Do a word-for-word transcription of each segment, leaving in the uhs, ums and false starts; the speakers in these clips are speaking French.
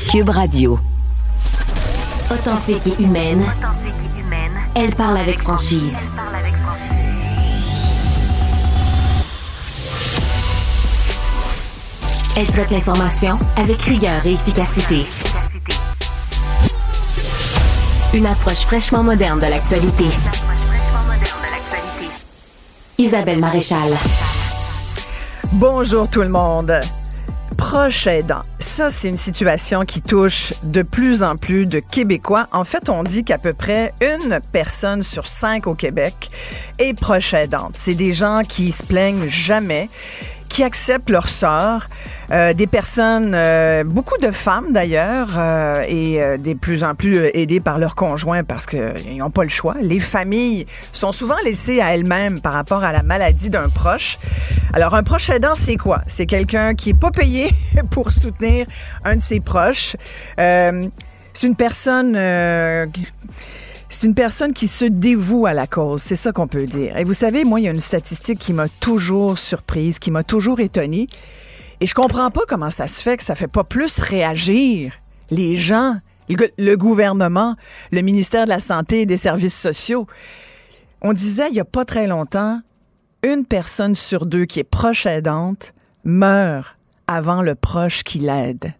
Cube Radio. Authentique et humaine, elle parle avec franchise. Elle traite l'information avec rigueur et efficacité. Une approche fraîchement moderne de l'actualité. Isabelle Maréchal. Bonjour tout le monde. Proche aidant, ça c'est une situation qui touche de plus en plus de Québécois. En fait, on dit qu'à peu près une personne sur cinq au Québec est proche aidante. C'est des gens qui se plaignent jamais, qui acceptent leur sort, euh, des personnes, euh, beaucoup de femmes d'ailleurs, euh, et euh, des plus en plus aidées par leurs conjoints parce qu'ils n'ont pas le choix. Les familles sont souvent laissées à elles-mêmes par rapport à la maladie d'un proche. Alors, un proche aidant, c'est quoi? C'est quelqu'un qui est pas payé pour soutenir un de ses proches. Euh, c'est une personne... Euh, C'est une personne qui se dévoue à la cause, c'est ça qu'on peut dire. Et vous savez, moi, il y a une statistique qui m'a toujours surprise, qui m'a toujours étonnée. Et je comprends pas comment ça se fait que ça fait pas plus réagir les gens, le, le gouvernement, le ministère de la Santé et des Services sociaux. On disait il y a pas très longtemps, une personne sur deux qui est proche aidante meurt avant le proche qui l'aide.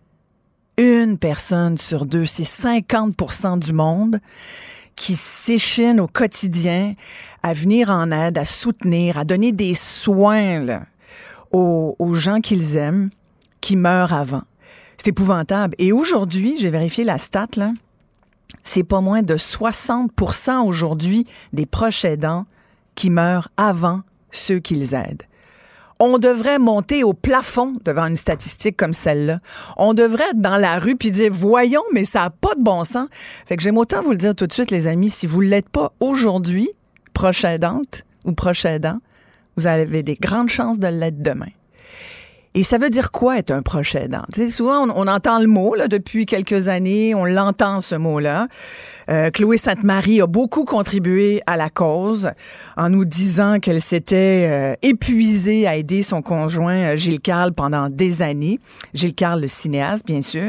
Une personne sur deux, c'est cinquante pour cent du monde qui s'échine au quotidien à venir en aide, à soutenir, à donner des soins là, aux, aux gens qu'ils aiment, qui meurent avant. C'est épouvantable. Et aujourd'hui, j'ai vérifié la stat, là, c'est pas moins de soixante pour cent aujourd'hui des proches aidants qui meurent avant ceux qu'ils aident. On devrait monter au plafond devant une statistique comme celle-là. On devrait être dans la rue puis dire « Voyons, mais ça n'a pas de bon sens. » Fait que j'aime autant vous le dire tout de suite, les amis, si vous ne l'êtes pas aujourd'hui, proche aidante ou proche aidant, vous avez des grandes chances de l'être demain. Et ça veut dire quoi être un proche aidant? Tu sais, souvent, on, on entend le mot là, depuis quelques années, on l'entend ce mot-là. Euh, Chloé Sainte-Marie a beaucoup contribué à la cause en nous disant qu'elle s'était euh, épuisée à aider son conjoint euh, Gilles Carle pendant des années. Gilles Carle, le cinéaste, bien sûr.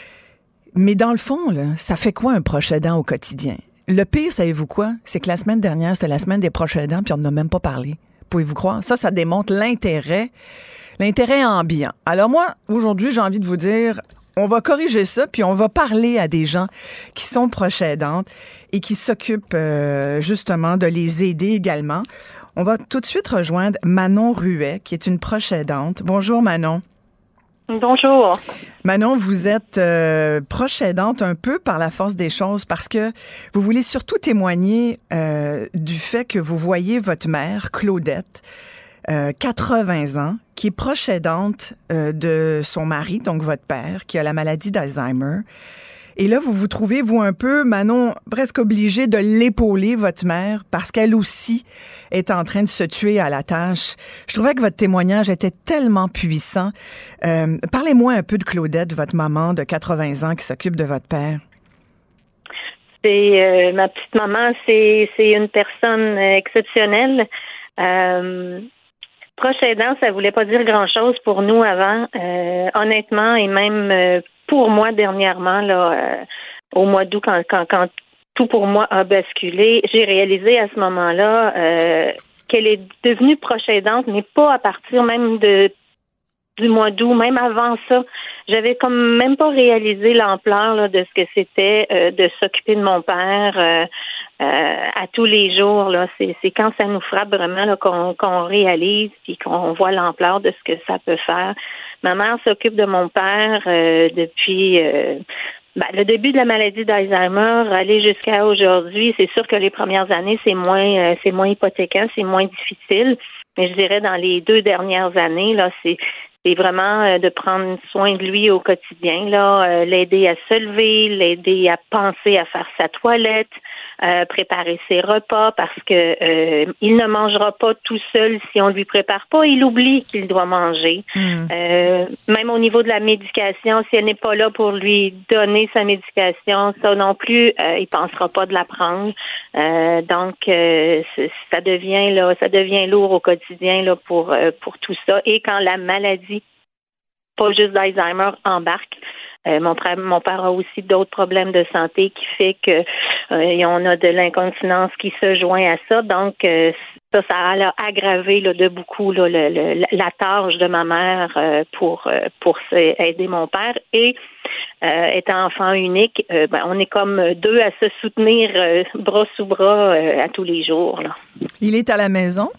Mais dans le fond, là, ça fait quoi un proche aidant au quotidien? Le pire, savez-vous quoi? C'est que la semaine dernière, c'était la semaine des proches aidants, puis on n'en a même pas parlé. Pouvez-vous croire? Ça, ça démontre l'intérêt L'intérêt ambiant. Alors moi, aujourd'hui, j'ai envie de vous dire, on va corriger ça, puis on va parler à des gens qui sont proches aidantes et qui s'occupent euh, justement de les aider également. On va tout de suite rejoindre Manon Ruet, qui est une proche aidante. Bonjour Manon. Bonjour. Manon, vous êtes euh, proche aidante un peu par la force des choses parce que vous voulez surtout témoigner euh, du fait que vous voyez votre mère, Claudette, Euh, quatre-vingts ans, qui est proche aidante euh, de son mari, donc votre père, qui a la maladie d'Alzheimer. Et là, vous vous trouvez, vous, un peu, Manon, presque obligée de l'épauler, votre mère, parce qu'elle aussi est en train de se tuer à la tâche. Je trouvais que votre témoignage était tellement puissant. Euh, parlez-moi un peu de Claudette, votre maman de quatre-vingts ans qui s'occupe de votre père. C'est euh, ma petite maman, c'est, c'est une personne exceptionnelle. Euh, Proche aidant, ça voulait pas dire grand-chose pour nous avant, euh, honnêtement, et même euh, pour moi dernièrement, là, euh, au mois d'août, quand, quand, quand tout pour moi a basculé, j'ai réalisé à ce moment-là euh, qu'elle est devenue proche aidante, mais pas à partir même de du mois d'août, même avant ça. J'avais comme même pas réalisé l'ampleur là, de ce que c'était euh, de s'occuper de mon père euh, euh, à tous les jours. Là. C'est, c'est quand ça nous frappe vraiment là, qu'on, qu'on réalise puis qu'on voit l'ampleur de ce que ça peut faire. Ma mère s'occupe de mon père euh, depuis euh, ben, le début de la maladie d'Alzheimer, aller jusqu'à aujourd'hui. C'est sûr que les premières années, c'est moins euh, c'est moins hypothéquant, c'est moins difficile. Mais je dirais dans les deux dernières années, là, c'est C'est vraiment de prendre soin de lui au quotidien, là, euh, l'aider à se lever, l'aider à penser à faire sa toilette, euh, préparer ses repas parce que euh, il ne mangera pas tout seul si on lui prépare pas. Il oublie qu'il doit manger. Mmh. Euh, même au niveau de la médication, si elle n'est pas là pour lui donner sa médication, ça non plus, euh, il pensera pas de la prendre. Euh, donc, euh, ça devient là, ça devient lourd au quotidien là pour euh, pour tout ça. Et quand la maladie, pas juste d'Alzheimer, embarque, Euh, mon, frère, mon père a aussi d'autres problèmes de santé qui fait que euh, on a de l'incontinence qui se joint à ça. Donc, euh, ça, ça a aggravé là, de beaucoup là, le, le, la tâche de ma mère euh, pour, euh, pour aider mon père. Et euh, étant enfant unique, euh, ben, on est comme deux à se soutenir euh, bras sous bras euh, à tous les jours. Là. Il est à la maison?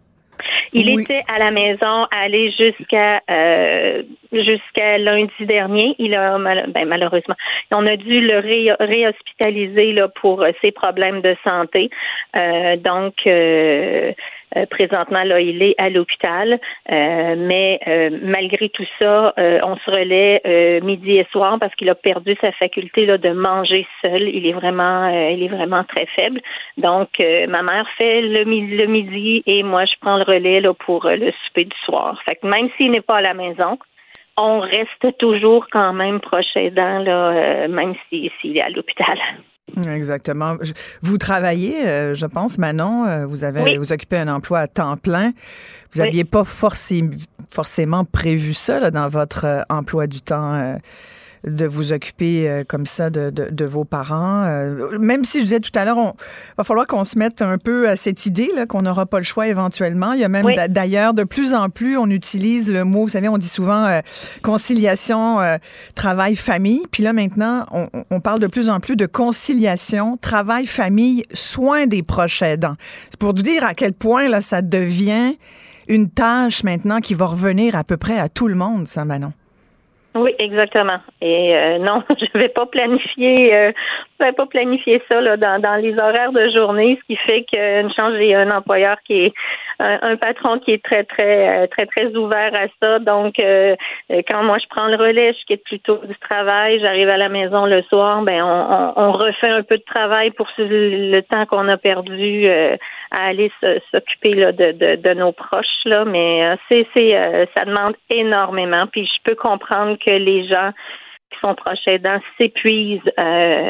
Il oui. était à la maison, allé jusqu'à euh, jusqu'à lundi dernier. Il a mal, ben, malheureusement, on a dû le ré, réhospitaliser là pour ses problèmes de santé. Euh, donc euh, euh, présentement là, il est à l'hôpital. Euh, mais euh, malgré tout ça, euh, on se relaie euh, midi et soir parce qu'il a perdu sa faculté là de manger seul. Il est vraiment, euh, il est vraiment très faible. Donc euh, ma mère fait le, le midi et moi je prends le relais là, pour euh, le souper du soir. Fait que même s'il n'est pas à la maison, on reste toujours quand même proche aidant, là, euh, même s'il si, si est à l'hôpital. Exactement. Vous travaillez, euh, je pense, Manon, vous avez oui. vous occupez un emploi à temps plein. Vous n'aviez oui. pas forcé, forcément prévu ça là, dans votre euh, emploi du temps euh, de vous occuper euh, comme ça de, de, de vos parents. Euh, même si je disais tout à l'heure, il va falloir qu'on se mette un peu à cette idée là, qu'on n'aura pas le choix éventuellement. Il y a même oui. d'ailleurs de plus en plus, on utilise le mot, vous savez, on dit souvent euh, conciliation, euh, travail, famille. Puis là maintenant, on, on parle de plus en plus de conciliation, travail, famille, soins des proches aidants. C'est pour vous dire à quel point là, ça devient une tâche maintenant qui va revenir à peu près à tout le monde, ça, Manon. Oui, exactement. Et euh, non, je vais pas planifier, euh, je vais pas planifier ça là dans, dans les horaires de journée, ce qui fait qu'une chance j'ai un employeur qui est un, un patron qui est très très très très ouvert à ça. Donc euh, quand moi je prends le relais, je quitte plutôt du travail, j'arrive à la maison le soir, ben on, on, on refait un peu de travail pour le temps qu'on a perdu euh, à aller se, s'occuper là de, de, de nos proches là. Mais euh, c'est c'est euh, ça demande énormément. Puis je peux comprendre que que les gens qui sont proches aidants s'épuisent euh,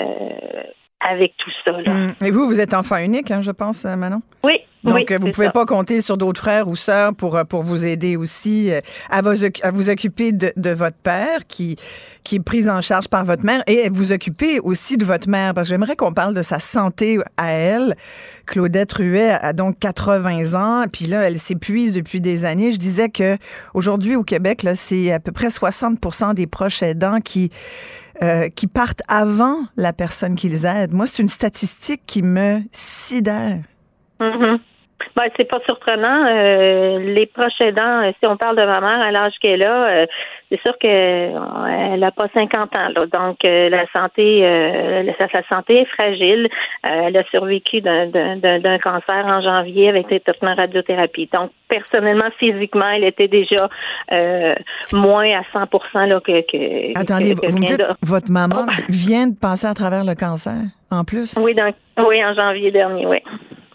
avec tout ça. Là. Mmh. Et vous, vous êtes enfant unique, hein, je pense, Manon? Oui. Donc, oui, vous ne pouvez ça. pas compter sur d'autres frères ou sœurs pour, pour vous aider aussi à vous, à vous occuper de, de votre père qui, qui est pris en charge par votre mère et vous occuper aussi de votre mère. Parce que j'aimerais qu'on parle de sa santé à elle. Claudette Ruet a donc quatre-vingts ans, puis là, elle s'épuise depuis des années. Je disais que aujourd'hui au Québec, là, c'est à peu près soixante pour cent des proches aidants qui, euh, qui partent avant la personne qu'ils aident. Moi, c'est une statistique qui me sidère. Mm-hmm. Ben, c'est pas surprenant. Euh, les proches aidants, si on parle de ma mère à l'âge qu'elle a, euh, c'est sûr qu'elle n'a pas cinquante ans. Là, donc, euh, la santé, euh, sa, sa santé est fragile. Euh, elle a survécu d'un, d'un, d'un cancer en janvier avec des traitements de radiothérapie. Donc, personnellement, physiquement, elle était déjà euh, moins à cent pour cent là, que, que... Attendez, que, que vous me dites, de... votre maman oh. vient de passer à travers le cancer, en plus? Oui, donc, oui, en janvier dernier, oui.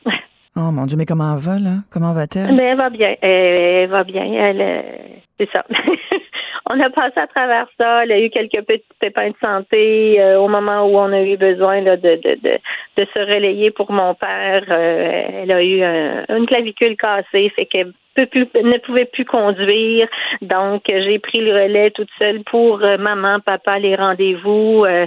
Oh mon Dieu, mais comment elle va, là? Comment va-t-elle? Ben, elle va bien. Elle, elle va bien. Elle, euh, c'est ça. On a passé à travers ça. Elle a eu quelques petits pépins de santé euh, au moment où on a eu besoin là, de, de, de, de se relayer pour mon père. Euh, elle a eu un, une clavicule cassée, fait qu'elle peut plus, ne pouvait plus conduire. Donc, j'ai pris le relais toute seule pour euh, maman, papa, les rendez-vous. Euh,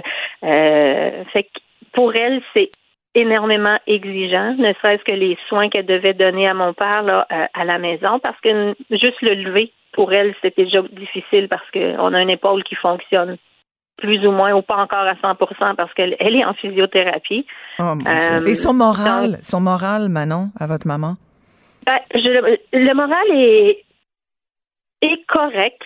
euh, fait que pour elle, c'est énormément exigeant, ne serait-ce que les soins qu'elle devait donner à mon père là, à la maison, parce que juste le lever, pour elle, c'était déjà difficile parce qu'on a une épaule qui fonctionne plus ou moins ou pas encore à cent pour cent parce qu'elle elle est en physiothérapie. Oh mon euh, Dieu. Et son moral, donc, son moral, Manon, à votre maman? Ben, je, le moral est, est correct.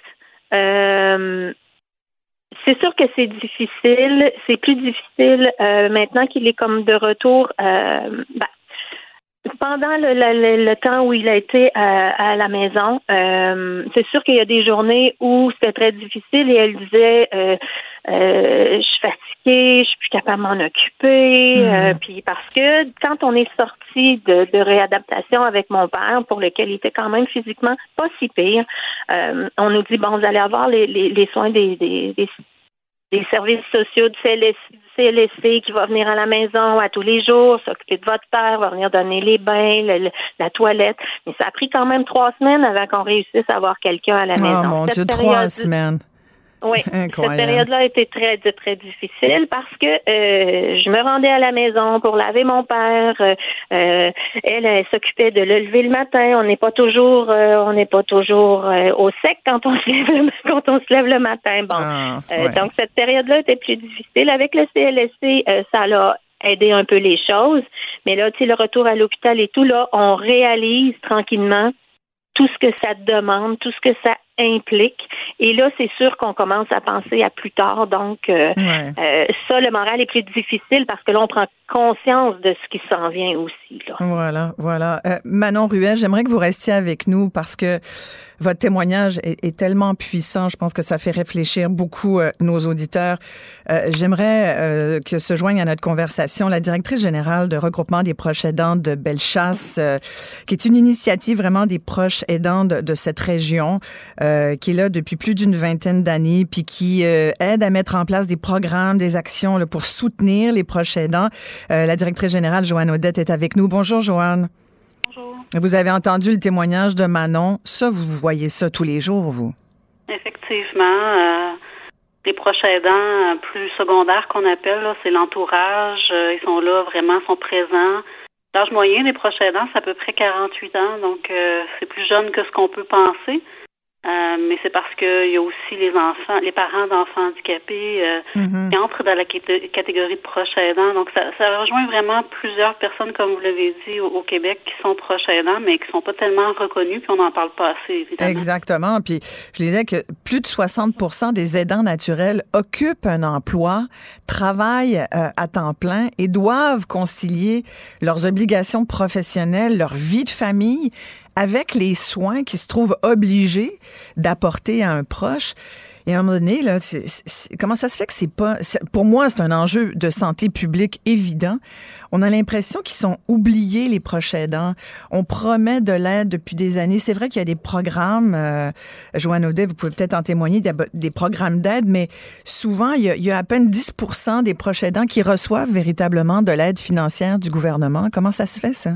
Euh, C'est sûr que c'est difficile. C'est plus difficile euh, maintenant qu'il est comme de retour. Euh, ben, pendant le, le, le temps où il a été à, à la maison, euh, c'est sûr qu'il y a des journées où c'était très difficile et elle disait euh, euh, je suis fatiguée, je suis plus capable de m'en occuper. Mmh. Euh, puis parce que quand on est sorti de, de réadaptation avec mon père, pour lequel il était quand même physiquement pas si pire, euh, on nous dit bon, vous allez avoir les, les, les soins des, des, des des services sociaux du C L S C qui va venir à la maison à tous les jours, s'occuper de votre père, va venir donner les bains, le, le, la toilette. Mais ça a pris quand même trois semaines avant qu'on réussisse à avoir quelqu'un à la maison. Oh mon Dieu, trois semaines. Oui, cette période-là a été très, très difficile parce que euh, je me rendais à la maison pour laver mon père. Euh, elle, elle s'occupait de le lever le matin. On n'est pas toujours, euh, on n'est pas toujours euh, au sec quand on se lève le, quand on se lève le matin. Bon, ah, ouais. euh, donc cette période-là était plus difficile. Avec le C L S C, euh, ça l'a aidé un peu les choses. Mais là, tu sais, le retour à l'hôpital et tout, là, on réalise tranquillement tout ce que ça demande, tout ce que ça implique. Et là, c'est sûr qu'on commence à penser à plus tard. Donc, euh, ouais. euh, ça, le moral est plus difficile parce que là, on prend conscience de ce qui s'en vient aussi. Là. Voilà, voilà. Euh, Manon Ruel, j'aimerais que vous restiez avec nous parce que votre témoignage est, est tellement puissant. Je pense que ça fait réfléchir beaucoup euh, nos auditeurs. Euh, j'aimerais euh, que se joigne à notre conversation la directrice générale de regroupement des proches aidants de Bellechasse, euh, qui est une initiative vraiment des proches aidants de, de cette région, euh, qui est là depuis plus d'une vingtaine d'années, puis qui euh, aide à mettre en place des programmes, des actions là, pour soutenir les proches aidants. Euh, la directrice générale, Joanne Audette, est avec nous. Bonjour, Joanne. Bonjour. Vous avez entendu le témoignage de Manon. Ça, vous voyez ça tous les jours, vous? Effectivement. Euh, les proches aidants plus secondaires qu'on appelle, là, c'est l'entourage. Euh, ils sont là, vraiment, sont présents. L'âge moyen des proches aidants, c'est à peu près quarante-huit ans. Donc, euh, c'est plus jeune que ce qu'on peut penser. Euh, mais c'est parce qu'il y a aussi les enfants, les parents d'enfants handicapés euh, mm-hmm. qui entrent dans la cat- catégorie de proches aidants. Donc, ça, ça rejoint vraiment plusieurs personnes, comme vous l'avez dit, au, au Québec, qui sont proches aidants, mais qui ne sont pas tellement reconnus, puis on n'en parle pas assez, évidemment. Exactement. Puis, je disais que plus de soixante pour cent des aidants naturels occupent un emploi, travaillent euh, à temps plein et doivent concilier leurs obligations professionnelles, leur vie de famille, avec les soins qu'ils se trouvent obligés d'apporter à un proche. Et à un moment donné, là, c'est, c'est, comment ça se fait que c'est pas... C'est, pour moi, c'est un enjeu de santé publique évident. On a l'impression qu'ils sont oubliés, les proches aidants. On promet de l'aide depuis des années. C'est vrai qu'il y a des programmes, euh, Joanne Audet, vous pouvez peut-être en témoigner, des, des programmes d'aide, mais souvent, il y, a, il y a à peine dix pour cent des proches aidants qui reçoivent véritablement de l'aide financière du gouvernement. Comment ça se fait, ça?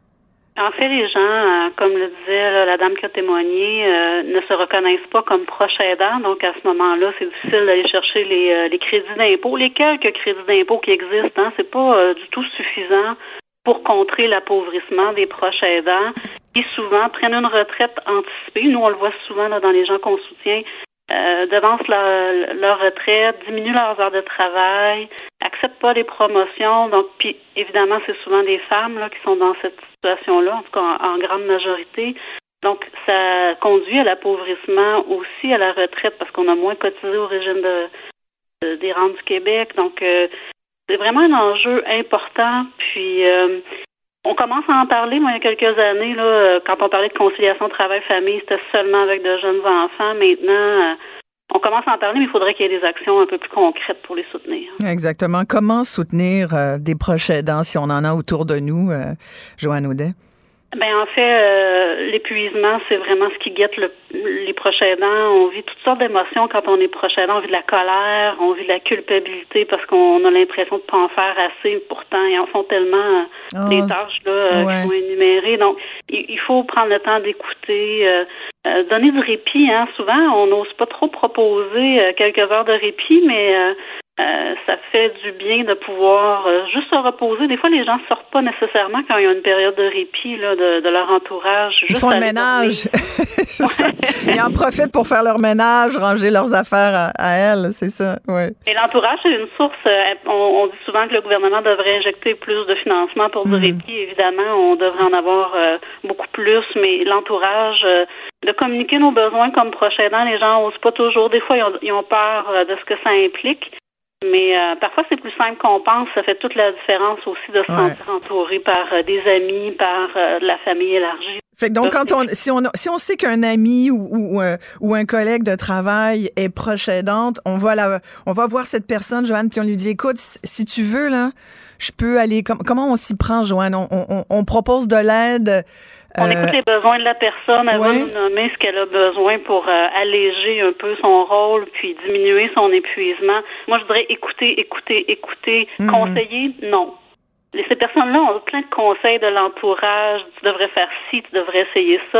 En fait, les gens, euh, comme le disait là, la dame qui a témoigné, euh, ne se reconnaissent pas comme proches aidants. Donc, à ce moment-là, c'est difficile d'aller chercher les, euh, les crédits d'impôt. Les quelques crédits d'impôt qui existent, hein, c'est pas euh, du tout suffisant pour contrer l'appauvrissement des proches aidants qui souvent prennent une retraite anticipée. Nous, on le voit souvent là, dans les gens qu'on soutient, euh, devancent leur, leur retraite, diminuent leurs heures de travail, acceptent pas les promotions. Donc, puis évidemment, c'est souvent des femmes là qui sont dans cette situation-là, en tout cas en, en grande majorité. Donc, ça conduit à l'appauvrissement aussi à la retraite parce qu'on a moins cotisé au régime de, de des rentes du Québec. Donc, euh, c'est vraiment un enjeu important. Puis, euh, on commence à en parler. Moi, il y a quelques années, là, quand on parlait de conciliation travail-famille, c'était seulement avec de jeunes enfants. Maintenant, euh, on commence à en parler, mais il faudrait qu'il y ait des actions un peu plus concrètes pour les soutenir. Exactement. Comment soutenir euh, des proches aidants si on en a autour de nous, euh, Joanne Audet? Ben en fait, euh, l'épuisement, c'est vraiment ce qui guette le, les proches aidants. On vit toutes sortes d'émotions quand on est proche aidant. On vit de la colère, on vit de la culpabilité parce qu'on a l'impression de ne pas en faire assez. Pourtant, ils en font tellement oh, des tâches là euh, ouais. qui sont énumérées. Donc, il, il faut prendre le temps d'écouter, euh, euh, donner du répit. Hein. Souvent, on n'ose pas trop proposer euh, quelques heures de répit, mais euh, Euh, ça fait du bien de pouvoir euh, juste se reposer. Des fois, les gens ne sortent pas nécessairement quand il y a une période de répit là, de, de leur entourage. Ils font le ménage. C'est ça. Ils en profitent pour faire leur ménage, ranger leurs affaires à, à elles, c'est ça. Ouais. Et l'entourage, c'est une source. Euh, on, on dit souvent que le gouvernement devrait injecter plus de financement pour du mmh. répit. Évidemment, on devrait en avoir euh, beaucoup plus, mais l'entourage, euh, de communiquer nos besoins comme proches aidants, les gens n'osent pas toujours. Des fois, ils ont, ils ont peur euh, de ce que ça implique. Mais euh, parfois, c'est plus simple qu'on pense. Ça fait toute la différence aussi de se ouais. sentir entouré par euh, des amis, par euh, de la famille élargie. Fait que donc, quand on, si on, si on sait qu'un ami ou, ou, ou un collègue de travail est proche aidante, on va la, on va voir cette personne, Joanne, puis on lui dit, écoute, si tu veux, là, je peux aller, com- comment on s'y prend, Joanne? On, on, on propose de l'aide. On écoute les besoins de la personne, elle ouais. va nous nommer ce qu'elle a besoin pour euh, alléger un peu son rôle, puis diminuer son épuisement. Moi, je dirais écouter, écouter, écouter. Mm-hmm. Conseiller, non. Ces personnes-là ont plein de conseils de l'entourage. Tu devrais faire ci, tu devrais essayer ça.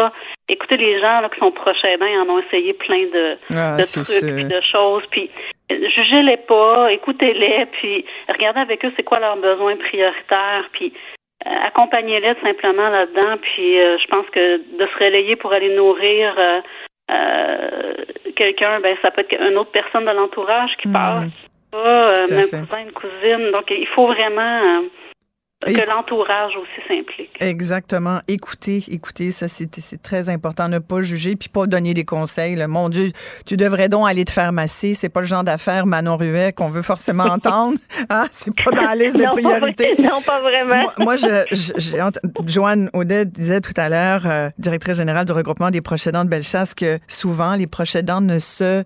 écoutez, les gens là, qui sont proches aidants, ils en ont essayé plein de, ah, de trucs, puis de choses, puis jugez-les pas, écoutez-les, puis regardez avec eux c'est quoi leurs besoins prioritaires, puis euh, accompagnez-les simplement là-dedans, puis euh, je pense que de se relayer pour aller nourrir euh, euh, quelqu'un, ben ça peut être une autre personne de l'entourage qui mmh. passe, pas, euh, un cousin, une cousine, donc il faut vraiment... Euh, que Et... l'entourage aussi s'implique. Exactement. Écoutez, écoutez, ça c'est, c'est très important, ne pas juger puis pas donner des conseils. Là. Mon Dieu, tu devrais donc aller te faire masser. C'est pas le genre d'affaire Manon Ruet qu'on veut forcément entendre. Hein? C'est pas dans la liste de non, priorités. Pas, non, pas vraiment. Moi, moi je, je, j'ai, Joanne Audet disait tout à l'heure, euh, directrice générale du regroupement des proches aidants de Bellechasse, que souvent les proches aidants ne se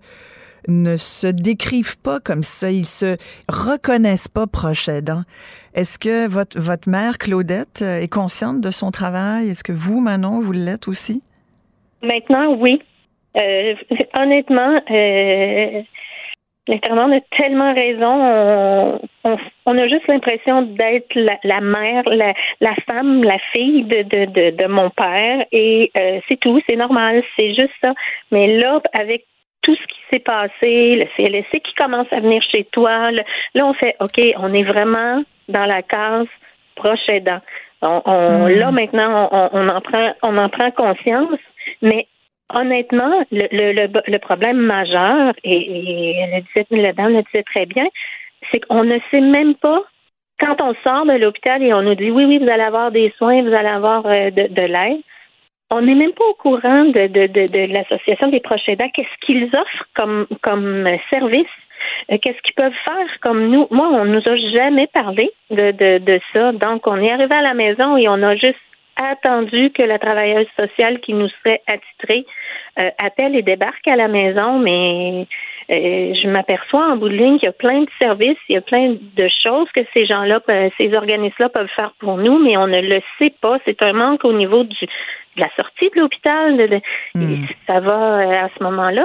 ne se décrivent pas comme ça, ils se reconnaissent pas proches aidants. Est-ce que votre, votre mère, Claudette, est consciente de son travail? Est-ce que vous, Manon, vous l'êtes aussi? Maintenant, oui. Euh, honnêtement, euh, l'internat a tellement raison. On, on, on a juste l'impression d'être la, la mère, la, la femme, la fille de, de, de, de mon père. Et euh, c'est tout, c'est normal, c'est juste ça. Mais là, avec tout ce qui s'est passé, le C L S C qui commence à venir chez toi, le, là, on fait, OK, on est vraiment dans la case proche aidant. On, on, mmh. Là, maintenant, on, on, en prend, on en prend conscience, mais honnêtement, le, le, le, le problème majeur, et, et elle disait, la dame le disait très bien, c'est qu'on ne sait même pas, quand on sort de l'hôpital et on nous dit, oui, oui, vous allez avoir des soins, vous allez avoir euh, de, de l'aide, on n'est même pas au courant de, de, de, de l'Association des proches aidants. Qu'est-ce qu'ils offrent comme, comme service? Euh, qu'est-ce qu'ils peuvent faire comme nous? Moi, on nous a jamais parlé de, de, de ça. Donc, on est arrivé à la maison et on a juste attendu que la travailleuse sociale qui nous serait attitrée euh, appelle et débarque à la maison. Mais euh, je m'aperçois en bout de ligne qu'il y a plein de services, il y a plein de choses que ces gens-là, ces organismes-là peuvent faire pour nous, mais on ne le sait pas. C'est un manque au niveau du de la sortie de l'hôpital. De, de, mmh. Ça va euh, à ce moment-là.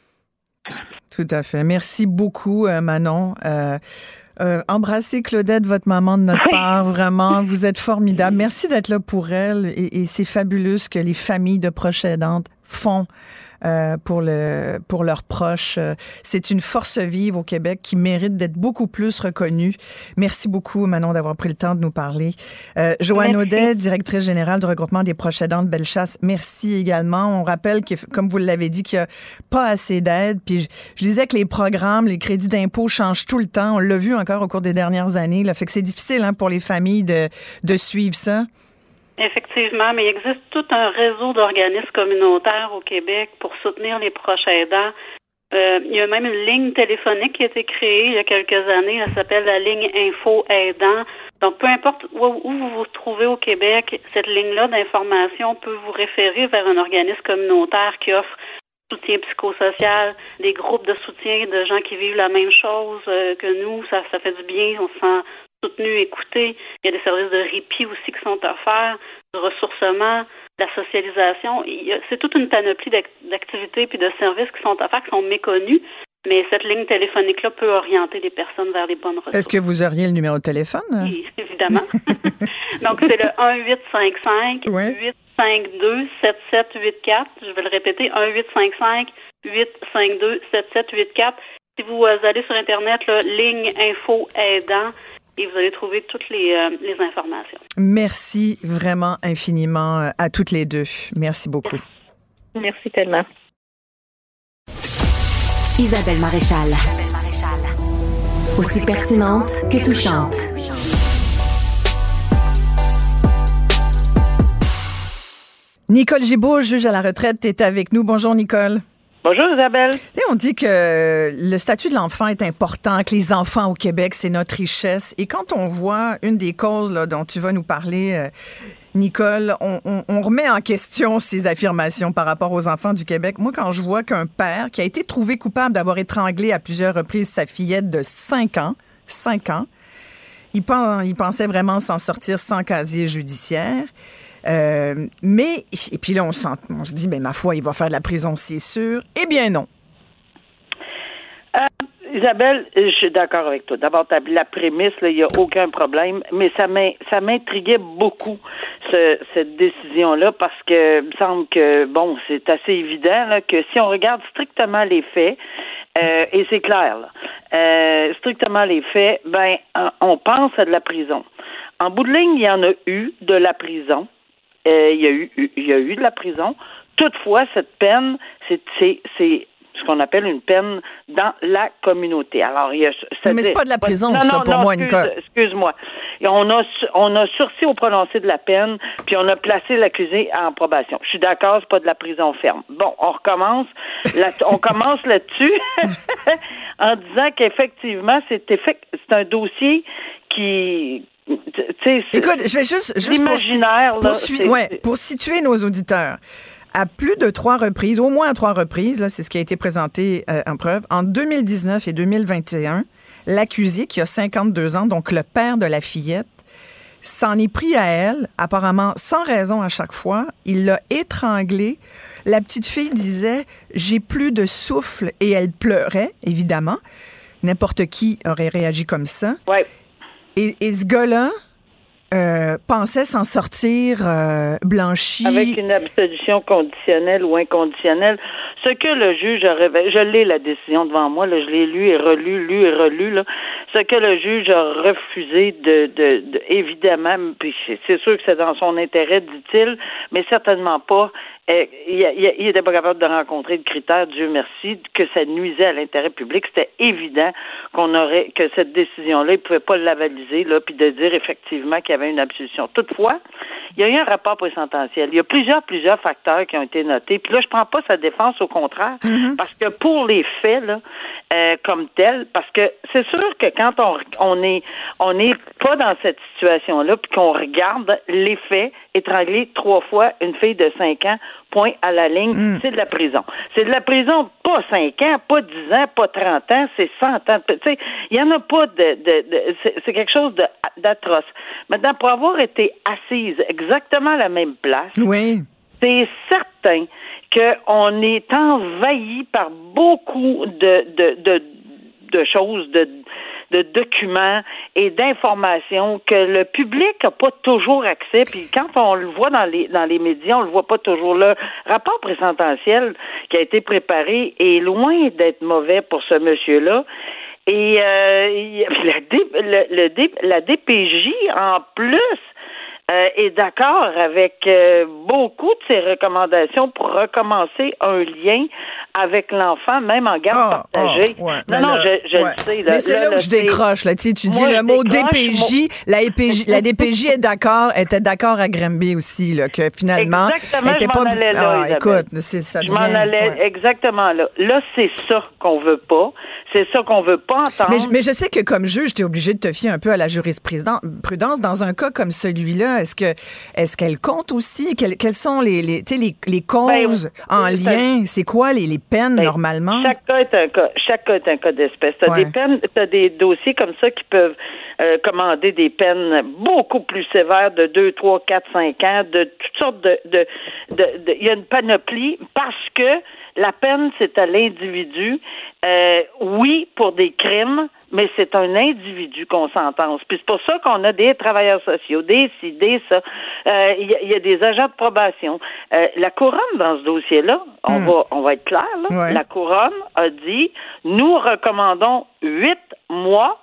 Tout à fait. Merci beaucoup, euh, Manon. Euh, euh, embrassez Claudette, votre maman de notre oui. part. Vraiment, vous êtes formidable. Merci d'être là pour elle. Et, et c'est fabuleux ce que les familles de proches aidantes font euh, pour le pour leurs proches. C'est une force vive au Québec qui mérite d'être beaucoup plus reconnue. Merci beaucoup, Manon, d'avoir pris le temps de nous parler. Euh, Joanne Audet, directrice générale du regroupement des proches aidants de Bellechasse, merci également. On rappelle que, comme vous l'avez dit, qu'il n'y a pas assez d'aide. Puis je, je disais que les programmes, les crédits d'impôt changent tout le temps. On l'a vu encore au cours des dernières années. Là, fait que c'est difficile hein, pour les familles de, de suivre ça. Effectivement, mais il existe tout un réseau d'organismes communautaires au Québec pour soutenir les proches aidants. Euh, il y a même une ligne téléphonique qui a été créée il y a quelques années. Elle s'appelle la ligne Info Aidant. Donc, peu importe où, où vous vous trouvez au Québec, cette ligne-là d'information peut vous référer vers un organisme communautaire qui offre soutien psychosocial, des groupes de soutien de gens qui vivent la même chose euh, que nous. Ça, ça fait du bien. On se sent soutenu, écouté. Il y a des services de répit aussi qui sont offerts, du ressourcement, de la socialisation. Il y a, c'est toute une panoplie d'activités puis de services qui sont offerts, qui sont méconnus, mais cette ligne téléphonique-là peut orienter les personnes vers les bonnes ressources. Est-ce que vous auriez le numéro de téléphone? Oui, évidemment. Donc, c'est le un huit cinq cinq huit cinq deux sept sept huit quatre. Je vais le répéter, un huit cinq cinq huit cinq deux sept sept huit quatre. Si vous allez sur Internet, là, ligne info aidant, et vous allez trouver toutes les, euh, les informations. Merci vraiment infiniment à toutes les deux. Merci beaucoup. Merci, Merci tellement. Isabelle Maréchal. Aussi pertinente que touchante. Nicole Gibault, juge à la retraite, est avec nous. Bonjour, Nicole. Bonjour Isabelle. On dit que le statut de l'enfant est important, que les enfants au Québec, c'est notre richesse. Et quand on voit une des causes là, dont tu vas nous parler, euh, Nicole, on, on, on remet en question ces affirmations par rapport aux enfants du Québec. Moi, quand je vois qu'un père qui a été trouvé coupable d'avoir étranglé à plusieurs reprises sa fillette de cinq ans, cinq ans, il, pen, il pensait vraiment s'en sortir sans casier judiciaire. Euh, mais, et puis là, on, sent, on se dit, ben ma foi, il va faire de la prison, c'est sûr. Eh bien non. Euh, Isabelle, je suis d'accord avec toi. D'abord, la prémisse, il n'y a aucun problème, mais ça m'in, ça m'intriguait beaucoup, ce, cette décision-là, parce que il me semble que, bon, c'est assez évident là, que si on regarde strictement les faits, euh, et c'est clair, là, euh, strictement les faits, ben, on pense à de la prison. En bout de ligne, il y en a eu de la prison. Euh, il y a eu, il y a eu de la prison. Toutefois, cette peine, c'est, c'est, c'est ce qu'on appelle une peine dans la communauté. Alors, il y a, mais c'est pas de la prison, non, ça, non, pour non, moi, excuse, Nicole. Excuse-moi. Et on a, on a sursis au prononcé de la peine, puis on a placé l'accusé en probation. Je suis d'accord, c'est pas de la prison ferme. Bon, on recommence. Là, on commence là-dessus en disant qu'effectivement, c'est, effect, c'est un dossier qui... Écoute, je vais juste, juste l'imaginaire, pour, là, pour, c'est, ouais, c'est... pour situer nos auditeurs. À plus de trois reprises, au moins à trois reprises, là, c'est ce qui a été présenté euh, en preuve, en deux mille dix-neuf et deux mille vingt et un, l'accusé, qui a cinquante-deux ans, donc le père de la fillette, s'en est pris à elle, apparemment sans raison à chaque fois. Il l'a étranglée. La petite fille disait « j'ai plus de souffle » et elle pleurait, évidemment. N'importe qui aurait réagi comme ça. Ouais. Et, et ce gars-là euh, pensait s'en sortir euh, blanchi. Avec une absolution conditionnelle ou inconditionnelle. Ce que le juge a révélé, je l'ai la décision devant moi, là, je l'ai lu et relu, lu et relu, là. Ce que le juge a refusé de, de, de évidemment, puis c'est, c'est sûr que c'est dans son intérêt, dit-il, mais certainement pas. Euh, il n'était pas capable de rencontrer le critère, Dieu merci, que ça nuisait à l'intérêt public. C'était évident qu'on aurait, que cette décision-là, il ne pouvait pas l'avaliser, là, puis de dire effectivement qu'il y avait une absolution. Toutefois, il y a eu un rapport présententiel. Il y a plusieurs, plusieurs facteurs qui ont été notés. Puis là, je prends pas sa défense, au contraire, mm-hmm. parce que pour les faits, là, euh, comme tels, parce que c'est sûr que quand on on est on n'est pas dans cette situation-là, puis qu'on regarde les faits, étrangler trois fois une fille de cinq ans, point à la ligne, mm. c'est de la prison. C'est de la prison, pas cinq ans, pas dix ans, pas trente ans, c'est cent ans. Tu sais, il y en a pas de, de, de c'est, c'est quelque chose de, d'atroce. Maintenant, pour avoir été assise exactement à la même place, oui. c'est certain qu'on est envahi par beaucoup de, de, de, de choses, de, de documents et d'informations que le public n'a pas toujours accès. Puis quand on le voit dans les dans les médias, on le voit pas toujours. Le rapport présententiel qui a été préparé est loin d'être mauvais pour ce monsieur-là. Et euh, la, D, le, le D, la D P J, en plus, euh, est d'accord avec euh, beaucoup de ses recommandations pour recommencer un lien avec l'enfant, même en garde oh, partagée. Oh, ouais. Non, non, là, je, je ouais. le sais. Là, mais c'est là, là où je décroche. Là, tu, tu dis le mot D P J. La, D P J la D P J est d'accord, était d'accord à Granby aussi, là, que finalement... Exactement, était je m'en pas... allais là, ah, écoute, c'est, ça je devient... m'en allais ouais. exactement là. Là, c'est ça qu'on veut pas. C'est ça qu'on veut pas entendre. Mais, mais je sais que comme juge, tu es obligé de te fier un peu à la jurisprudence. Dans un cas comme celui-là, est-ce que est-ce qu'elle compte aussi? Quelles, quelles sont les, les, les, les causes ben, en lien? C'est quoi les, les peines ben, normalement? Chaque cas est un cas. Chaque cas est un cas d'espèce. Tu as ouais. des peines, tu as des dossiers comme ça qui peuvent euh, commander des peines beaucoup plus sévères de deux, trois, quatre, cinq ans, de toutes sortes de... de, de, de il y a une panoplie parce que la peine, c'est à l'individu. Euh, oui, pour des crimes, mais c'est un individu qu'on sentence. Puis c'est pour ça qu'on a des travailleurs sociaux, des ci, des ça. Il euh, y, y a des agents de probation. Euh, la couronne, dans ce dossier-là, on mm. va on va être clair, là, ouais. la couronne a dit, nous recommandons huit mois,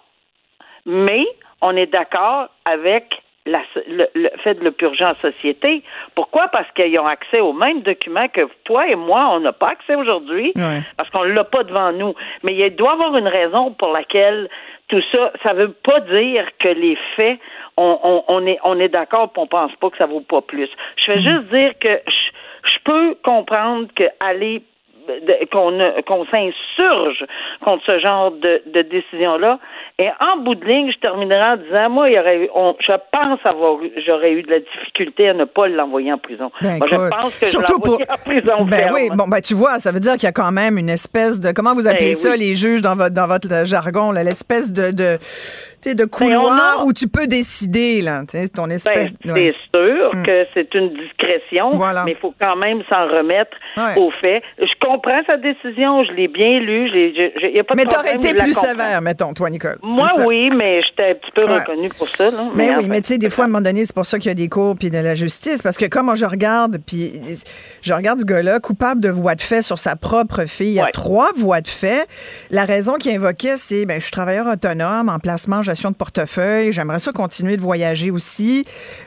mais on est d'accord avec La, le, le fait de le purger en société. Pourquoi? Parce qu'ils ont accès aux mêmes documents que toi et moi, on n'a pas accès aujourd'hui, ouais. parce qu'on ne l'a pas devant nous. Mais il doit y avoir une raison pour laquelle tout ça, ça veut pas dire que les faits, on, on, on est on est d'accord et on pense pas que ça vaut pas plus. Je vais mmh. juste dire que je, je peux comprendre qu'aller De, qu'on, qu'on s'insurge contre ce genre de, de décision-là. Et en bout de ligne, je terminerai en disant, moi, il y aurait eu, on, je pense avoir j'aurais eu de la difficulté à ne pas l'envoyer en prison. Ben, moi, je pense que surtout je l'envoie pour... en prison ben ferme. Oui, bon, ben tu vois, ça veut dire qu'il y a quand même une espèce de, comment vous appelez ben, ça, oui. les juges, dans votre, dans votre jargon, là, l'espèce de, de, tu sais, de couloir a... où tu peux décider, là, tu sais, ton espèce. Ben, ouais. C'est sûr mm. que c'est une discrétion, voilà. mais il faut quand même s'en remettre ouais. aux faits. Je comprends sa décision, je l'ai bien lu, je l'ai, je, je, y a pas de mais problème. Mais t'aurais été plus sévère, mettons, toi, Nicole. Moi, oui, mais j'étais un petit peu ouais. reconnue pour ça, là. Mais, mais oui, fait, mais tu sais, des fois, à un moment donné, c'est pour ça qu'il y a des cours puis de la justice, parce que comme je regarde, puis je regarde ce gars-là, coupable de voies de fait sur sa propre fille, il y a ouais. trois voies de fait. La raison qu'il invoquait, c'est, ben, je suis travailleur autonome, en placement, gestion de portefeuille, j'aimerais ça continuer de voyager aussi.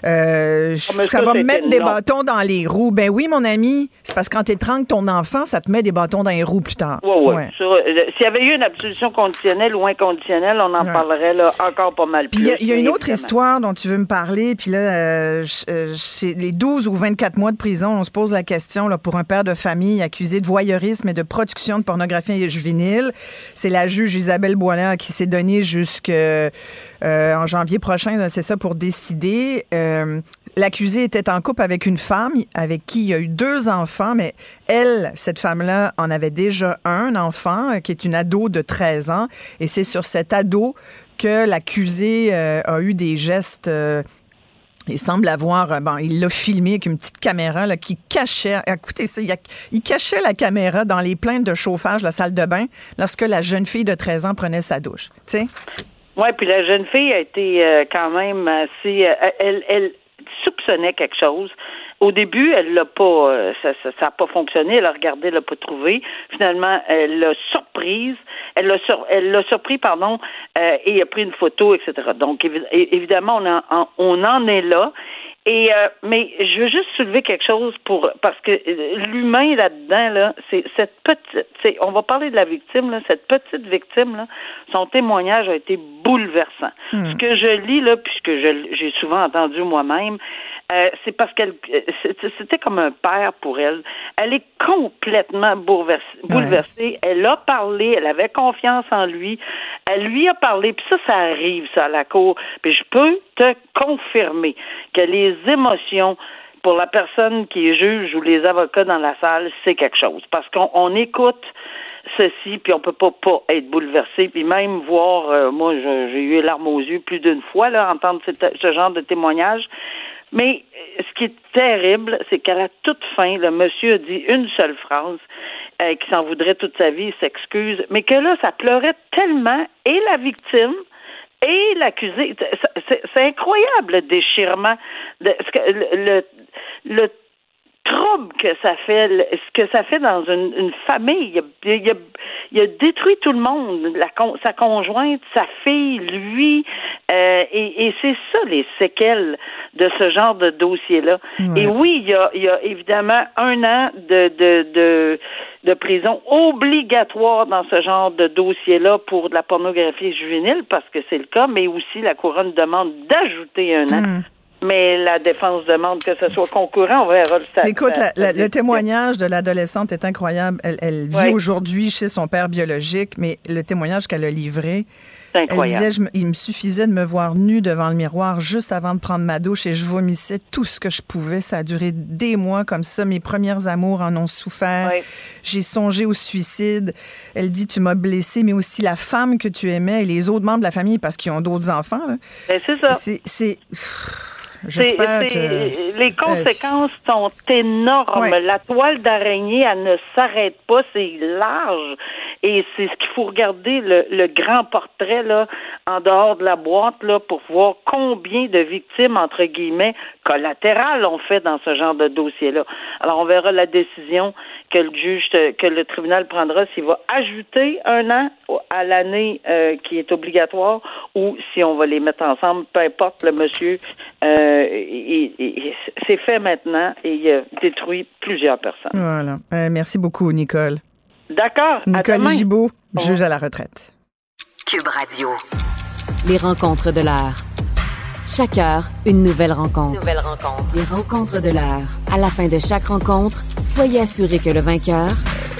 Euh, oh, ça, ça va me mettre des long. bâtons dans les roues. Ben oui, mon ami, c'est parce que quand t'étrangles ton enfant, ça te met des bâtons dans les roues plus tard. Oui, oui. Ouais. Euh, s'il y avait eu une absolution conditionnelle ou inconditionnelle, on en ouais. parlerait là, encore pas mal plus. Puis il y, y a une autre histoire dont tu veux me parler, puis là, euh, c'est les douze ou vingt-quatre mois de prison, on se pose la question là, pour un père de famille accusé de voyeurisme et de production de pornographie juvénile. C'est la juge Isabelle Boilard qui s'est donnée jusqu'en euh, janvier prochain, là, c'est ça, pour décider. Euh, L'accusé était en couple avec une femme avec qui il y a eu deux enfants, mais elle, cette femme-là, en avait déjà un enfant, qui est une ado de treize ans. Et c'est sur cet ado que l'accusé euh, a eu des gestes... Euh, il semble avoir... Bon, il l'a filmé avec une petite caméra là, qui cachait... Écoutez ça, il, a, il cachait la caméra dans les plaintes de chauffage de la salle de bain lorsque la jeune fille de treize ans prenait sa douche. Tu sais? Oui, puis la jeune fille a été euh, quand même assez... Euh, elle... elle soupçonnait quelque chose. Au début, elle l'a pas, euh, ça, ça, ça a pas fonctionné. Elle a regardé, elle l'a pas trouvé. Finalement, elle l'a surprise. Elle l'a, sur, elle l'a surpris, pardon, euh, et a pris une photo, et cetera. Donc, évi- évidemment, on en, on en est là. Et euh, mais je veux juste soulever quelque chose pour parce que l'humain là-dedans là, c'est cette petite, c'est, on va parler de la victime là, cette petite victime là, son témoignage a été bouleversant. Mmh. Ce que je lis là, puisque je, j'ai souvent entendu moi-même, euh, c'est parce qu'elle, c'était comme un père pour elle. Elle est complètement bouleversée. bouleversée. Ouais. Elle a parlé, elle avait confiance en lui. Elle lui a parlé, puis ça, ça arrive, ça, à la cour. Puis je peux te confirmer que les émotions pour la personne qui est juge ou les avocats dans la salle, c'est quelque chose. Parce qu'on on écoute ceci, puis on peut pas, pas être bouleversé, puis même voir, euh, moi, je, j'ai eu les larmes aux yeux plus d'une fois, là, entendre ce, ce genre de témoignage. Mais ce qui est terrible, c'est qu'à la toute fin, le monsieur a dit une seule phrase, euh, qu'il s'en voudrait toute sa vie, il s'excuse, mais que là, ça pleurait tellement, et la victime, et l'accusé, c'est, c'est incroyable le déchirement, de, ce que, le, le, le trouble que ça fait, le, ce que ça fait dans une, une famille. Il a, il, a, il a détruit tout le monde, la, sa conjointe, sa fille, lui, euh, et, et c'est ça les séquelles de ce genre de dossier-là. Ouais. Et oui, il y a, il y a évidemment un an de, de, de, de prison obligatoire dans ce genre de dossier-là pour de la pornographie juvénile, parce que c'est le cas, mais aussi la couronne demande d'ajouter un an. Mmh. Mais la défense demande que ce soit concurrent. On verra le statut. Écoute, la, la, le témoignage de l'adolescente est incroyable. Elle, elle vit oui. aujourd'hui chez son père biologique, mais le témoignage qu'elle a livré, elle disait, je, il me suffisait de me voir nue devant le miroir juste avant de prendre ma douche et je vomissais tout ce que je pouvais. Ça a duré des mois comme ça. Mes premières amours en ont souffert. Oui. J'ai songé au suicide. Elle dit, tu m'as blessée, mais aussi la femme que tu aimais et les autres membres de la famille parce qu'ils ont d'autres enfants. Là. Ben, c'est ça. C'est... c'est... J'espère c'est, que... Les conséquences euh, sont énormes. Ouais. La toile d'araignée, elle ne s'arrête pas, c'est large. Et c'est ce qu'il faut regarder, le, le grand portrait là, en dehors de la boîte, là, pour voir combien de victimes, entre guillemets, collatérales on fait dans ce genre de dossier-là. Alors, on verra la décision que le juge, que le tribunal prendra, s'il va ajouter un an à l'année euh, qui est obligatoire ou si on va les mettre ensemble, peu importe, le monsieur, euh, il, il, c'est fait maintenant et il a détruit plusieurs personnes. Voilà. Euh, merci beaucoup, Nicole. D'accord. Nicole Gibault, juge à la retraite. Cube Radio. Les rencontres de l'heure. Chaque heure, une nouvelle rencontre. Nouvelle rencontre. Les rencontres de l'heure. À la fin de chaque rencontre, soyez assurés que le vainqueur,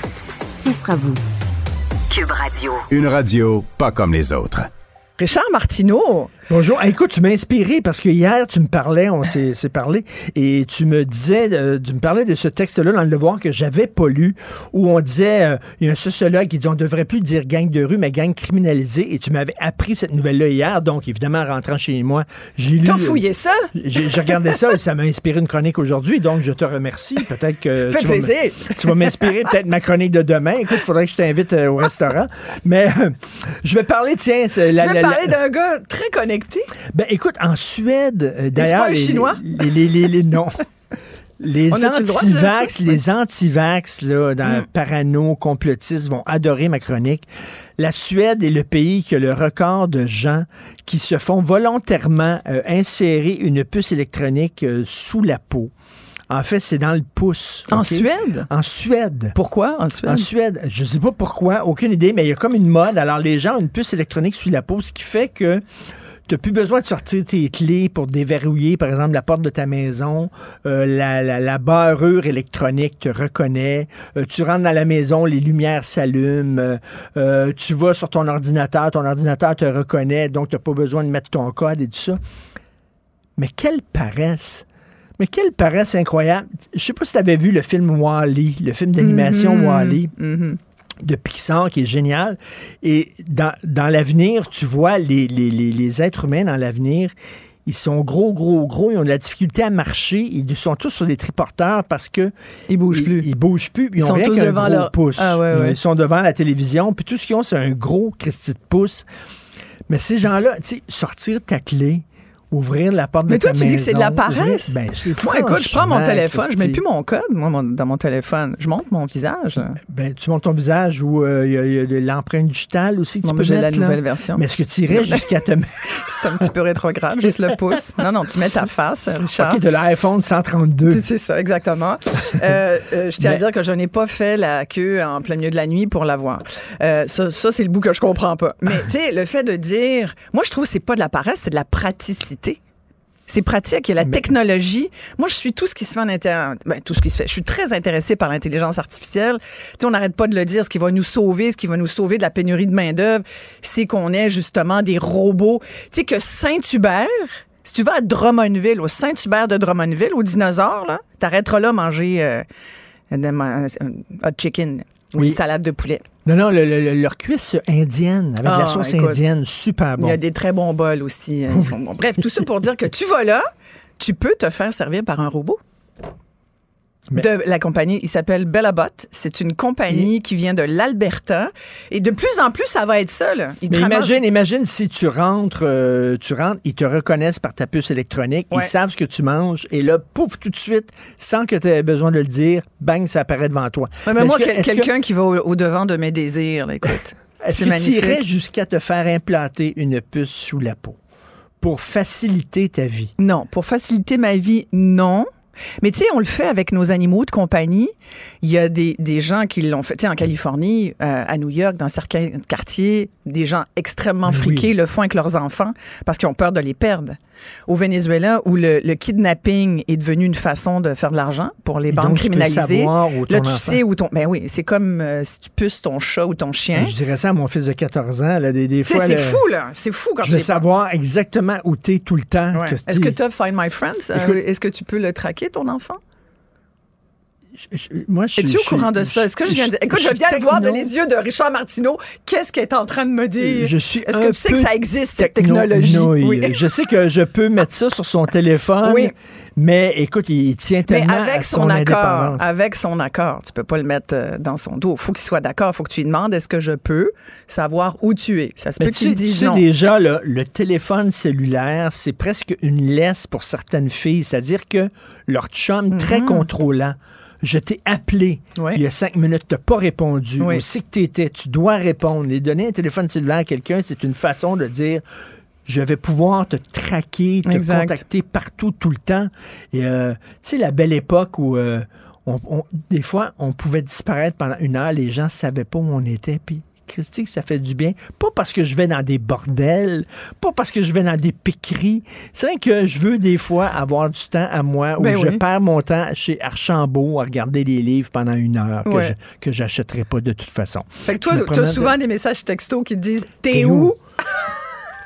ce sera vous. Cube Radio. Une radio pas comme les autres. Richard Martineau, Bonjour. Ah, écoute, tu m'as inspiré parce que hier, tu me parlais, on s'est, s'est parlé, et tu me disais, euh, tu me parlais de ce texte-là dans Le Devoir que j'avais pas lu, où on disait, euh, il y a un sociologue qui dit, on devrait plus dire gang de rue, mais gang criminalisée, et tu m'avais appris cette nouvelle-là hier, donc évidemment, en rentrant chez moi, j'ai lu... T'as fouillé ça? J'ai, j'ai regardé ça, et ça m'a inspiré une chronique aujourd'hui, donc je te remercie. Peut-être que... Fais tu plaisir. Vas m- tu vas m'inspirer, peut-être ma chronique de demain. Écoute, il faudrait que je t'invite euh, au restaurant. Mais euh, je vais parler, tiens... C'est la, tu veux la, parler la... d'un gars très connecté? Ben, écoute, en Suède, euh, d'ailleurs... C'est pas un les, Chinois? Les, les, les, les, non. Les anti-vax, de les anti-vax, là, dans mm. parano, complotistes, vont adorer ma chronique. La Suède est le pays qui a le record de gens qui se font volontairement euh, insérer une puce électronique euh, sous la peau. En fait, c'est dans le pouce. En okay? Suède? En Suède. Pourquoi en Suède? En Suède, je sais pas pourquoi, aucune idée, mais il y a comme une mode. Alors, les gens ont une puce électronique sous la peau, ce qui fait que tu n'as plus besoin de sortir tes clés pour déverrouiller, par exemple, la porte de ta maison. Euh, la, la, la barrure électronique te reconnaît. Euh, tu rentres dans la maison, les lumières s'allument. Euh, tu vas sur ton ordinateur, ton ordinateur te reconnaît, donc tu n'as pas besoin de mettre ton code et tout ça. Mais quelle paresse! Mais quelle paresse incroyable! Je sais pas si tu avais vu le film Wall-E, le film d'animation mm-hmm. Wall-E. Mm-hmm. de Pixar, qui est génial. Et dans, dans l'avenir, tu vois, les, les, les, les êtres humains dans l'avenir, ils sont gros, gros, gros, ils ont de la difficulté à marcher, ils sont tous sur des triporteurs parce que ils bougent plus. Ils, ils bougent plus, puis ils, ils ont rien qu'un gros leur... pouce. Ah, ouais, ouais. Ils sont devant la télévision, puis tout ce qu'ils ont, c'est un gros Christy de pouce. Mais ces gens-là, tu sais, sortir ta clé, ouvrir la porte de ta maison. Mais toi, tu dis que c'est de la paresse? Ouvrir, ben, moi, écoute, je prends mon téléphone, Christy. Je mets plus mon code, moi, mon, dans mon téléphone. Je monte mon visage. Là. Ben, tu montes ton visage ou il euh, y, y a de l'empreinte digitale aussi que non, tu peux j'ai mettre, la nouvelle là. version. Mais est-ce que tu irais jusqu'à te mettre... C'est un petit peu rétrograde, juste le pouce. Non, non, tu mets ta face, Richard. OK, de l'iPhone cent trente-deux. C'est ça, exactement. euh, euh, je tiens Mais... à dire que je n'ai pas fait la queue en plein milieu de la nuit pour l'avoir. Euh, ça, ça, c'est le bout que je comprends pas. Mais tu sais, le fait de dire... Moi, je trouve que c'est pas de la paresse, c'est de la praticité. C'est pratique, il y a la mais... technologie. Moi, je suis tout ce qui se fait en intérieur. Ben, tout ce qui se fait. Je suis très intéressée par l'intelligence artificielle. Tu sais, on n'arrête pas de le dire. Ce qui va nous sauver, ce qui va nous sauver de la pénurie de main-d'œuvre, c'est qu'on ait justement des robots. Tu sais, que Saint-Hubert, si tu vas à Drummondville, au Saint-Hubert de Drummondville, aux dinosaures, là, t'arrêteras là manger euh, un, un, un hot chicken. Oui. Une salade de poulet. Non, non, le, le, leur cuisse indienne, avec ah, la sauce écoute, indienne, super bon. Il y a des très bons bols aussi. Hein. Bon, bref, tout ça pour dire que tu vas là, tu peux te faire servir par un robot. Mais... De la compagnie, il s'appelle Bellabot. C'est une compagnie et... qui vient de l'Alberta. Et de plus en plus, ça va être ça. Là. Mais imagine, imagine si tu rentres, euh, tu rentres, ils te reconnaissent par ta puce électronique, ouais. Ils savent ce que tu manges, et là, pouf, tout de suite, sans que tu aies besoin de le dire, bang, ça apparaît devant toi. Ouais, mais, mais moi, que, quelqu'un que... qui va au, au devant de mes désirs, là, écoute. Est-ce que tu irais jusqu'à te faire implanter une puce sous la peau pour faciliter ta vie? Non, pour faciliter ma vie, non. Mais tu sais, on le fait avec nos animaux de compagnie. Il y a des, des gens qui l'ont fait. Tu sais, en Californie, euh, à New York, dans certains quartiers, des gens extrêmement friqués oui. le font avec leurs enfants parce qu'ils ont peur de les perdre. Au Venezuela, où le, le kidnapping est devenu une façon de faire de l'argent pour les et bandes donc, criminalisées. Là, tu enfant. sais où ton... Ben oui, c'est comme euh, si tu puces ton chat ou ton chien. Ben, je dirais ça à mon fils de quatorze ans. Là, des, des fois, c'est là, fou, là. C'est fou quand je veux savoir pas... exactement où t'es tout le temps. Ouais. Est-ce que tu as Find My Friends? Écoute, euh, est-ce que tu peux le traquer, ton enfant? Je, je, moi, je, Es-tu au courant de ça? Est-ce que je viens de... Écoute, je, je viens de voir dans les yeux de Richard Martineau. Qu'est-ce qu'il est en train de me dire? Je suis Est-ce que tu sais que ça existe, cette technologie? Oui. Je sais que je peux mettre ça sur son téléphone. Oui. Mais écoute, il tient tellement mais avec à son, son accord, avec son accord, tu peux pas le mettre dans son dos. Il faut qu'il soit d'accord. Il faut que tu lui demandes est-ce que je peux savoir où tu es. Ça se mais peut qu'il dise non. Tu sais déjà, là, le téléphone cellulaire, c'est presque une laisse pour certaines filles. C'est-à-dire que leur chum, mm-hmm. très contrôlant, je t'ai appelé oui. il y a cinq minutes, tu n'as pas répondu. Oui. Où c'est que tu étais? Tu dois répondre. Les donner un téléphone cellulaire à quelqu'un, c'est une façon de dire je vais pouvoir te traquer, te exact. contacter partout, tout le temps. Et euh, tu sais, la belle époque où euh, on, on, des fois, on pouvait disparaître pendant une heure, les gens ne savaient pas où on était, puis Christy, ça fait du bien. Pas parce que je vais dans des bordels, pas parce que je vais dans des piqueries. C'est vrai que je veux des fois avoir du temps à moi où ben je oui. perds mon temps chez Archambault à regarder des livres pendant une heure que, ouais. je, que j'achèterais pas de toute façon. Fait que toi, tu as souvent de... des messages textos qui te disent « T'es, T'es où? »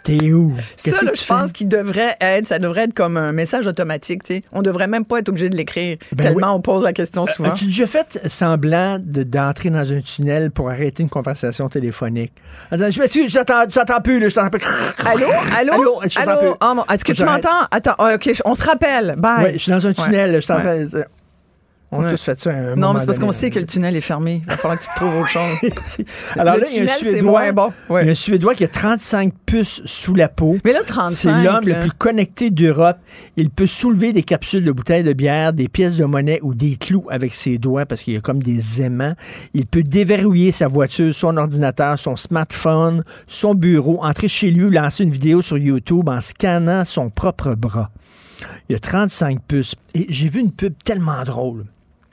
T'es où? Ça, là, je pense qu'il devrait être, ça devrait être comme un message automatique. Tu sais. On devrait même pas être obligé de l'écrire, ben tellement oui. on pose la question souvent. Euh, as-tu déjà fait semblant de, d'entrer dans un tunnel pour arrêter une conversation téléphonique? En disant, je m'excuse, je t'entends, je t'entends plus, là, je t'entends plus. Allô? Allô? Allô? Je t'entends plus. Oh, est-ce que tu m'entends? Attends, oh, OK, on se rappelle. Bye. Oui, je suis dans un tunnel, ouais. je t'entends. Ouais. On a ouais. tous fait ça à un non, moment Non, mais c'est parce donné. qu'on sait que le tunnel est fermé. Il va falloir que tu te trouves autre chose. Alors le là, il y a un tunnel, Suédois, bon. ouais. il y a un Suédois qui a trente-cinq puces sous la peau. Mais là, trente-cinq. C'est l'homme là. le plus connecté d'Europe. Il peut soulever des capsules de bouteilles de bière, des pièces de monnaie ou des clous avec ses doigts parce qu'il y a comme des aimants. Il peut déverrouiller sa voiture, son ordinateur, son smartphone, son bureau, entrer chez lui, lancer une vidéo sur YouTube en scannant son propre bras. Il y a trente-cinq puces. Et j'ai vu une pub tellement drôle.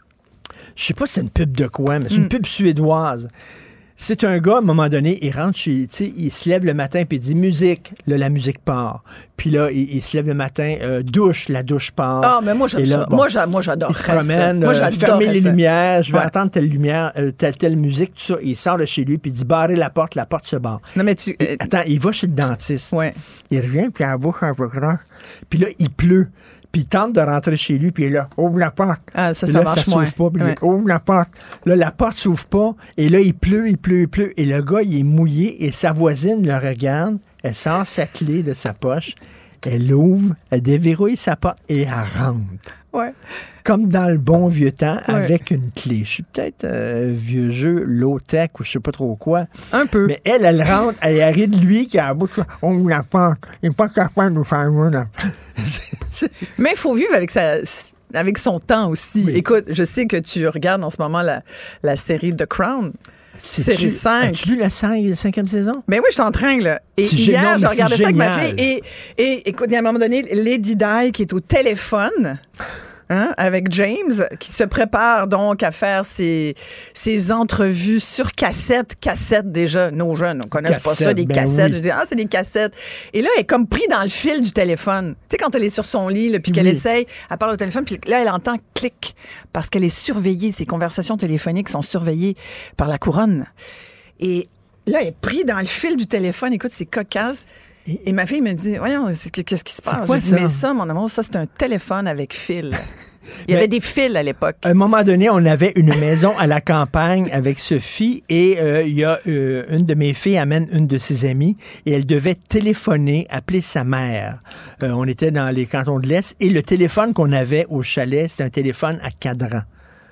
Je sais pas si c'est une pub de quoi, mais c'est une mm. pub suédoise. C'est un gars, à un moment donné, il rentre chez, tu sais, il se lève le matin puis il dit musique, là, la musique part. Puis là, il, il se lève le matin, euh, douche, la douche part. Ah, mais moi, j'aime là, ça. Bon, moi, j'a, moi, j'adore il se promène, ça. Moi, euh, fermer les ça. lumières, je vais ouais. entendre telle lumière, euh, telle, telle musique, tout ça. Il sort de chez lui puis il dit barrer la porte, la porte se barre. Non, mais tu. Et, attends, il va chez le dentiste. Ouais. Il revient puis il a la bouche un peu grand. Puis là, il pleut. Puis il tente de rentrer chez lui, puis il est là, ouvre la porte. Ah, ça, puis ça là, marche ça moins. s'ouvre pas, puis ouais. il ouvre la porte. Là, la porte s'ouvre pas, et là, il pleut, il pleut, il pleut. Et le gars, il est mouillé, et sa voisine le regarde, elle sort sa clé de sa poche, elle ouvre, elle déverrouille sa porte, et elle rentre. Ouais. Comme dans le bon vieux temps, ouais. avec une clé. Je suis peut-être euh, vieux jeu, low-tech ou je sais pas trop quoi. Un peu. Mais elle, elle rentre, elle arrive de lui qui a la bouche, on ouvre la porte. Il n'est pas capable de nous faire là. Mais il faut vivre avec sa... avec son temps aussi. Oui. Écoute, je sais que tu regardes en ce moment la, la série The Crown. Série cinq. As-tu vu la cinq, cinquième saison? Ben oui, je suis en train, là. Et c'est hier, génial, je regardais ça avec ma génial. fille. Et, et écoute, il y a un moment donné, Lady Di qui est au téléphone... Hein, avec James, qui se prépare donc à faire ses, ses entrevues sur cassette. Cassette, déjà, nos jeunes, on connaît pas ça, des ben cassettes. Oui. Je dis, ah, c'est des cassettes. Et là, elle est comme pris dans le fil du téléphone. Tu sais, quand elle est sur son lit, là, puis qu'elle oui. essaye, elle parle au téléphone, puis là, elle entend clic, parce qu'elle est surveillée. Ses conversations téléphoniques sont surveillées par la couronne. Et là, elle est prise dans le fil du téléphone. Écoute, c'est cocasse. Et, et ma fille me dit, voyons, qu'est-ce qui se passe? Quoi, je dis, ça? mais ça, mon amour, ça, c'est un téléphone avec fil. Il y avait des fils à l'époque. À un moment donné, on avait une maison à la campagne avec Sophie et euh, il y a euh, une de mes filles amène une de ses amies et elle devait téléphoner, appeler sa mère. Euh, on était dans les cantons de l'Est et le téléphone qu'on avait au chalet, c'était un téléphone à cadran.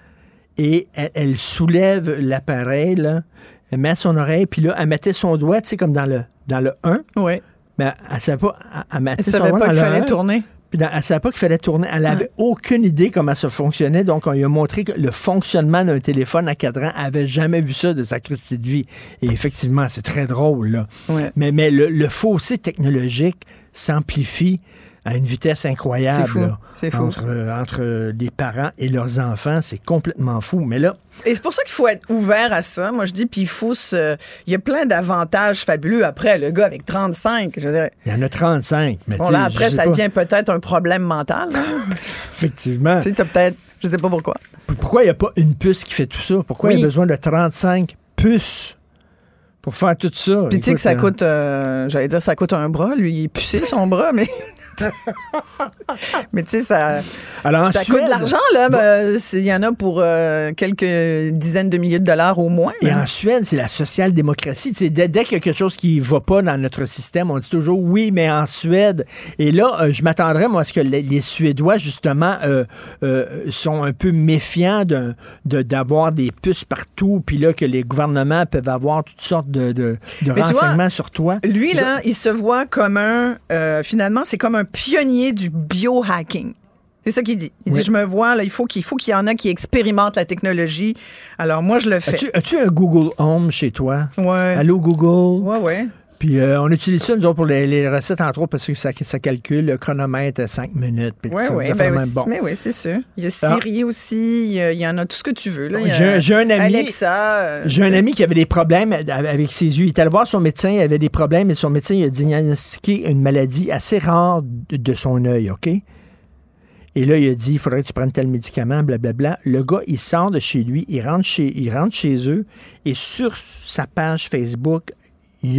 Et elle, elle soulève l'appareil, là, elle met à son oreille, puis là, elle mettait son doigt, tu sais, comme dans le, dans le un. Oui. Mais elle ne savait pas, elle, elle mettait Elle son savait doigt pas dans qu'il le fallait un. tourner. Puis dans, elle ne savait pas qu'il fallait tourner. Elle n'avait ah. aucune idée comment ça fonctionnait. Donc, on lui a montré que le fonctionnement d'un téléphone à cadran, elle n'avait jamais vu ça de sa Christie de vie. Et effectivement, c'est très drôle, là. Ouais. Mais, mais le, le fossé technologique s'amplifie à une vitesse incroyable. C'est fou. Là, c'est fou. Entre, entre les parents et leurs enfants, c'est complètement fou. Mais là... Et c'est pour ça qu'il faut être ouvert à ça. Moi, je dis, puis il faut se... Il y a plein d'avantages fabuleux. Après, le gars avec trente-cinq, je veux dire... Il y en a trente-cinq. Mais bon, là, après, ça pas. devient peut-être un problème mental. Effectivement. Tu sais, t'as peut-être... Je sais pas pourquoi. Pourquoi il n'y a pas une puce qui fait tout ça? Pourquoi oui. il y a besoin de trente-cinq puces pour faire tout ça? Puis tu sais que ça coûte... Euh, j'allais dire, ça coûte un bras. Lui, il est pucé, son bras, mais... Mais tu sais, ça, Alors, ça Suède, coûte de l'argent, là. Il ben, y en a pour euh, quelques dizaines de milliers de dollars au moins. Et hein. en Suède, c'est la social-démocratie. Dès, dès qu'il y a quelque chose qui ne va pas dans notre système, on dit toujours oui, mais en Suède. Et là, euh, je m'attendrais, moi, à ce que les, les Suédois, justement, euh, euh, sont un peu méfiants de, de, d'avoir des puces partout, puis là, que les gouvernements peuvent avoir toutes sortes de, de, de renseignements vois, sur toi. Lui, là, il se voit comme un... Euh, finalement, c'est comme un pionnier du biohacking. C'est ça qu'il dit. Il oui. dit, je me vois, là, il faut qu'il, faut qu'il y en a qui expérimentent la technologie. Alors, moi, je le fais. As-tu, as-tu un Google Home chez toi? Oui. Allô, Google? Oui, oui. Puis euh, on utilise ça, nous autres, pour les, les recettes, entre autres, parce que ça, ça calcule le chronomètre à cinq minutes. Oui, oui. Ben, oui, bon. Mais oui, c'est sûr. Il y a Siri ah. aussi. Il y, a, il y en a tout ce que tu veux. Là. Il y a j'ai, j'ai un ami, Alexa. Euh, j'ai un ami qui avait des problèmes avec ses yeux. Il est allé voir son médecin, il avait des problèmes, et son médecin il a diagnostiqué une maladie assez rare de, de son œil, OK? Et là, il a dit, il faudrait que tu prennes tel médicament, blablabla. Le gars, il sort de chez lui, il rentre chez, il rentre chez eux, et sur sa page Facebook, il y a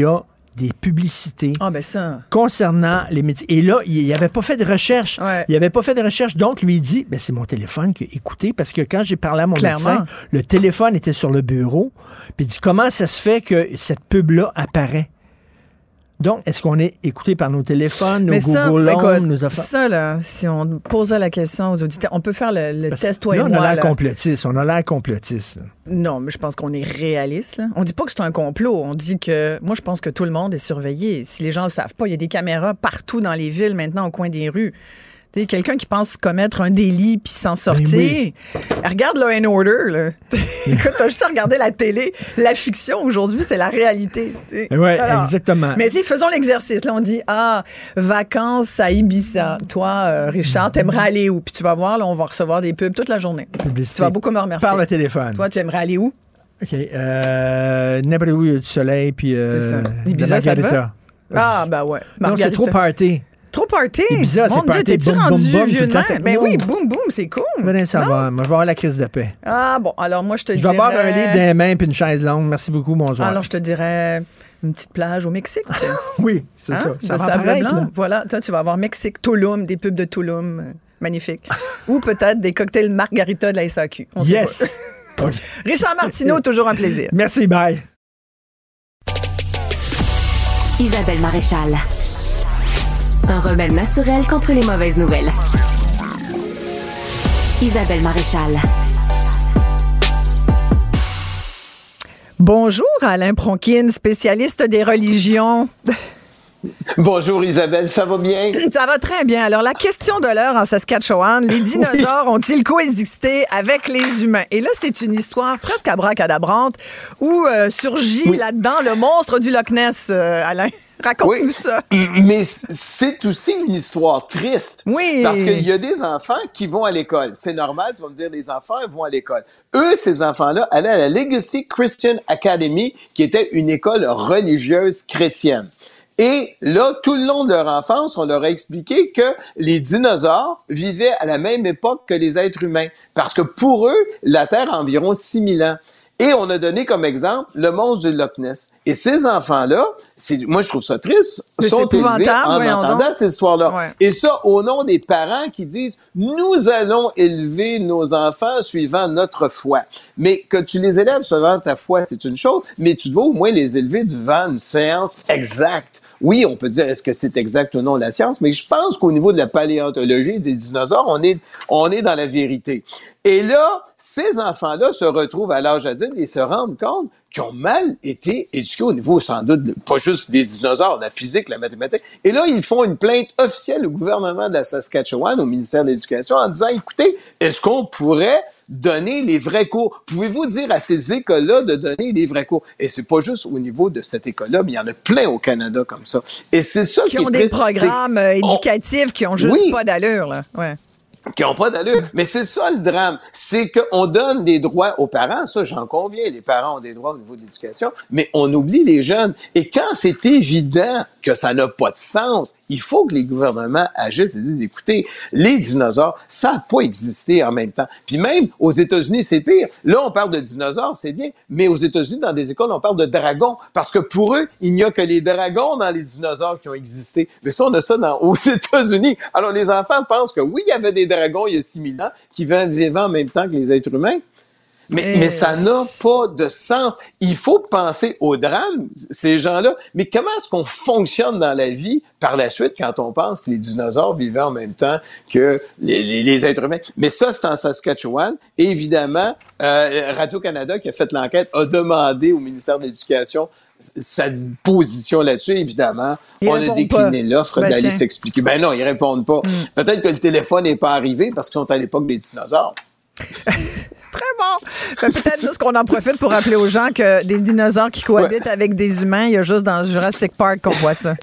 des publicités ah, ben ça. concernant les médecins. Et là, il n'avait pas fait de recherche. Ouais. Il n'avait pas fait de recherche. Donc, lui, il dit, ben, c'est mon téléphone qui a écouté, parce que quand j'ai parlé à mon Clairement. médecin, le téléphone était sur le bureau. Puis il dit, comment ça se fait que cette pub-là apparaît? Donc, est-ce qu'on est écouté par nos téléphones, nos Mais Google ça, Home, écoute, nos affaires? ça, là, si on posait la question aux auditeurs, on peut faire le, le Parce test, toi là, et on moi. a l'air là. complotiste. On a l'air complotiste. Non, mais je pense qu'on est réaliste. Là. On dit pas que c'est un complot. On dit que, moi, je pense que tout le monde est surveillé. Si les gens le savent pas, il y a des caméras partout dans les villes, maintenant, au coin des rues. T'sais, quelqu'un qui pense commettre un délit puis s'en sortir, oui. regarde Law and Order. Là. Écoute, t'as juste à regarder la télé. La fiction, aujourd'hui, c'est la réalité. Oui, exactement. Mais tu sais, faisons l'exercice. Là, on dit, ah, vacances à Ibiza. Toi, euh, Richard, t'aimerais aller où? Puis tu vas voir, là, on va recevoir des pubs toute la journée. Publicité. Tu vas beaucoup me remercier. Par le téléphone. Toi, tu aimerais aller où? OK. Euh, n'importe où, il y a du soleil, puis euh, Ibiza, de ça te margarita. Ah, ben ouais. Non, c'est trop party. Trop party. Ibiza, c'est Mon Dieu, party. t'es-tu Boum, rendu boum, boum, vieux tout de le temps. même? Ben Non. oui, boum, boum, c'est cool. Ben, ça Non? va. Moi, je vais avoir la crise de paix. Ah, bon, alors moi, je te Je dirais... vais avoir un livre dans les mains puis une chaise longue. Merci beaucoup, bonsoir. Alors, je te dirais une petite plage au Mexique. Oui, c'est Hein? ça. Ça De va sable apparaître, blanc. là. Voilà, toi, tu vas avoir Mexique, Tulum, des pubs de Tulum. euh, Magnifique. Ou peut-être des cocktails margarita de la S A Q. On sait Yes. pas. OK. Richard Martineau, toujours un plaisir. Merci, bye. Isabelle Maréchal. Un remède naturel contre les mauvaises nouvelles. Isabelle Maréchal. Bonjour, Alain Pronkin, spécialiste des religions. Bonjour Isabelle, ça va bien? Ça va très bien. Alors, la question de l'heure en Saskatchewan, les dinosaures oui. ont-ils coexisté avec les humains? Et là, c'est une histoire presque abracadabrante où euh, surgit oui. là-dedans le monstre du Loch Ness, euh, Alain. Raconte-nous oui. ça. Mais c'est aussi une histoire triste. Oui. Parce qu'il y a des enfants qui vont à l'école. C'est normal, tu vas me dire, les enfants vont à l'école. Eux, ces enfants-là, allaient à la Legacy Christian Academy, qui était une école religieuse chrétienne. Et là, tout le long de leur enfance, on leur a expliqué que les dinosaures vivaient à la même époque que les êtres humains. Parce que pour eux, la Terre a environ six mille ans. Et on a donné comme exemple le monstre du Loch Ness. Et ces enfants-là, c'est, moi je trouve ça triste, mais sont élevés en entendant ces histoires-là. Ouais. Et ça, au nom des parents qui disent « Nous allons élever nos enfants suivant notre foi ». Mais que tu les élèves suivant ta foi, c'est une chose, mais tu dois au moins les élever devant une science exacte. Oui, on peut dire est-ce que c'est exact ou non la science, mais je pense qu'au niveau de la paléontologie des dinosaures, on est, on est dans la vérité. Et là, ces enfants-là se retrouvent à l'âge adulte et se rendent compte qu'ils ont mal été éduqués au niveau, sans doute, pas juste des dinosaures, la physique, la mathématique. Et là, ils font une plainte officielle au gouvernement de la Saskatchewan, au ministère de l'Éducation, en disant, écoutez, est-ce qu'on pourrait donner les vrais cours? Pouvez-vous dire à ces écoles-là de donner les vrais cours? Et c'est pas juste au niveau de cette école-là, mais il y en a plein au Canada comme ça. Et c'est ça qui, qui ont est des triste, programmes c'est... éducatifs on... qui ont juste oui. pas d'allure, là. Ouais. Qui n'ont pas d'allure. Mais c'est ça le drame. C'est qu'on donne des droits aux parents. Ça, j'en conviens. Les parents ont des droits au niveau de l'éducation. Mais on oublie les jeunes. Et quand c'est évident que ça n'a pas de sens, il faut que les gouvernements agissent et disent, écoutez, les dinosaures, ça n'a pas existé en même temps. Puis même aux États-Unis, c'est pire. Là, on parle de dinosaures, c'est bien. Mais aux États-Unis, dans des écoles, on parle de dragons. Parce que pour eux, il n'y a que les dragons dans les dinosaures qui ont existé. Mais ça, on a ça dans, aux États-Unis. Alors, les enfants pensent que oui, il y avait des dragons il y a six mille ans qui vivaient en même temps que les êtres humains. Mais, mais ça n'a pas de sens. Il faut penser au drame, ces gens-là. Mais comment est-ce qu'on fonctionne dans la vie par la suite quand on pense que les dinosaures vivaient en même temps que les, les, les êtres humains? Mais ça, c'est en Saskatchewan. Et évidemment, euh, Radio-Canada, qui a fait l'enquête, a demandé au ministère de l'Éducation sa position là-dessus, évidemment. Ils on a décliné pas. l'offre ben d'aller tiens. s'expliquer. Ben non, ils répondent pas. Mm. Peut-être que le téléphone n'est pas arrivé parce qu'ils sont à l'époque des dinosaures. Très bon. Ben, peut-être juste qu'on en profite pour rappeler aux gens que des dinosaures qui cohabitent ouais. avec des humains, il y a juste dans Jurassic Park qu'on voit ça.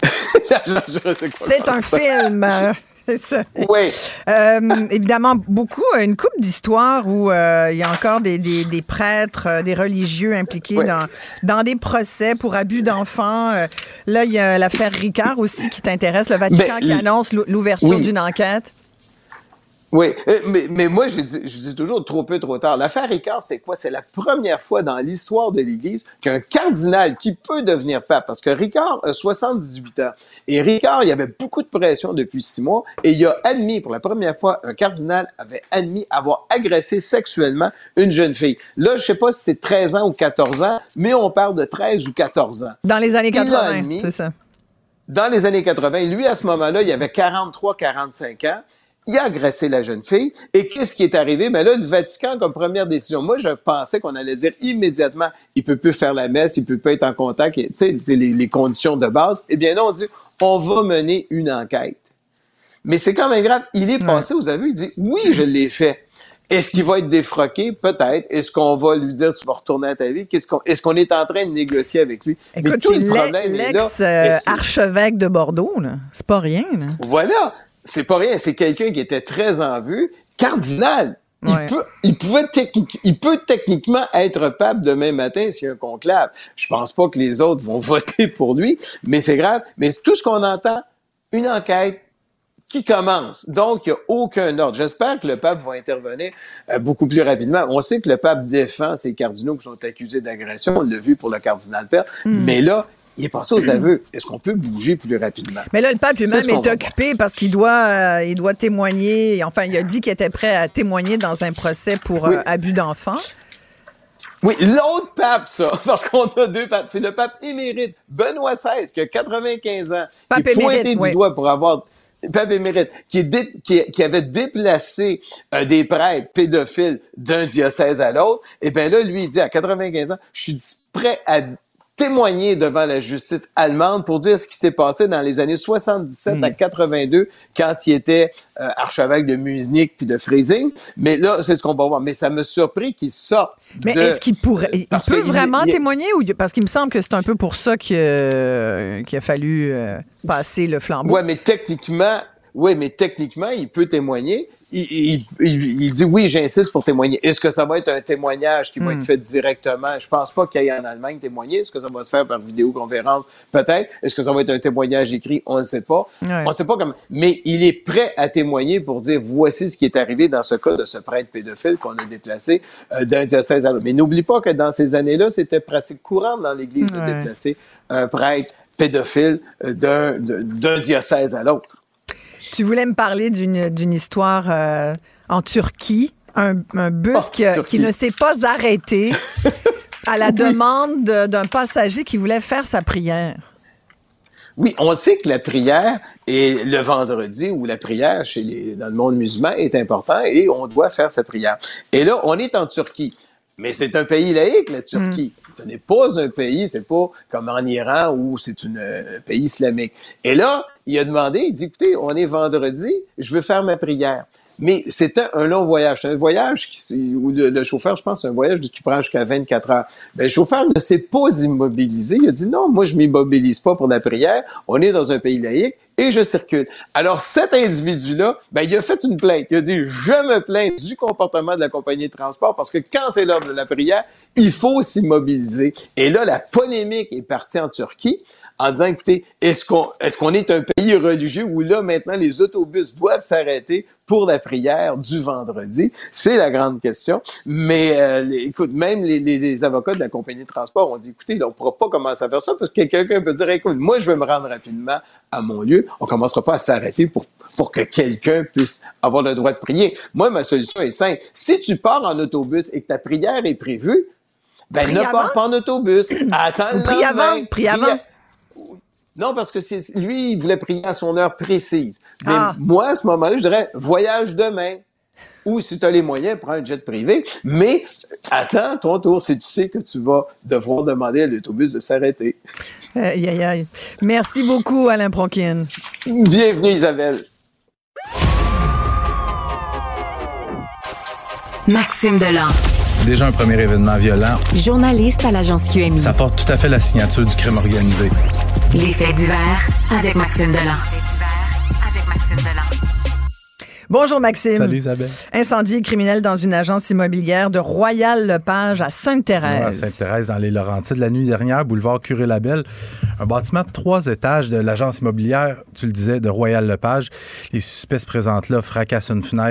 C'est un film. C'est ça. Oui. Euh, évidemment, beaucoup, une couple d'histoires où euh, il y a encore des, des, des prêtres, euh, des religieux impliqués oui. dans, dans des procès pour abus d'enfants. Euh, là, il y a l'affaire Ricard aussi qui t'intéresse, le Vatican ben, qui annonce l'ouverture oui. d'une enquête. Oui, mais, mais moi, je dis, je dis toujours trop peu, trop tard. L'affaire Ricard, c'est quoi? C'est la première fois dans l'histoire de l'Église qu'un cardinal qui peut devenir pape, parce que Ricard a soixante-dix-huit ans, et Ricard, il y avait beaucoup de pression depuis six mois, et il a admis, pour la première fois, un cardinal avait admis avoir agressé sexuellement une jeune fille. Là, je sais pas si c'est treize ans ou quatorze ans, mais on parle de treize ou quatorze ans. Dans les années quatre-vingts, admis, c'est ça. Dans les années quatre-vingts, lui, à ce moment-là, il avait quarante-trois, quarante-cinq ans. Il a agressé la jeune fille. Et qu'est-ce qui est arrivé? Ben là, le Vatican, comme première décision, moi, je pensais qu'on allait dire immédiatement, il peut plus faire la messe, il peut pas être en contact, tu sais, les, les conditions de base. Eh bien, non, on dit, on va mener une enquête. Mais c'est quand même grave. Il est passé, ouais. Vous avez vu, il dit, oui, je l'ai fait. Est-ce qu'il va être défroqué? Peut-être. Est-ce qu'on va lui dire, tu vas retourner à ta vie? Qu'est-ce qu'on, est-ce qu'on est en train de négocier avec lui? Écoute, mais tout c'est le problème l'ex-archevêque euh, de Bordeaux, là. C'est pas rien, là. Voilà. C'est pas rien. C'est quelqu'un qui était très en vue. Cardinal. Il ouais. peut, il pouvait technique, il peut techniquement être pape demain matin s'il y a un conclave. Je pense pas que les autres vont voter pour lui, mais c'est grave. Mais tout ce qu'on entend, une enquête qui commence. Donc, il n'y a aucun ordre. J'espère que le pape va intervenir euh, beaucoup plus rapidement. On sait que le pape défend ces cardinaux qui sont accusés d'agression. On l'a vu pour le cardinal Père. Mm. Mais là, il est passé aux aveux. Est-ce qu'on peut bouger plus rapidement? Mais là, le pape lui-même est, est occupé parce qu'il doit, euh, il doit témoigner. Enfin, il a dit qu'il était prêt à témoigner dans un procès pour oui. euh, abus d'enfants. Oui, l'autre pape, ça, parce qu'on a deux papes. C'est le pape émérite, Benoît seize, qui a quatre-vingt-quinze ans, pape qui est pointé émérite, du oui. doigt pour avoir... Pape émérite, qui, est dé, qui, qui avait déplacé euh, des prêtres pédophiles d'un diocèse à l'autre, et bien là, lui, il dit à quatre-vingt-quinze ans, je suis prêt à témoigner devant la justice allemande pour dire ce qui s'est passé dans les années soixante-dix-sept mmh. à quatre-vingt-deux, quand il était euh, archevêque de Munich puis de Freising. Mais là, c'est ce qu'on va voir. Mais ça m'a surpris qu'il sorte. Mais de, est-ce qu'il pourrait, il peut vraiment il, témoigner ou parce qu'il me semble que c'est un peu pour ça qu'il, euh, qu'il a fallu euh, passer le flambeau. Ouais, mais techniquement. Oui, mais techniquement, il peut témoigner. Il, il, il, il dit oui, j'insiste pour témoigner. Est-ce que ça va être un témoignage qui va mm. être fait directement? Je pense pas qu'il y ait en Allemagne témoigner. Est-ce que ça va se faire par vidéoconférence? Peut-être. Est-ce que ça va être un témoignage écrit? On ne sait pas. Ouais. On ne sait pas comment. Mais il est prêt à témoigner pour dire voici ce qui est arrivé dans ce cas de ce prêtre pédophile qu'on a déplacé euh, d'un diocèse à l'autre. Mais n'oublie pas que dans ces années-là, c'était pratique courante dans l'Église ouais. de déplacer un prêtre pédophile euh, d'un, d'un diocèse à l'autre. Tu voulais me parler d'une, d'une histoire euh, en Turquie, un, un bus oh, qui, a, qui ne s'est pas arrêté à la oui. demande de, d'un passager qui voulait faire sa prière. Oui, on sait que la prière est le vendredi ou la prière chez les, dans le monde musulman est important et on doit faire sa prière. Et là, on est en Turquie. Mais c'est un pays laïque, la Turquie. Mm. Ce n'est pas un pays, c'est pas comme en Iran où c'est une, un pays islamique. Et là, il a demandé, il dit, écoutez, on est vendredi, je veux faire ma prière. Mais c'était un long voyage. C'est un voyage qui, où le, le chauffeur, je pense, c'est un voyage qui prend jusqu'à vingt-quatre heures. Ben, le chauffeur ne s'est pas immobilisé. Il a dit, non, moi, je m'immobilise pas pour la prière. On est dans un pays laïque et je circule. Alors, cet individu-là, ben, il a fait une plainte. Il a dit, je me plains du comportement de la compagnie de transport parce que quand c'est l'heure de la prière, il faut s'immobiliser. Et là, la polémique est partie en Turquie en disant, écoutez, est-ce qu'on, est-ce qu'on est un pays religieux où là, maintenant, les autobus doivent s'arrêter pour la prière du vendredi? C'est la grande question. Mais, euh, écoute, même les, les, les avocats de la compagnie de transport ont dit, écoutez, là, on ne pourra pas commencer à faire ça parce que quelqu'un peut dire, écoute, moi, je vais me rendre rapidement à mon lieu. On ne commencera pas à s'arrêter pour, pour que quelqu'un puisse avoir le droit de prier. Moi, ma solution est simple. Si tu pars en autobus et que ta prière est prévue, ben, prie ne avant? pars pas en autobus. Attends, prie avant, prie avant. À... Non, parce que c'est lui, il voulait prier à son heure précise. Mais ah. moi, à ce moment-là, je dirais, voyage demain. Ou si tu as les moyens, prends un jet privé. Mais attends ton tour si tu sais que tu vas devoir demander à l'autobus de s'arrêter. Aïe, aïe, aïe. Merci beaucoup, Alain Pronkin. Bienvenue, Isabelle. Maxime Delan. Déjà un premier événement violent. Journaliste à l'agence Q M I. Ça porte tout à fait la signature du crime organisé. Les faits divers avec Maxime Delan. Avec Maxime Delan. Bonjour Maxime. Salut Isabelle. Incendie criminel dans une agence immobilière de Royal-Lepage à Sainte-Thérèse. Ouais, à Sainte-Thérèse, dans les Laurentides. La nuit dernière, boulevard Curé-Labelle, un bâtiment de trois étages de l'agence immobilière, tu le disais, de Royal-Lepage. Les suspects se présentent là, fracassent une fenêtre,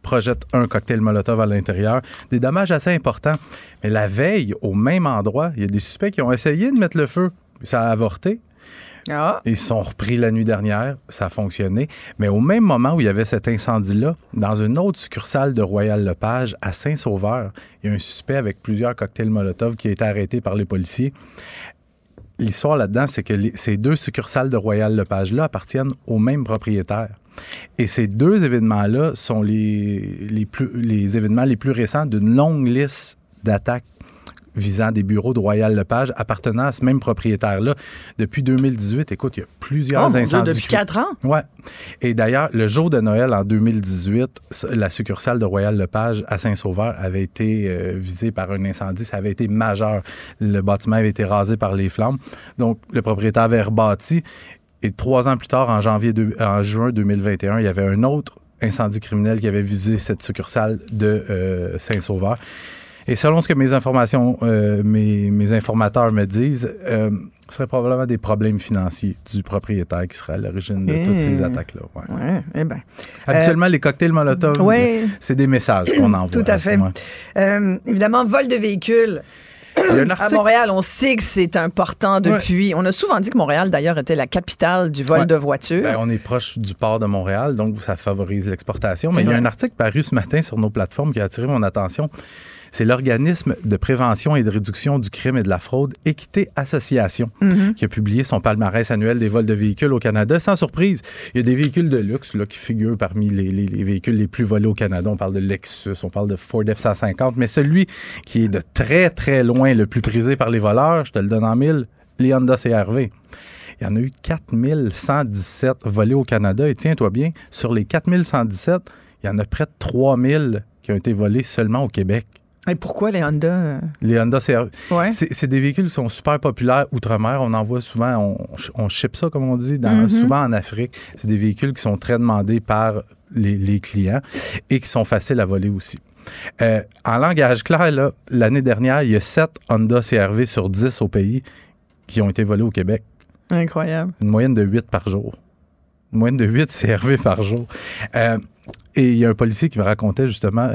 projette un cocktail Molotov à l'intérieur. Des dommages assez importants. Mais la veille, au même endroit, il y a des suspects qui ont essayé de mettre le feu. Ça a avorté. Ah. Ils se sont repris la nuit dernière. Ça a fonctionné. Mais au même moment où il y avait cet incendie-là, dans une autre succursale de Royal Lepage, à Saint-Sauveur, il y a un suspect avec plusieurs cocktails Molotov qui a été arrêté par les policiers. L'histoire là-dedans, c'est que les, ces deux succursales de Royal Lepage-là appartiennent au même propriétaire. Et ces deux événements-là sont les, les, plus, les événements les plus récents d'une longue liste d'attaques visant des bureaux de Royal Lepage appartenant à ce même propriétaire-là. Depuis deux mille dix-huit, écoute, il y a plusieurs oh, incendies. Dieu, depuis quatre ans? Oui. Et d'ailleurs, le jour de Noël en deux mille dix-huit, la succursale de Royal Lepage à Saint-Sauveur avait été euh, visée par un incendie. Ça avait été majeur. Le bâtiment avait été rasé par les flammes. Donc, le propriétaire avait rebâti. Et trois ans plus tard, en janvier, deux, en juin deux mille vingt et un, il y avait un autre incendie criminel qui avait visé cette succursale de euh, Saint-Sauveur. Et selon ce que mes informations, euh, mes, mes informateurs me disent, euh, ce serait probablement des problèmes financiers du propriétaire qui serait à l'origine de mmh. toutes ces attaques-là. Ouais. Ouais, eh ben. Habituellement, euh, les cocktails Molotov, ouais. c'est des messages qu'on envoie. Tout à fait. Ouais. Euh, évidemment, vol de véhicules. Il y a un article... À Montréal, on sait que c'est important depuis... Ouais. On a souvent dit que Montréal, d'ailleurs, était la capitale du vol ouais. de voitures. Ben, on est proche du port de Montréal, donc ça favorise l'exportation. Mais c'est il y a vrai. un article paru ce matin sur nos plateformes qui a attiré mon attention. C'est l'organisme de prévention et de réduction du crime et de la fraude Équité Association mm-hmm. qui a publié son palmarès annuel des vols de véhicules au Canada. Sans surprise, il y a des véhicules de luxe là, qui figurent parmi les, les, les véhicules les plus volés au Canada. On parle de Lexus, on parle de Ford F cent cinquante, mais celui qui est de très, très loin le plus prisé par les voleurs, je te le donne en mille, les Honda C R V. Il y en a eu quatre mille cent dix-sept volés au Canada. Et tiens-toi bien, sur les quatre mille cent dix-sept, il y en a près de trois mille qui ont été volés seulement au Québec. Et pourquoi les Honda? Les Honda, c'est, ouais. c'est, c'est des véhicules qui sont super populaires outre-mer. On en voit souvent, on, on ship ça, comme on dit, dans, mm-hmm. souvent en Afrique. C'est des véhicules qui sont très demandés par les, les clients et qui sont faciles à voler aussi. Euh, en langage clair, là, l'année dernière, il y a sept Honda C R V sur dix au pays qui ont été volés au Québec. Incroyable. Une moyenne de huit par jour. Une moyenne de huit C R V par jour. Euh, Et il y a un policier qui me racontait justement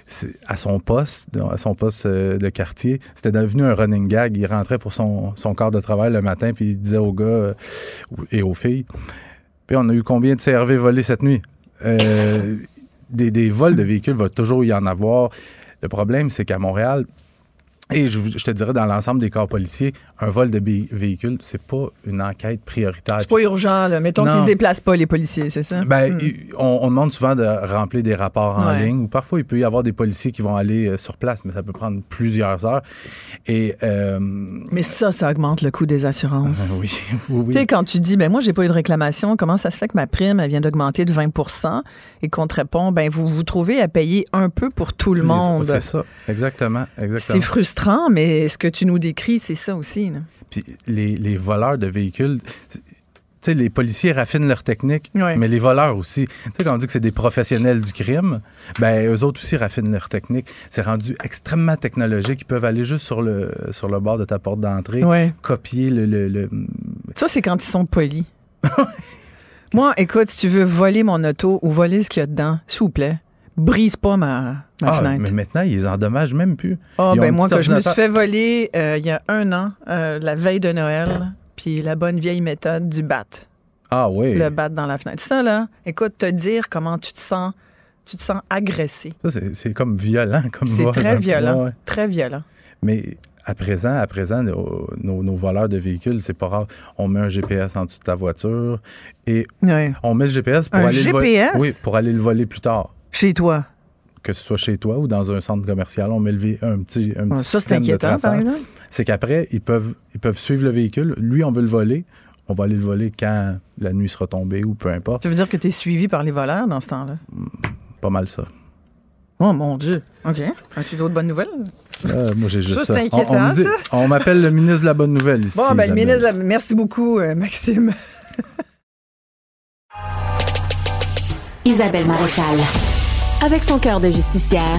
à son poste, à son poste de quartier, c'était devenu un running gag. Il rentrait pour son, son quart de travail le matin, puis il disait aux gars et aux filles, puis on a eu combien de C R V volés cette nuit? Euh, des, des vols de véhicules, va toujours y en avoir. Le problème, c'est qu'à Montréal, et je, je te dirais, dans l'ensemble des corps policiers, un vol de bé- véhicule, c'est pas une enquête prioritaire. C'est pas urgent, là. Mettons non. qu'ils se déplacent pas, les policiers, c'est ça? Ben, hmm. il, on, on demande souvent de remplir des rapports en ouais. ligne, ou parfois, il peut y avoir des policiers qui vont aller euh, sur place, mais ça peut prendre plusieurs heures. Et, euh, mais ça, ça augmente le coût des assurances. Euh, oui, oui, oui. Tu sais, quand tu dis, ben moi, j'ai pas eu de réclamation, comment ça se fait que ma prime, elle vient d'augmenter de vingt pour cent et qu'on te répond, ben vous vous trouvez à payer un peu pour tout le monde. C'est ça, exactement, exactement. C'est frustrant, mais ce que tu nous décris, c'est ça aussi. Là. Puis les, les voleurs de véhicules, tu sais, les policiers raffinent leur technique, ouais. mais les voleurs aussi. Tu sais, quand on dit que c'est des professionnels du crime, ben eux autres aussi raffinent leur technique. C'est rendu extrêmement technologique. Ils peuvent aller juste sur le, sur le bord de ta porte d'entrée, ouais. copier le, le, le... Ça, c'est quand ils sont polis. Moi, écoute, si tu veux voler mon auto ou voler ce qu'il y a dedans, s'il vous plaît, brise pas ma, ma ah, fenêtre. Mais maintenant, ils les endommagent même plus. Ah, ben moi, quand je me suis fait voler euh, il y a un an, euh, la veille de Noël, puis la bonne vieille méthode du bat. Ah oui. Le bat dans la fenêtre. Ça, là, écoute, te dire comment tu te sens, tu te sens agressé. Ça, c'est, c'est comme violent. Comme c'est vol, très violent. Ouais. Très violent. Mais à présent, à présent, nos, nos, nos voleurs de véhicules, c'est pas rare. On met un G P S en dessous de ta voiture et ouais. on met le G P S pour un aller G P S? le voler. Oui, pour aller le voler plus tard. Chez toi? Que ce soit chez toi ou dans un centre commercial, on met le, un petit, un petit ça, système c'est inquiétant, de traçage. par exemple. C'est qu'après, ils peuvent, ils peuvent suivre le véhicule. Lui, on veut le voler. On va aller le voler quand la nuit sera tombée ou peu importe. Tu veux dire que tu es suivi par les voleurs dans ce temps-là? Pas mal ça. Oh mon Dieu. OK. As-tu d'autres bonnes nouvelles? Euh, moi, j'ai juste ça. ça. C'est inquiétant, on, on, dit, ça? on m'appelle le ministre de la bonne nouvelle ici. Bon, ben, le ministre de la... Merci beaucoup, euh, Maxime. Isabelle Maréchal. Avec son cœur de justicière,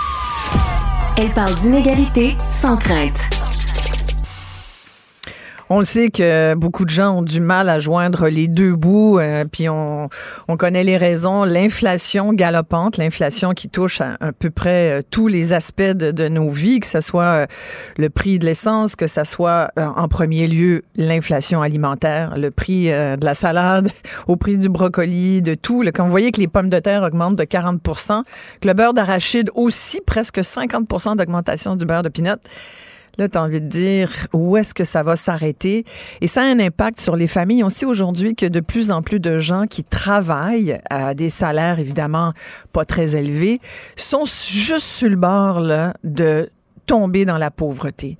elle parle d'inégalité sans crainte. On le sait que beaucoup de gens ont du mal à joindre les deux bouts, euh, puis on, on connaît les raisons. L'inflation galopante, l'inflation qui touche à, à peu près euh, tous les aspects de, de nos vies, que ce soit euh, le prix de l'essence, que ce soit euh, en premier lieu l'inflation alimentaire, le prix euh, de la salade, au prix du brocoli, de tout. Là, quand vous voyez que les pommes de terre augmentent de quarante pour cent, que le beurre d'arachide aussi, presque cinquante pour cent d'augmentation du beurre de pinot, là, tu as envie de dire où est-ce que ça va s'arrêter? Et ça a un impact sur les familles. On sait aujourd'hui que de plus en plus de gens qui travaillent à des salaires, évidemment, pas très élevés, sont juste sur le bord là, de tomber dans la pauvreté.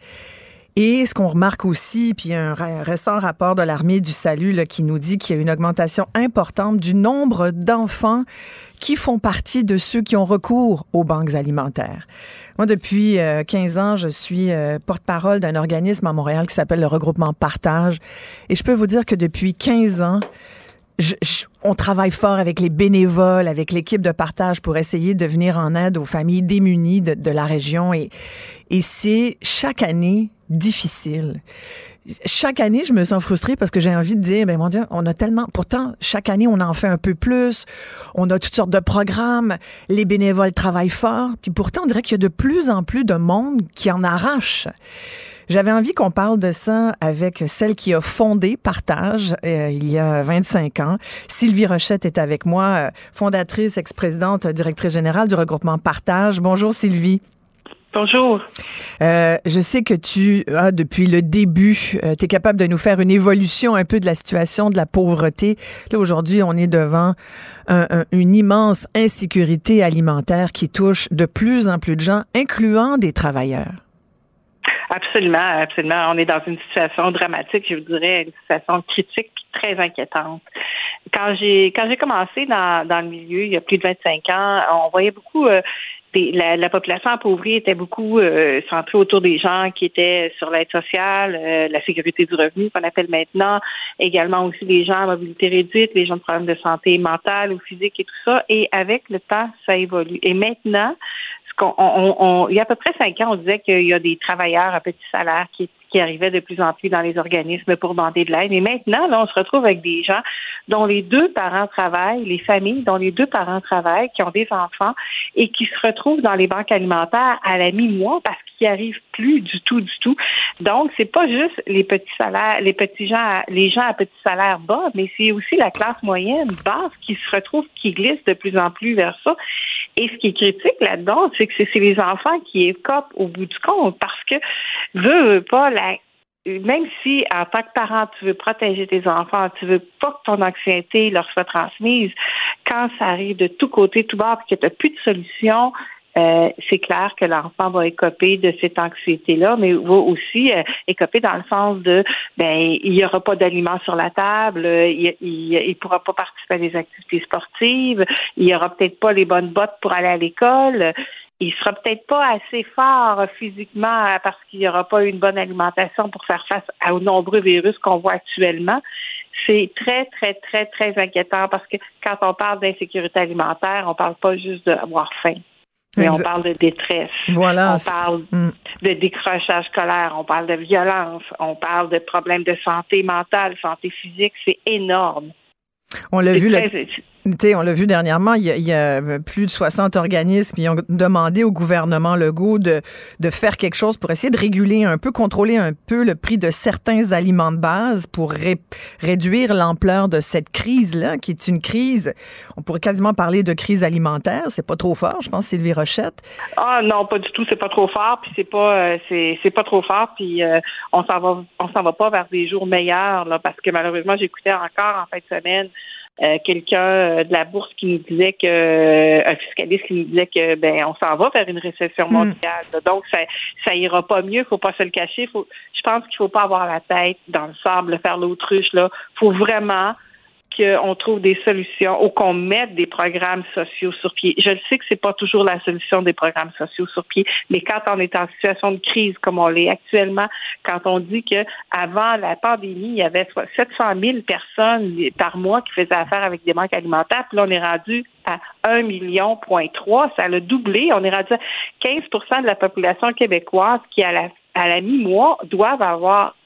Et ce qu'on remarque aussi, puis il y a un récent rapport de l'Armée du Salut là, qui nous dit qu'il y a une augmentation importante du nombre d'enfants qui font partie de ceux qui ont recours aux banques alimentaires. Moi, depuis euh, quinze ans, je suis euh, porte-parole d'un organisme à Montréal qui s'appelle le Regroupement Partage. Et je peux vous dire que depuis quinze ans, Je, je, on travaille fort avec les bénévoles, avec l'équipe de partage pour essayer de venir en aide aux familles démunies de, de la région. Et, et c'est chaque année difficile. Chaque année, je me sens frustrée parce que j'ai envie de dire, ben mon Dieu, on a tellement... Pourtant, chaque année, on en fait un peu plus. On a toutes sortes de programmes. Les bénévoles travaillent fort. Puis pourtant, on dirait qu'il y a de plus en plus de monde qui en arrache. J'avais envie qu'on parle de ça avec celle qui a fondé Partage euh, il y a vingt-cinq ans. Sylvie Rochette est avec moi, euh, fondatrice, ex-présidente, directrice générale du regroupement Partage. Bonjour Sylvie. Bonjour. Euh, je sais que tu as, depuis le début, euh, tu es capable de nous faire une évolution un peu de la situation de la pauvreté. Là, aujourd'hui, on est devant un, un, une immense insécurité alimentaire qui touche de plus en plus de gens, incluant des travailleurs. Absolument, absolument. On est dans une situation dramatique, je vous dirais, une situation critique puis très inquiétante. Quand j'ai quand j'ai commencé dans, dans le milieu, il y a plus de vingt-cinq ans, on voyait beaucoup... Euh, Des, la, la population appauvrie était beaucoup euh, centrée autour des gens qui étaient sur l'aide sociale, euh, la sécurité du revenu qu'on appelle maintenant, également aussi les gens à mobilité réduite, les gens de problèmes de santé mentale ou physique et tout ça. Et avec le temps, ça évolue. Et maintenant, ce qu'on, on, on, il y a à peu près cinq ans, on disait qu'il y a des travailleurs à petit salaire qui qui arrivaient de plus en plus dans les organismes pour demander de l'aide. Et maintenant, là, on se retrouve avec des gens dont les deux parents travaillent, les familles dont les deux parents travaillent, qui ont des enfants et qui se retrouvent dans les banques alimentaires à la mi-mois parce qu'ils n'y arrivent plus du tout, du tout. Donc, c'est pas juste les petits salaires, les petits gens, les gens à petits salaires bas, mais c'est aussi la classe moyenne basse qui se retrouve, qui glisse de plus en plus vers ça. Et ce qui est critique là-dedans, c'est que c'est, c'est les enfants qui écopent au bout du compte parce que, veux, veux pas, la, même si en tant que parent, tu veux protéger tes enfants, tu veux pas que ton anxiété leur soit transmise, quand ça arrive de tous côtés, tout bord, et que tu n'as plus de solution, Euh, c'est clair que l'enfant va écoper de cette anxiété-là, mais va aussi euh, écoper dans le sens de, ben, il n'y aura pas d'aliments sur la table, euh, il, il, il pourra pas participer à des activités sportives, il y aura peut-être pas les bonnes bottes pour aller à l'école, il sera peut-être pas assez fort physiquement parce qu'il n'y aura pas une bonne alimentation pour faire face aux nombreux virus qu'on voit actuellement. C'est très, très, très, très inquiétant parce que quand on parle d'insécurité alimentaire, on parle pas juste d'avoir faim. Mais on parle de détresse, voilà, on parle mm. de décrochage scolaire, on parle de violence, on parle de problèmes de santé mentale, santé physique, c'est énorme. On l'a vu, très... le, on l'a vu dernièrement, il y, a, il y a plus de soixante organismes qui ont demandé au gouvernement Legault de, de faire quelque chose pour essayer de réguler un peu, contrôler un peu le prix de certains aliments de base pour ré, réduire l'ampleur de cette crise-là, qui est une crise, on pourrait quasiment parler de crise alimentaire, c'est pas trop fort, je pense, Sylvie Rochette. Ah non, pas du tout, c'est pas trop fort, puis c'est pas euh, c'est, c'est pas trop fort, puis euh, on s'en va on s'en va pas vers des jours meilleurs, là, parce que malheureusement, j'écoutais encore en fin de semaine Euh, quelqu'un de la bourse qui nous disait que euh, un fiscaliste qui nous disait que ben on s'en va vers une récession mondiale. Mm. Donc ça ça ira pas mieux, faut pas se le cacher. Faut, je pense qu'il faut pas avoir la tête dans le sable, faire l'autruche là. Faut vraiment qu'on trouve des solutions ou qu'on mette des programmes sociaux sur pied. Je le sais que c'est pas toujours la solution des programmes sociaux sur pied, mais quand on est en situation de crise comme on l'est actuellement, quand on dit que avant la pandémie, il y avait sept cent mille personnes par mois qui faisaient affaire avec des banques alimentaires, puis là, on est rendu à un million point trois, ça l'a doublé. On est rendu à quinze pour cent de la population québécoise qui, à la, à la mi-mois, doivent avoir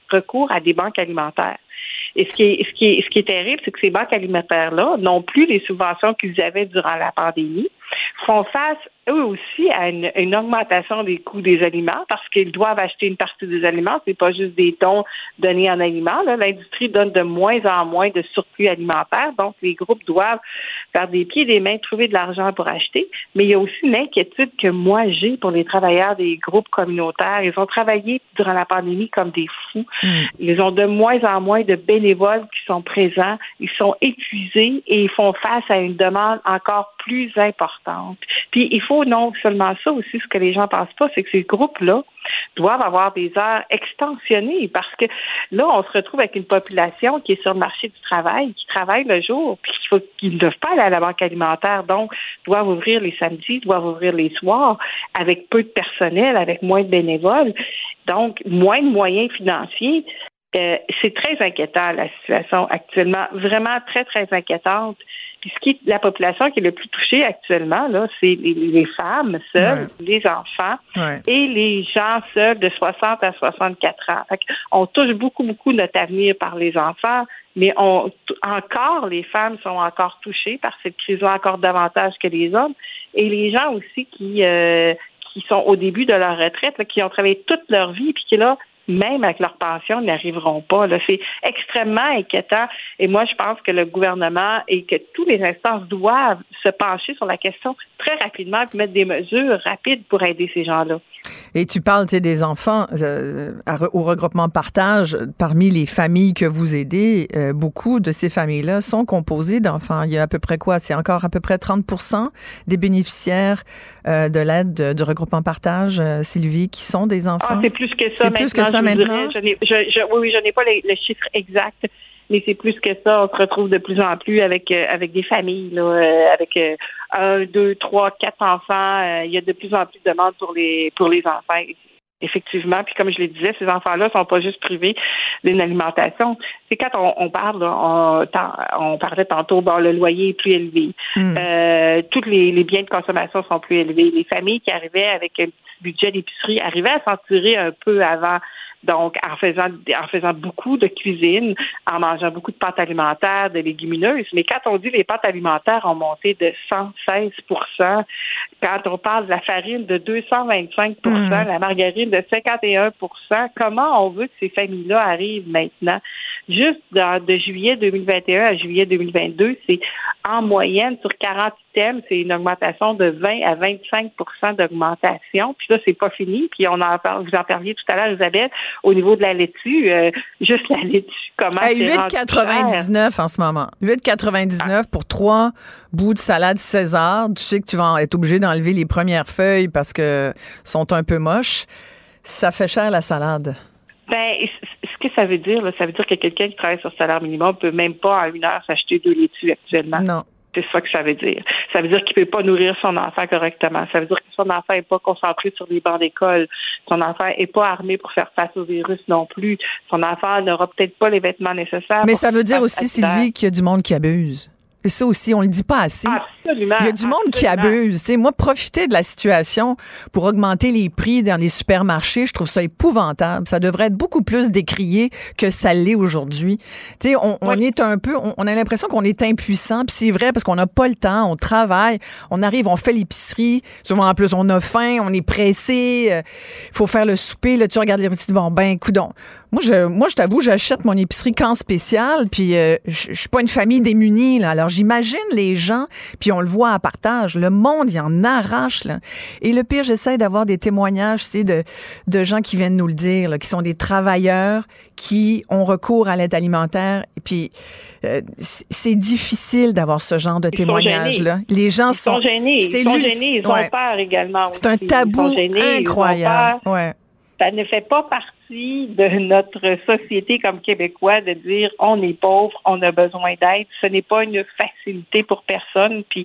recours à des banques alimentaires. Et ce qui est, ce qui est, ce qui est terrible, c'est que ces banques alimentaires-là n'ont plus les subventions qu'ils avaient durant la pandémie, font face eux aussi à une, une augmentation des coûts des aliments parce qu'ils doivent acheter une partie des aliments. C'est pas juste des dons donnés en aliments. Là. L'industrie donne de moins en moins de surplus alimentaire. Donc, les groupes doivent faire des pieds et des mains, trouver de l'argent pour acheter. Mais il y a aussi une inquiétude que moi, j'ai pour les travailleurs des groupes communautaires. Ils ont travaillé durant la pandémie comme des fous. Mmh. Ils ont de moins en moins de bénévoles qui sont présents. Ils sont épuisés et ils font face à une demande encore plus importante. Puis, il faut non seulement ça aussi, ce que les gens pensent pas, c'est que ces groupes-là doivent avoir des heures extensionnées parce que là, on se retrouve avec une population qui est sur le marché du travail, qui travaille le jour, puis qu'il faut, qu'ils ne doivent pas aller à la banque alimentaire, donc doivent ouvrir les samedis, doivent ouvrir les soirs, avec peu de personnel, avec moins de bénévoles, donc moins de moyens financiers. Euh, c'est très inquiétant, la situation actuellement, vraiment très, très inquiétante. Puis ce qui est la population qui est le plus touchée actuellement, là, c'est les, les femmes seules, ouais. les enfants ouais. et les gens seuls de soixante à soixante-quatre ans. Fait on touche beaucoup, beaucoup notre avenir par les enfants, mais on encore, les femmes sont encore touchées par cette crise-là encore davantage que les hommes. Et les gens aussi qui, euh, qui sont au début de leur retraite, là, qui ont travaillé toute leur vie, puis qui, là, même avec leur pension, n'arriveront pas. Là. C'est extrêmement inquiétant. Et moi, je pense que le gouvernement et que toutes les instances doivent se pencher sur la question très rapidement et mettre des mesures rapides pour aider ces gens-là. Et tu parles des enfants euh, au regroupement partage. Parmi les familles que vous aidez, euh, beaucoup de ces familles-là sont composées d'enfants. Il y a à peu près quoi? C'est encore à peu près trente pour cent des bénéficiaires euh, de l'aide de, de regroupement partage, euh, Sylvie, qui sont des enfants? Ah, c'est plus que ça c'est maintenant. Plus que ça je maintenant? Je n'ai, je, je, oui, oui, je n'ai pas le, le chiffre exact. Mais c'est plus que ça. On se retrouve de plus en plus avec euh, avec des familles, là, euh, avec euh, un, deux, trois, quatre enfants. Euh, il y a de plus en plus de demandes pour les pour les enfants. Effectivement, puis comme je le disais, ces enfants-là sont pas juste privés d'une alimentation. C'est quand on, on parle, là, on, on parlait tantôt, bon, le loyer est plus élevé, mmh. euh, tous les, les biens de consommation sont plus élevés. Les familles qui arrivaient avec un petit budget d'épicerie arrivaient à s'en tirer un peu avant. Donc, en faisant en faisant beaucoup de cuisine, en mangeant beaucoup de pâtes alimentaires, de légumineuses. Mais quand on dit les pâtes alimentaires ont monté de cent seize pour cent, quand on parle de la farine de deux cent vingt-cinq pour cent, mmh. la margarine de cinquante et un pour cent, comment on veut que ces familles-là arrivent maintenant? Juste dans, de juillet deux mille vingt et un à juillet deux mille vingt-deux, c'est en moyenne sur quarante items, c'est une augmentation de vingt à vingt-cinq pour cent d'augmentation. Puis là, c'est pas fini. Puis on en parle, vous en parliez tout à l'heure, Isabelle, au niveau de la laitue, euh, juste la laitue, comment hey, huit quatre-vingt-dix-neuf en ce moment. huit quatre-vingt-dix-neuf ah. pour trois bouts de salade César. Tu sais que tu vas être obligé d'enlever les premières feuilles parce que sont un peu moches. Ça fait cher la salade. Ben, ce que ça veut dire, là, ça veut dire que quelqu'un qui travaille sur salaire minimum peut même pas en une heure s'acheter deux laitues actuellement. Non. C'est ça que ça veut dire. Ça veut dire qu'il peut pas nourrir son enfant correctement. Ça veut dire que son enfant est pas concentré sur des bancs d'école. Son enfant est pas armé pour faire face au virus non plus. Son enfant n'aura peut-être pas les vêtements nécessaires. Mais ça veut dire aussi, Sylvie, qu'il y a du monde qui abuse. Et ça aussi, on le dit pas assez. Absolument. Il y a du monde absolument. qui abuse. T'sais, moi, profiter de la situation pour augmenter les prix dans les supermarchés, je trouve ça épouvantable. Ça devrait être beaucoup plus décrié que ça l'est aujourd'hui. T'sais, on, on oui. est un peu, on, on a l'impression qu'on est impuissant. Puis c'est vrai parce qu'on n'a pas le temps. On travaille, on arrive, on fait l'épicerie. Souvent en plus, on a faim, on est pressé. Il euh, faut faire le souper. Là, tu regardes les petits. Bon, ben, coudonc. Moi, je, moi, je t'avoue, j'achète mon épicerie quand spécial, puis euh, je, je suis pas une famille démunie, là. Alors, j'imagine les gens, puis on le voit à partage, le monde, il en arrache, là. Et le pire, j'essaie d'avoir des témoignages, tu sais, de, de gens qui viennent nous le dire, là, qui sont des travailleurs qui ont recours à l'aide alimentaire. Et puis, euh, c'est difficile d'avoir ce genre de témoignages-là. Les gens ils sont, sont gênés. C'est ils sont gênés. Ils ouais. ont peur également. C'est un tabou gênés, incroyable. Ouais. Ça ne fait pas partie de notre société comme Québécois de dire on est pauvre, on a besoin d'aide. Ce n'est pas une facilité pour personne. Puis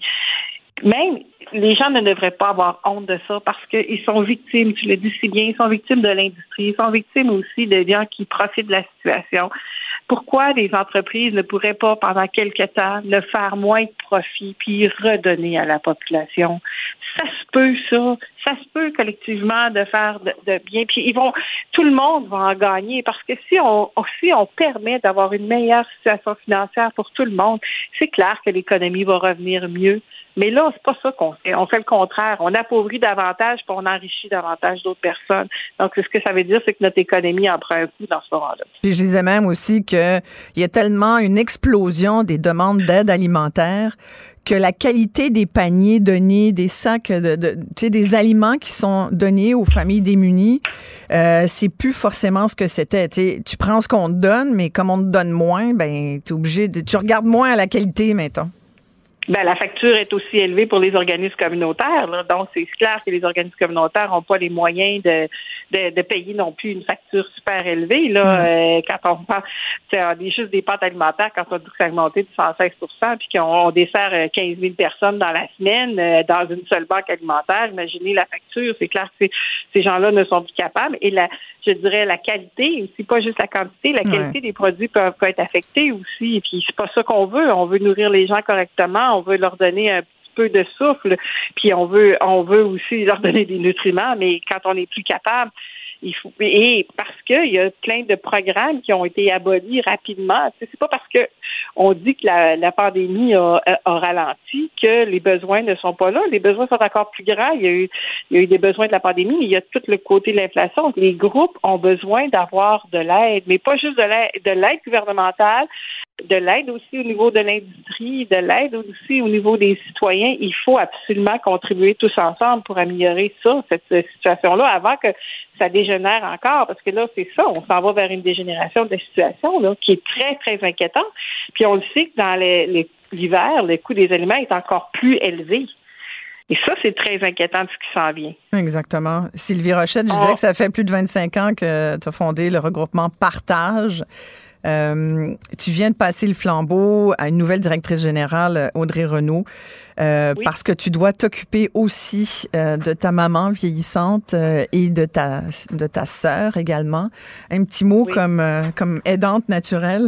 même les gens ne devraient pas avoir honte de ça parce qu'ils sont victimes, tu le dis si bien, ils sont victimes de l'industrie, ils sont victimes aussi de gens qui profitent de la situation. Pourquoi les entreprises ne pourraient pas, pendant quelque temps, ne faire moins de profit puis redonner à la population? Ça se peut, ça. Ça se peut collectivement de faire de, de bien. Puis ils vont, tout le monde va en gagner parce que si on, si on permet d'avoir une meilleure situation financière pour tout le monde, c'est clair que l'économie va revenir mieux. Mais là, c'est pas ça qu'on fait. On fait le contraire. On appauvrit davantage puis on enrichit davantage d'autres personnes. Donc, ce que ça veut dire, c'est que notre économie en prend un coup dans ce moment-là. Puis je disais même aussi qu'il y a tellement une explosion des demandes d'aide alimentaire que la qualité des paniers donnés, des sacs, de, de tu sais, des aliments qui sont donnés aux familles démunies, euh, c'est plus forcément ce que c'était. Tu sais, tu prends ce qu'on te donne, mais comme on te donne moins, ben t'es obligé de, tu regardes moins à la qualité, mettons. Ben, la facture est aussi élevée pour les organismes communautaires, là. Donc, c'est clair que les organismes communautaires n'ont pas les moyens de, de, de payer non plus une facture super élevée, là. Mmh. Euh, quand on parle, c'est juste des pâtes alimentaires, quand on dit que ça a augmenté de cent seize pour cent, puis qu'on on dessert quinze mille personnes dans la semaine, euh, dans une seule banque alimentaire, imaginez la facture. C'est clair que ces gens-là ne sont plus capables. Et la, je dirais, la qualité, aussi pas juste la quantité, la qualité ouais. des produits peuvent, peut être affectée aussi. Et puis, c'est pas ça qu'on veut. On veut nourrir les gens correctement. On veut leur donner un petit peu de souffle, puis on veut on veut aussi leur donner des nutriments, mais quand on n'est plus capable, il faut et parce que il y a plein de programmes qui ont été abolis rapidement. C'est, c'est pas parce que on dit que la, la pandémie a, a, a ralenti que les besoins ne sont pas là. Les besoins sont encore plus grands. Il y a eu il y a eu des besoins de la pandémie, mais il y a tout le côté de l'inflation. Les groupes ont besoin d'avoir de l'aide, mais pas juste de l'aide, de l'aide gouvernementale, de l'aide aussi au niveau de l'industrie, de l'aide aussi au niveau des citoyens. Il faut absolument contribuer tous ensemble pour améliorer ça, cette situation-là, avant que ça dégénère encore, parce que là, c'est ça, on s'en va vers une dégénération de la situation là, qui est très, très inquiétante. Puis on le sait que dans les, les, l'hiver, le coût des aliments est encore plus élevé. Et ça, c'est très inquiétant de ce qui s'en vient. Exactement. Sylvie Rochette, je disais oh. que ça fait plus de vingt-cinq ans que tu as fondé le regroupement Partage. Euh, tu viens de passer le flambeau à une nouvelle directrice générale, Audrey Renaud, euh, oui. parce que tu dois t'occuper aussi euh, de ta maman vieillissante euh, et de ta de ta sœur également. Un petit mot oui. comme euh, comme aidante naturelle.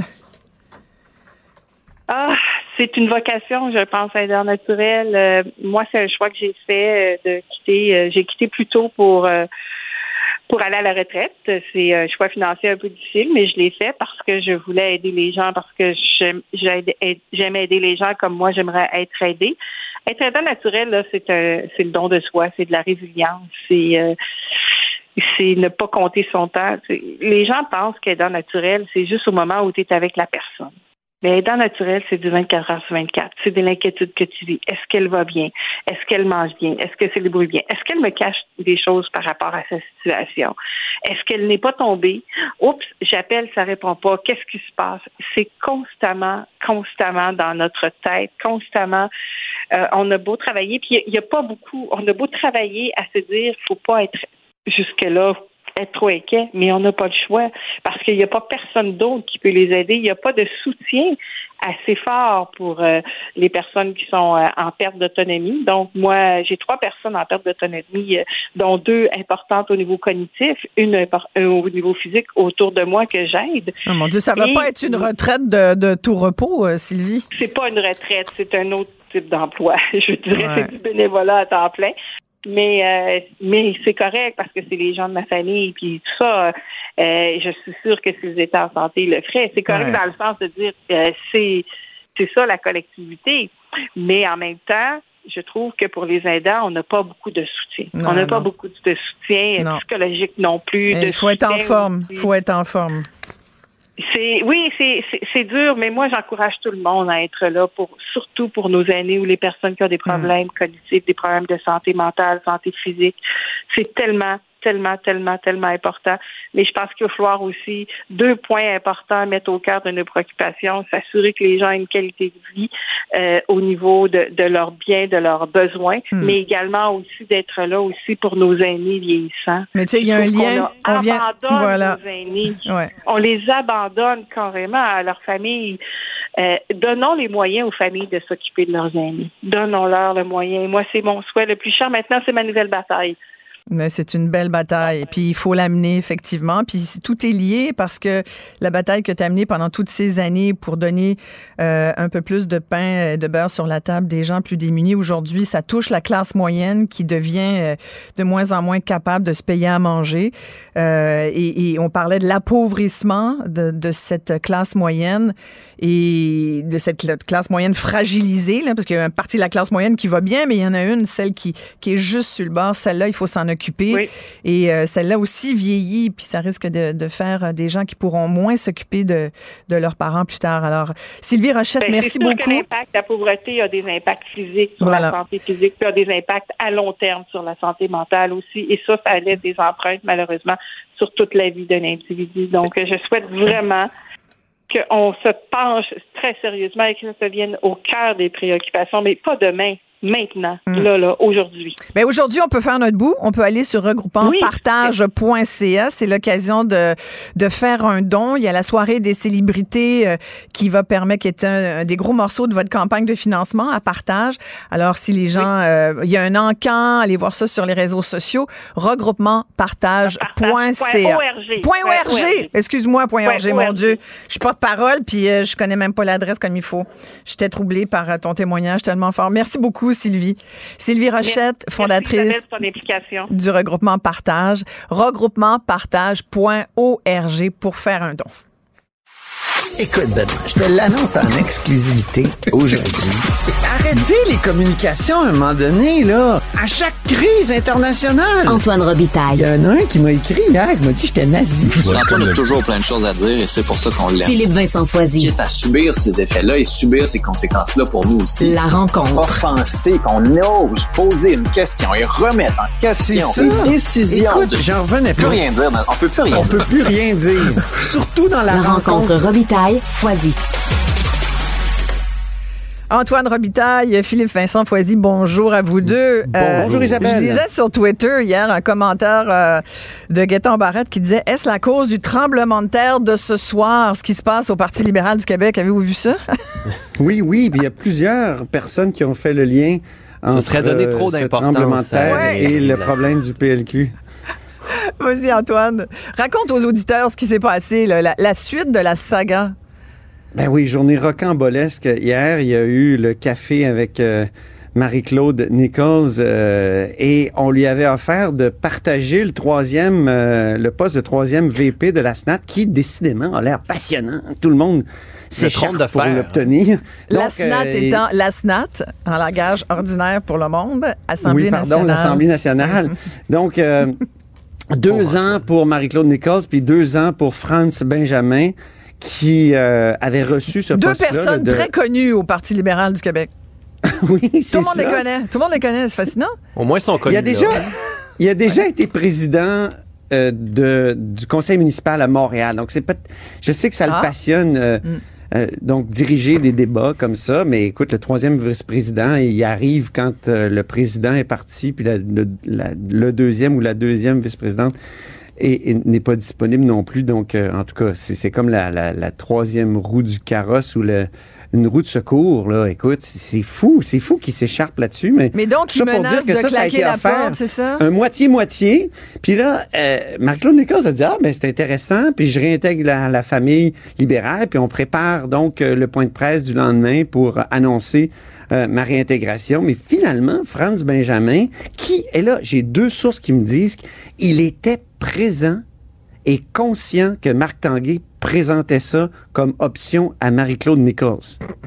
Ah, c'est une vocation, je pense, aidante naturelle. Euh, moi, c'est un choix que j'ai fait euh, de quitter. Euh, j'ai quitté plus tôt pour euh, Pour aller à la retraite. C'est un choix financier un peu difficile, mais je l'ai fait parce que je voulais aider les gens, parce que j'aime, j'aime aider les gens comme moi, j'aimerais être aidée. Être aidant naturel, là, c'est un, c'est le don de soi, c'est de la résilience, c'est, euh, c'est ne pas compter son temps. C'est, les gens pensent qu'aidant naturel, c'est juste au moment où tu es avec la personne. Mais aidant naturel, c'est du vingt-quatre heures sur vingt-quatre. C'est de l'inquiétude que tu vis. Est-ce qu'elle va bien? Est-ce qu'elle mange bien? Est-ce que c'est le bruit bien? Est-ce qu'elle me cache des choses par rapport à sa situation? Est-ce qu'elle n'est pas tombée? Oups, j'appelle, ça répond pas. Qu'est-ce qui se passe? C'est constamment, constamment dans notre tête, constamment. Euh, on a beau travailler, puis il n'y a, a pas beaucoup. On a beau travailler à se dire, faut pas être jusque-là être trop inquiet, mais on n'a pas le choix parce qu'il n'y a pas personne d'autre qui peut les aider. Il n'y a pas de soutien assez fort pour euh, les personnes qui sont euh, en perte d'autonomie. Donc, moi, j'ai trois personnes en perte d'autonomie, euh, dont deux importantes au niveau cognitif, une impor- euh, au niveau physique autour de moi que j'aide. Oh mon Dieu, ça ne va pas être une retraite de, de tout repos, euh, Sylvie? C'est pas une retraite, c'est un autre type d'emploi. Je dirais ouais. c'est du bénévolat à temps plein. Mais euh, mais c'est correct parce que c'est les gens de ma famille puis tout ça. Euh, je suis sûre que s'ils étaient en santé, ils le feraient. C'est correct ouais. dans le sens de dire euh, c'est c'est ça la collectivité. Mais en même temps, je trouve que pour les aidants, on n'a pas beaucoup de soutien. Non, on n'a pas beaucoup de soutien non. psychologique non plus. Il faut être en forme. Il faut être en forme. C'est oui, c'est, c'est c'est dur, mais moi j'encourage tout le monde à être là pour surtout pour nos aînés ou les personnes qui ont des problèmes mmh. cognitifs, des problèmes de santé mentale, santé physique. C'est tellement tellement, tellement, tellement important. Mais je pense qu'il va falloir aussi deux points importants à mettre au cœur de nos préoccupations, s'assurer que les gens aient une qualité de vie euh, au niveau de, de leurs biens, de leurs besoins, mmh. mais également aussi d'être là aussi pour nos aînés vieillissants. Mais tu sais, il y a un lien. On, on vient, abandonne voilà. nos aînés. Ouais. On les abandonne carrément à leur famille. Euh, donnons les moyens aux familles de s'occuper de leurs aînés. Donnons-leur le moyen. Moi, c'est mon souhait le plus cher. Maintenant, c'est ma nouvelle bataille. Mais c'est une belle bataille. Puis il faut l'amener, effectivement. Puis tout est lié parce que la bataille que tu as menée pendant toutes ces années pour donner euh, un peu plus de pain et de beurre sur la table des gens plus démunis, aujourd'hui, ça touche la classe moyenne qui devient euh, de moins en moins capable de se payer à manger. Euh, et, et on parlait de l'appauvrissement de, de cette classe moyenne et de cette classe moyenne fragilisée, là, parce qu'il y a une partie de la classe moyenne qui va bien, mais il y en a une, celle qui, qui est juste sur le bord. Celle-là, il faut s'en occuper. Oui. Et euh, celle-là aussi vieillit, puis ça risque de, de faire des gens qui pourront moins s'occuper de, de leurs parents plus tard. Alors, Sylvie Rochette, ben, merci beaucoup. C'est sûr que l'impact de la pauvreté a des impacts physiques sur voilà. la santé physique, puis a des impacts à long terme sur la santé mentale aussi. Et ça, ça laisse des empreintes, malheureusement, sur toute la vie d'un individu. Donc, je souhaite vraiment qu'on se penche très sérieusement et que ça devienne au cœur des préoccupations, mais pas demain. Maintenant, mmh. là, là, aujourd'hui. Bien, aujourd'hui, on peut faire notre bout. On peut aller sur regroupement partage point c a. C'est l'occasion de, de faire un don. Il y a la soirée des célébrités euh, qui va permettre, qui est un, un des gros morceaux de votre campagne de financement à partage. Alors, si les gens, oui. euh, il y a un encan, allez voir ça sur les réseaux sociaux. regroupement partage point c a. Point .org. Excuse-moi, point .org, mon Dieu. Je suis porte-parole, puis euh, je connais même pas l'adresse comme il faut. J'étais troublée par euh, ton témoignage tellement fort. Merci beaucoup, Sylvie. Sylvie Rochette, Merci. fondatrice Merci du regroupement Partage. regroupement partage point org pour faire un don. Écoute, Benoît, je te l'annonce en exclusivité aujourd'hui. Arrêtez les communications à un moment donné, là. À chaque crise internationale. Antoine Robitaille. Il y en a un qui m'a écrit hier, qui m'a dit que j'étais nazi. Antoine a toujours plein de choses à dire et c'est pour ça qu'on l'aime. Philippe Vincent Foisy. Quitte à subir ces effets-là et subir ces conséquences-là pour nous aussi. La rencontre. Offenser, qu'on ose poser une question et remettre en question les décisions. Écoute, de... j'en revenais plus pas. rien dire. On peut plus rien On dire. peut plus rien dire. Surtout dans la, la rencontre. rencontre Robitaille, Foisy. Antoine Robitaille, Philippe Vincent Foisy, bonjour à vous deux. Bon, euh, bonjour Isabelle. Je lisais sur Twitter hier un commentaire euh, de Gaétan Barrette qui disait « Est-ce la cause du tremblement de terre de ce soir, ce qui se passe au Parti libéral du Québec? » Avez-vous vu ça? Oui, oui, puis il y a plusieurs personnes qui ont fait le lien entre ça serait donné trop ce tremblement de terre ouais. et le problème du P L Q. Vas-y, Antoine. Raconte aux auditeurs ce qui s'est passé, là, la, la suite de la saga. Ben oui, journée rocambolesque. Hier, il y a eu le café avec euh, Marie-Claude Nichols euh, et on lui avait offert de partager le troisième, euh, le poste de troisième V P de la S N A T qui, décidément, a l'air passionnant. Tout le monde s'écharpe pour fer. l'obtenir. La S N A T euh, étant la S N A T, en langage ordinaire pour le monde, Assemblée oui, pardon, nationale. l'Assemblée nationale. Donc, euh, deux ans pour Marie-Claude Nichols, puis deux ans pour Franz Benjamin, qui euh, avait reçu ce Deux poste-là. Deux personnes de... très connues au Parti libéral du Québec. Oui, c'est Tout le monde ça. les connaît. Tout le monde les connaît. C'est fascinant. Au moins, ils sont connus. Il a déjà, il a déjà été président euh, de, du conseil municipal à Montréal. Donc, c'est pas, je sais que ça ah. le passionne. Euh, mm. Euh, donc, diriger des débats comme ça, mais écoute, le troisième vice-président, il arrive quand euh, le président est parti, puis la, le, la, le deuxième ou la deuxième vice-présidente et, et n'est pas disponible non plus. Donc, euh, en tout cas, c'est, c'est comme la, la, la troisième roue du carrosse ou le, une roue de secours, là. Écoute, c'est, c'est fou, c'est fou qu'il s'écharpe là-dessus. Mais, mais donc, il menace de ça, claquer ça la porte, c'est ça? Un moitié-moitié. Puis là, euh, Marie-Claude Nichols a dit, ah, ben c'est intéressant, puis je réintègre la, la famille libérale, puis on prépare donc euh, le point de presse du lendemain pour euh, annoncer euh, ma réintégration. Mais finalement, Franz Benjamin, qui est là, j'ai deux sources qui me disent qu'il était présent et conscient que Marc Tanguay présentait ça comme option à Marie-Claude Nichols.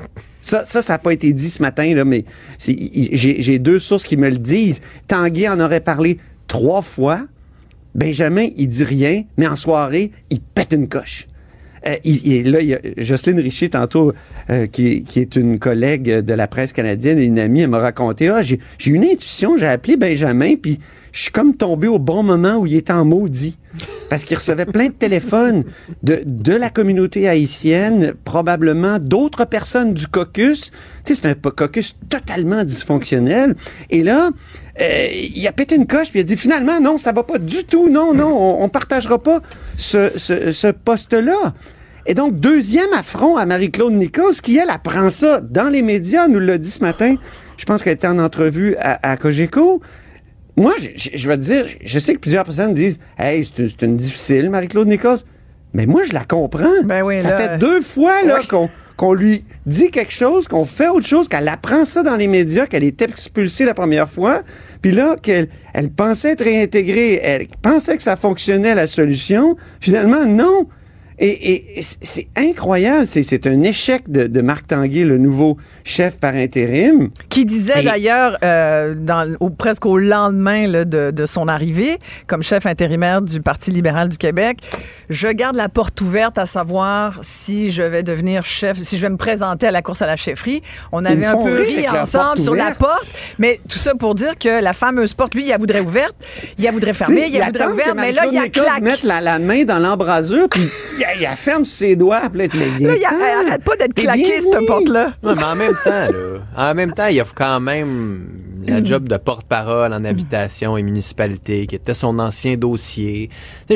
Ça, ça, ça n'a pas été dit ce matin, là, mais c'est, j'ai, j'ai deux sources qui me le disent. Tanguay en aurait parlé trois fois. Benjamin, il dit rien, mais en soirée, il pète une coche. Euh, il, il, là, il y a Jocelyne Richer, tantôt, euh, qui, qui est une collègue de la presse canadienne et une amie, elle m'a raconté, ah, j'ai, j'ai une intuition, j'ai appelé Benjamin, puis je suis comme tombé au bon moment où il était en maudit. Parce qu'il recevait plein de téléphones de, de la communauté haïtienne, probablement d'autres personnes du caucus. Tu sais, c'est un caucus totalement dysfonctionnel. Et là, euh, il a pété une coche, puis il a dit, finalement, non, ça va pas du tout, non, non, on, on partagera pas ce, ce, ce poste-là. Et donc, deuxième affront à Marie-Claude Nichols, qui, elle, apprend ça dans les médias, nous l'a dit ce matin. Je pense qu'elle était en entrevue à, à Cogeco. Moi, je, je vais te dire, je sais que plusieurs personnes disent « Hey, c'est une, c'est une difficile, Marie-Claude Nichols. » Mais moi, je la comprends. Ben oui, ça là, fait deux fois là, oui. qu'on, qu'on lui dit quelque chose, qu'on fait autre chose, qu'elle apprend ça dans les médias, qu'elle est expulsée la première fois, puis là, qu'elle elle pensait être réintégrée, elle pensait que ça fonctionnait, la solution. Finalement, non. Et, et c'est incroyable, c'est, c'est un échec de, de Marc Tanguay, le nouveau chef par intérim. Qui disait et... d'ailleurs, euh, dans, au, presque au lendemain là, de, de son arrivée, comme chef intérimaire du Parti libéral du Québec, je garde la porte ouverte à savoir si je vais devenir chef, si je vais me présenter à la course à la chefferie. On avait un peu ri ensemble sur la porte, mais tout ça pour dire que la fameuse porte, lui, il la voudrait ouverte, il la voudrait fermée, il la voudrait ouverte, mais là, il y a claque. Mettre la, la main dans l'embrasure, puis il a ferme sur ses doigts. Puis là, tu dis, là, il arrête pas d'être claqué, cette porte-là. Ouais, mais en même temps, là, en même temps, il y a quand même la job de porte-parole en habitation et municipalité, qui était son ancien dossier.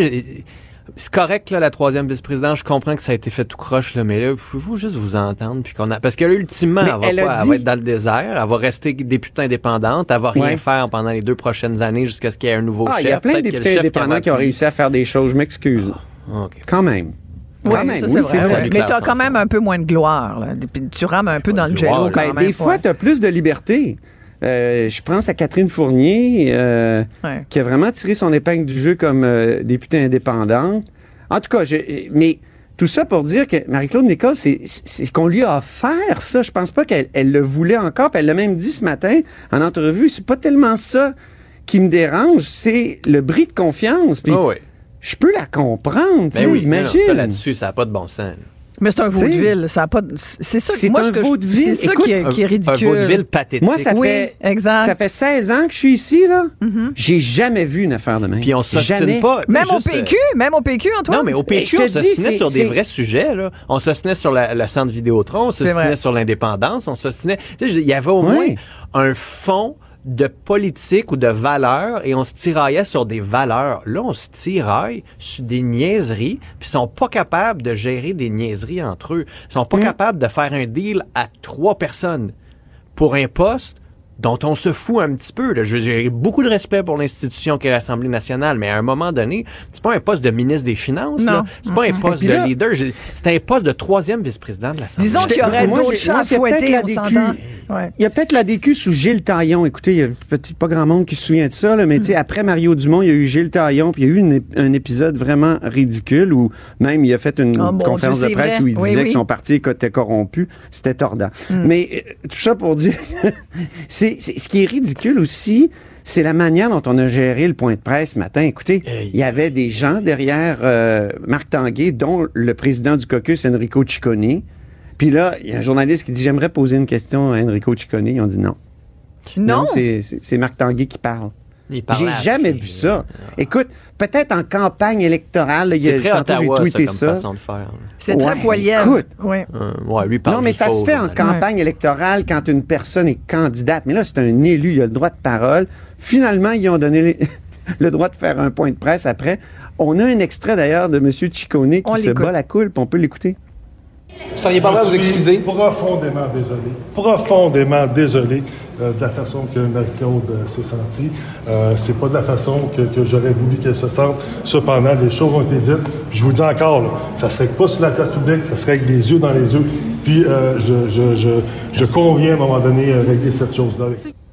C'est correct, là, la troisième vice-présidente. Je comprends que ça a été fait tout croche, là, mais là, pouvez-vous juste vous entendre? Puis qu'on a... Parce que là, ultimement, elle va, elle, pas, dit... elle va être dans le désert. Elle va rester députée indépendante. Elle va rien ouais. faire pendant les deux prochaines années jusqu'à ce qu'il y ait un nouveau ah, chef. Il y a plein de députés indépendants qui ont réussi à faire des choses. Je m'excuse. Ah, okay. Quand même. Oui, quand même. Ça, oui, c'est vrai. vrai. Mais tu as quand même un peu moins de gloire. Là. Tu rames un peu dans le jello. Ben, des fois, tu as plus de liberté. Euh, je pense à Catherine Fournier, euh, ouais. qui a vraiment tiré son épingle du jeu comme euh, députée indépendante. En tout cas, je, mais tout ça pour dire que Marie-Claude Nichols, c'est, c'est qu'on lui a offert ça. Je pense pas qu'elle elle le voulait encore. Puis elle l'a même dit ce matin en entrevue. C'est pas tellement ça qui me dérange, c'est le bris de confiance. Puis, oh oui. Je peux la comprendre, tu sais, oui, imagine. Non, ça là-dessus, ça n'a pas de bon sens. Mais c'est un vaudeville, ça a pas de... C'est ça c'est moi, un ce que vaudeville. C'est ça Écoute, qui, est, qui est ridicule. Un vaudeville pathétique. Moi, ça oui, fait exact. ça fait seize ans que je suis ici là. Mm-hmm. J'ai jamais vu une affaire de même. Puis on s'ostine pas. Même au P Q, euh... même au P Q, Antoine. Non, mais au P Q, on s'ostinait sur des vrais sujets là. On s'ostinait sur la, le centre Vidéotron, on s'ostinait sur l'indépendance, on s'ostinait. Tu sais, il y avait au moins oui. un fond de politique ou de valeurs et on se tiraillait sur des valeurs. Là, on se tiraille sur des niaiseries puis ils sont pas capables de gérer des niaiseries entre eux. Ils sont pas mmh. capables de faire un deal à trois personnes pour un poste dont on se fout un petit peu. Là. J'ai beaucoup de respect pour l'institution qu'est l'Assemblée nationale, mais à un moment donné, c'est pas un poste de ministre des Finances, là. C'est pas un poste de là, leader, c'est un poste de troisième vice-président de l'Assemblée. Disons qu'il y aurait moi, d'autres chats à fouetter, on s'entend. Ouais. Il y a peut-être la D Q sous Gilles Taillon. Écoutez, il y a peut-être pas grand monde qui se souvient de ça, là, mais mm. après Mario Dumont, il y a eu Gilles Taillon, puis il y a eu une, un épisode vraiment ridicule où même il a fait une oh, conférence Dieu, de presse vrai. où il oui, disait oui. que son parti était corrompu. C'était tordant. Mm. Mais euh, tout ça pour dire, c'est, c'est ce qui est ridicule aussi, c'est la manière dont on a géré le point de presse ce matin. Écoutez, il y avait des gens derrière euh, Marc Tanguay, dont le président du caucus, Enrico Ciccone. Puis là, il y a un journaliste qui dit « J'aimerais poser une question à Enrico Ciccone. » Ils ont dit non. Non? non c'est, c'est, c'est Marc Tanguay qui parle. J'ai jamais vu ça. Écoute, peut-être en campagne électorale, là, il y a, c'est très tantôt, Ottawa, j'ai tweeté ça. ça. Comme façon de faire. C'est ouais, très poilière. Écoute, ouais. Euh, ouais, lui parle non, mais ça se fait en campagne ouais. électorale quand une personne est candidate. Mais là, c'est un élu, il a le droit de parole. Finalement, ils ont donné les... le droit de faire un point de presse après. On a un extrait d'ailleurs de M. Ciccone qui on se l'écoute. bat la coule, puis on peut l'écouter. Vous seriez pas prêt à vous excuser? Profondément désolé. Profondément désolé euh, de la façon que Marie-Claude euh, s'est sentie. Euh, c'est pas de la façon que, que j'aurais voulu qu'elle se sente. Cependant, les choses ont été dites. Puis je vous le dis encore, là, ça serait pas sur la place publique, ça serait avec les yeux dans les yeux. Puis euh, je, je, je, je conviens à un moment donné à régler cette chose-là.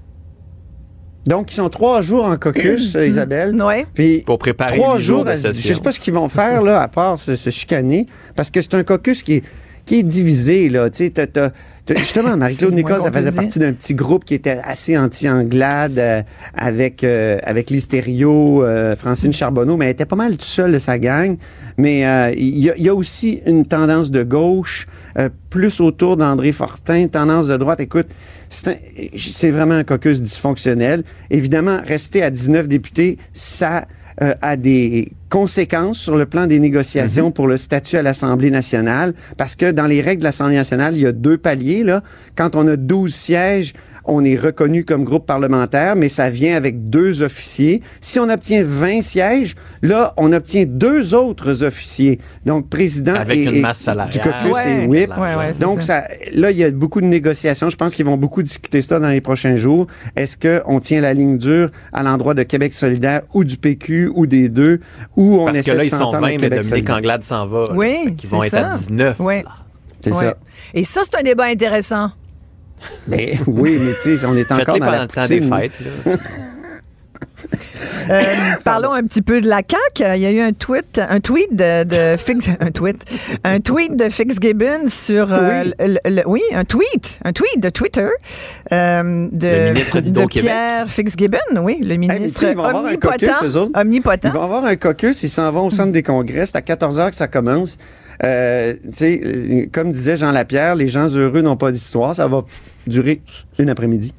Donc, ils sont trois jours en caucus, euh, Isabelle. Oui. Puis pour préparer trois jours, de je sais pas ce qu'ils vont faire, là, à part se, se chicaner, parce que c'est un caucus qui est, qui est divisé, là. Tu sais, t'as, t'as, t'as, justement, Marie-Claude Nichols, ça faisait partie d'un petit groupe qui était assez anti-Anglade euh, avec, euh, avec Lise Thériault, euh, Francine Charbonneau, mais elle était pas mal toute seule de sa gang. Mais euh, il y, y a aussi une tendance de gauche, euh, plus autour d'André Fortin, tendance de droite. Écoute, c'est, un, c'est vraiment un caucus dysfonctionnel. Évidemment, rester à dix-neuf députés, ça euh, a des conséquences sur le plan des négociations mm-hmm. pour le statut à l'Assemblée nationale, parce que dans les règles de l'Assemblée nationale, il y a deux paliers, là. Quand on a douze sièges, on est reconnu comme groupe parlementaire, mais ça vient avec deux officiers. Si on obtient vingt sièges, là, on obtient deux autres officiers. Donc, président avec et, une masse et salariale. du caucus ouais. et whip. Ouais, ouais, Donc, ça. ça, là, il y a beaucoup de négociations. Je pense qu'ils vont beaucoup discuter ça dans les prochains jours. Est-ce qu'on tient la ligne dure à l'endroit de Québec solidaire ou du P Q ou des deux, ou on Parce essaie que là, de ils sont s'entendre vingt, avec mais Québec Dominique solidaire. Anglade s'en va. Oui, Ils vont c'est être ça. à dix-neuf. Oui. C'est Ouais. ça. Et ça, c'est un débat intéressant. Ben, oui, mais tu sais, on est encore Faites-les dans pendant la le temps des poutine. fêtes. Là. Euh, parlons un petit peu de la C A Q. Il y a eu un tweet, un tweet de, de Fix, un tweet, un tweet de Fitzgibbon sur, euh, Oui. le, le- oui, un tweet, un tweet de Twitter euh, de, Le ministre de d'Hydro-Québec. Pierre Fitzgibbon, oui, le Hey, mais tu ministre sais, ils vont avoir un omnipotent, caucus, eux autres. omnipotent. Ils vont avoir un caucus, ils s'en vont au centre des congrès. C'est à quatorze heures que ça commence. Euh, tu sais, euh, comme disait Jean Lapierre, les gens heureux n'ont pas d'histoire. Ça va durer une après-midi.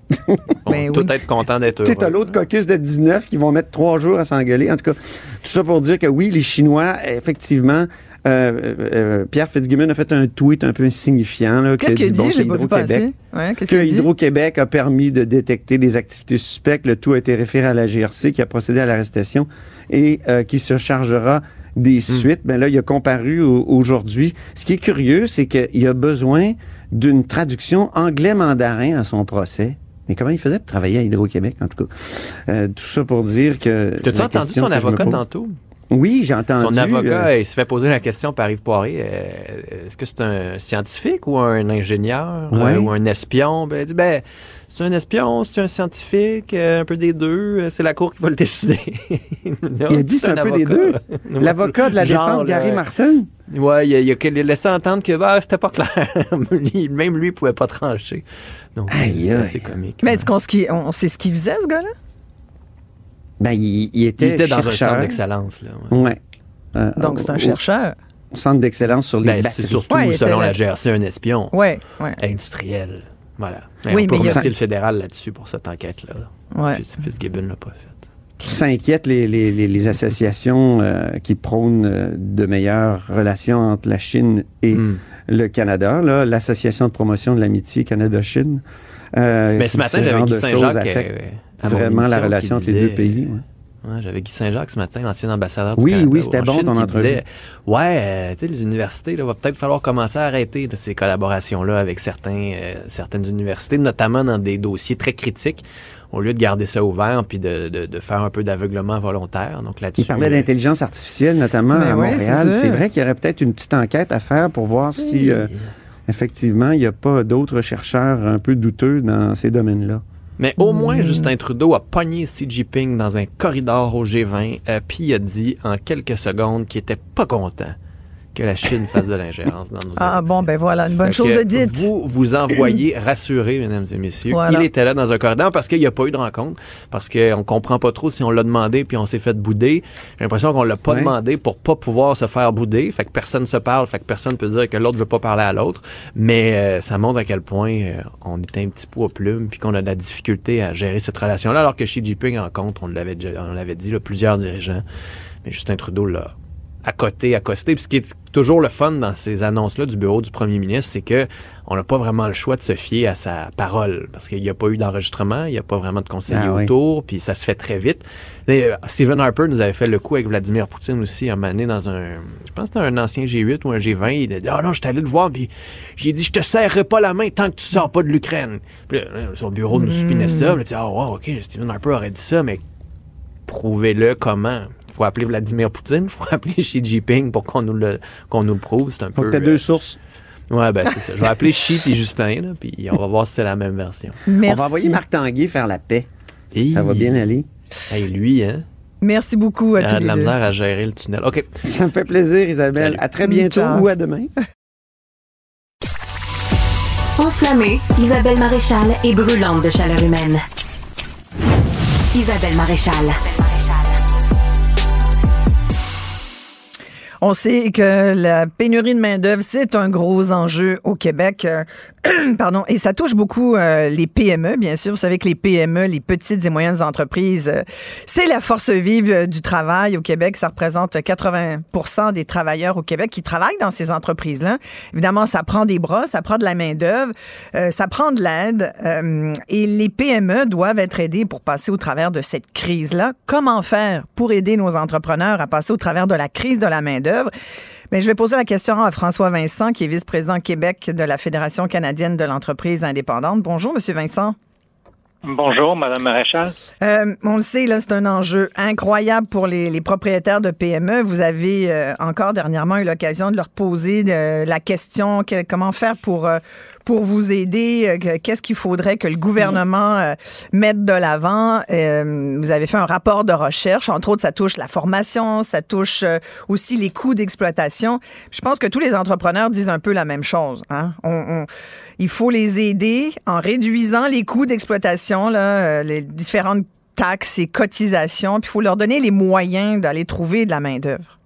On Ben va tout oui. être content d'être Tu sais, t'as heureux. l'autre caucus de dix-neuf qui vont mettre trois jours à s'engueuler. En tout cas, tout ça pour dire que oui, les Chinois, effectivement, euh, euh, Pierre Fitzgibbon a fait un tweet un peu insignifiant. Là, Qu'est-ce qui qu'il a dit, bon, dit? c'est Je l'ai pas vu Hydro-Québec. passer. Ouais, qu'est-ce Que qu'il a dit? Hydro-Québec a permis de détecter des activités suspectes. Le tout a été référé à la G R C qui a procédé à l'arrestation et euh, qui se chargera des suites. Ben là, il a comparu au- aujourd'hui. Ce qui est curieux, c'est qu'il a besoin d'une traduction anglais-mandarin à son procès. Mais comment il faisait pour travailler à Hydro-Québec, en tout cas? Euh, tout ça pour dire que... T'as-tu la entendu question son que je me avocat pose- tantôt? Oui, j'ai entendu. Son avocat, euh, il se fait poser la question par Yves Poirier. euh, est-ce que c'est un scientifique ou un ingénieur Ouais. euh, ou un espion? Ben, il dit, ben, c'est un espion, c'est un scientifique, euh, un peu des deux. euh, C'est la cour qui va le décider. il a dit c'est un peu des deux. L'avocat de la Genre, défense, Gary euh, Martin. Ouais, il a, il a- il a laissé entendre que bah, c'était pas clair. Lui- Même lui, il pouvait pas trancher. Donc, Aïe, c'est aïe. assez comique. Mais est-ce qu'on se- on sait ce qu'il faisait, ce gars-là? Ben, il, il Il était, était dans un chercheur. centre d'excellence. Là, ouais. Ouais. Euh, Donc, c'est un au- chercheur. au Centre d'excellence sur les Ben, batteries. c'est surtout, Ouais, il était selon là. la G R C, un espion Oui, oui. industriel. Voilà. Oui, on peut mais il y a- remercier le fédéral là-dessus pour cette enquête-là. Ouais. Fitz- Fitzgibbon l'a pas fait. Ça inquiète les, les, les, les associations euh, qui prônent euh, de meilleures relations entre la Chine et Hmm. le Canada. Là, l'Association de promotion de l'amitié Canada-Chine. Euh, Mais ce qui matin, dit j'avais genre Guy de choses Saint-Jacques affectent euh, à mon vraiment la émission relation qui entre les deux disait- pays. ouais. Ouais, j'avais Guy Saint-Jacques ce matin, l'ancien ambassadeur du Oui, Canada oui, en c'était bon, Chine, ton qui entrevue. disait, ouais, euh, tu sais, les universités, il va peut-être falloir commencer à arrêter de ces collaborations-là avec certains, euh, certaines universités, notamment dans des dossiers très critiques, au lieu de garder ça ouvert puis de, de, de faire un peu d'aveuglement volontaire. Donc là-dessus, Il parlait euh, d'intelligence artificielle, notamment Ben à ouais, Montréal. c'est C'est ça. vrai qu'il y aurait peut-être une petite enquête à faire pour voir si, euh, effectivement, il n'y a pas d'autres chercheurs un peu douteux dans ces domaines-là. Mais au Hmm. moins, Justin Trudeau a pogné Xi Jinping dans un corridor au G vingt, euh, puis il a dit en quelques secondes qu'il était pas content que la Chine fasse de l'ingérence dans nos Ah bon, ben voilà, une bonne Fait chose que de dite. Vous vous envoyez rassurer, mesdames et messieurs. Voilà. Il était là dans un corridor parce qu'il n'y a pas eu de rencontre, parce qu'on comprend pas trop si on l'a demandé puis on s'est fait bouder. J'ai l'impression qu'on l'a pas Ouais. demandé pour pas pouvoir se faire bouder. Fait que personne se parle, fait que personne peut dire que l'autre veut pas parler à l'autre. Mais euh, ça montre à quel point euh, on était un petit peu aux plumes puis qu'on a de la difficulté à gérer cette relation-là, alors que Xi Jinping rencontre, on l'avait déjà- on l'avait dit, là, plusieurs dirigeants. Mais Justin Trudeau l'a à côté, accosté. Puis ce qui est toujours le fun dans ces annonces-là du bureau du premier ministre, c'est que on n'a pas vraiment le choix de se fier à sa parole, parce qu'il n'y a pas eu d'enregistrement, il n'y a pas vraiment de conseiller Ah oui. autour, puis ça se fait très vite. Et, euh, Stephen Harper nous avait fait le coup avec Vladimir Poutine aussi, un moment donné dans un, je pense que c'était un ancien G huit ou un G vingt, il a dit « Ah non, je suis allé le voir, puis j'ai dit, je te serrerai pas la main tant que tu sors pas de l'Ukraine. » Puis là, son bureau nous supinait ça, puis il a dit « Ah wow, ok, Stephen Harper aurait dit ça, mais prouvez-le comment? » Il faut appeler Vladimir Poutine, il faut appeler Xi Jinping pour qu'on nous le, qu'on nous le prouve. C'est un Faut peu... que tu aies euh, deux sources. Ouais, ben c'est ça. Je vais appeler Xi et Justin, là, puis on va voir si c'est la même version. Merci. On va envoyer Marc Tanguay faire la paix. Et... Ça va bien aller. Hey, lui, hein? Merci beaucoup à Il tous a de les la deux. misère à gérer le tunnel. OK. Ça me fait plaisir, Isabelle. Salut. À très bientôt Ciao. ou à demain. Enflammée, Isabelle Maréchal est brûlante de chaleur humaine. Isabelle Maréchal. On sait que la pénurie de main-d'œuvre, c'est un gros enjeu au Québec. Euh, pardon, et ça touche beaucoup euh, les P M E, bien sûr. Vous savez que les P M E, les petites et moyennes entreprises, euh, c'est la force vive euh, du travail au Québec. Ça représente quatre-vingts pour cent des travailleurs au Québec qui travaillent dans ces entreprises-là. Évidemment, ça prend des bras, ça prend de la main-d'œuvre, euh, ça prend de l'aide. Euh, et les P M E doivent être aidés pour passer au travers de cette crise-là. Comment faire pour aider nos entrepreneurs à passer au travers de la crise de la main-d'œuvre? Bien, je vais poser la question à François Vincent, qui est vice-président Québec de la Fédération canadienne de l'entreprise indépendante. Bonjour, Monsieur Vincent. Bonjour, Mme Maréchal. Euh, on le sait, là, c'est un enjeu incroyable pour les, les propriétaires de P M E. Vous avez euh, encore dernièrement eu l'occasion de leur poser de, la question que, comment faire pour euh, pour vous aider. Euh, qu'est-ce qu'il faudrait que le gouvernement euh, mette de l'avant. Euh, vous avez fait un rapport de recherche. Entre autres, ça touche la formation, ça touche euh, aussi les coûts d'exploitation. Je pense que tous les entrepreneurs disent un peu la même chose. Hein? On, on, il faut les aider en réduisant les coûts d'exploitation, là, euh, les différentes taxes et cotisations. Puis il faut leur donner les moyens d'aller trouver de la main-d'œuvre.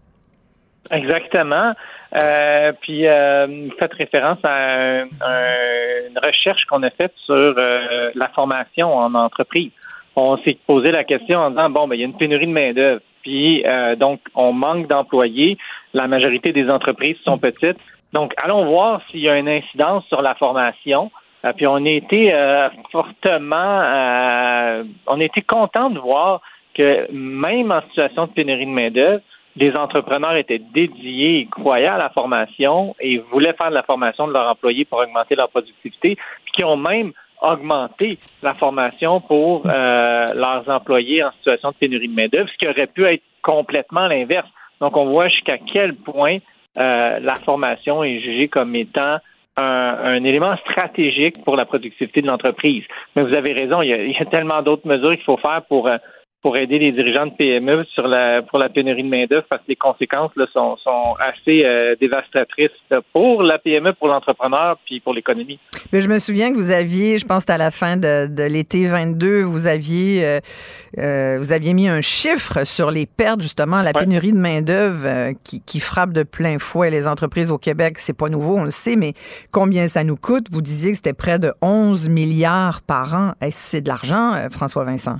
Exactement. Euh, puis, euh, vous faites référence à un, un, une recherche qu'on a faite sur euh, la formation en entreprise. On s'est posé la question en disant, bon, ben, il y a une pénurie de main-d'œuvre. Puis, euh, donc, on manque d'employés. La majorité des entreprises sont petites. Donc, allons voir s'il y a une incidence sur la formation. Euh, puis, on a été euh, fortement, euh, on a été content de voir que même en situation de pénurie de main-d'œuvre, les entrepreneurs étaient dédiés et croyaient à la formation et voulaient faire de la formation de leurs employés pour augmenter leur productivité, puis qui ont même augmenté la formation pour euh, leurs employés en situation de pénurie de main-d'œuvre, ce qui aurait pu être complètement l'inverse. Donc, on voit jusqu'à quel point euh, la formation est jugée comme étant un, un élément stratégique pour la productivité de l'entreprise. Mais vous avez raison, il y a, il y a tellement d'autres mesures qu'il faut faire pour euh, pour aider les dirigeants de P M E sur la pour la pénurie de main-d'œuvre, parce que les conséquences là sont sont assez euh, dévastatrices pour la P M E, pour l'entrepreneur, puis pour l'économie. Mais je me souviens que vous aviez, je pense que c'était à la fin de, de l'été vingt-deux, vous aviez euh, euh, vous aviez mis un chiffre sur les pertes, justement, la ouais. pénurie de main-d'œuvre euh, qui, qui frappe de plein fouet les entreprises au Québec. C'est pas nouveau, on le sait, mais combien ça nous coûte? Vous disiez que c'était près de onze milliards par an. Est-ce que c'est de l'argent, euh, François Vincent?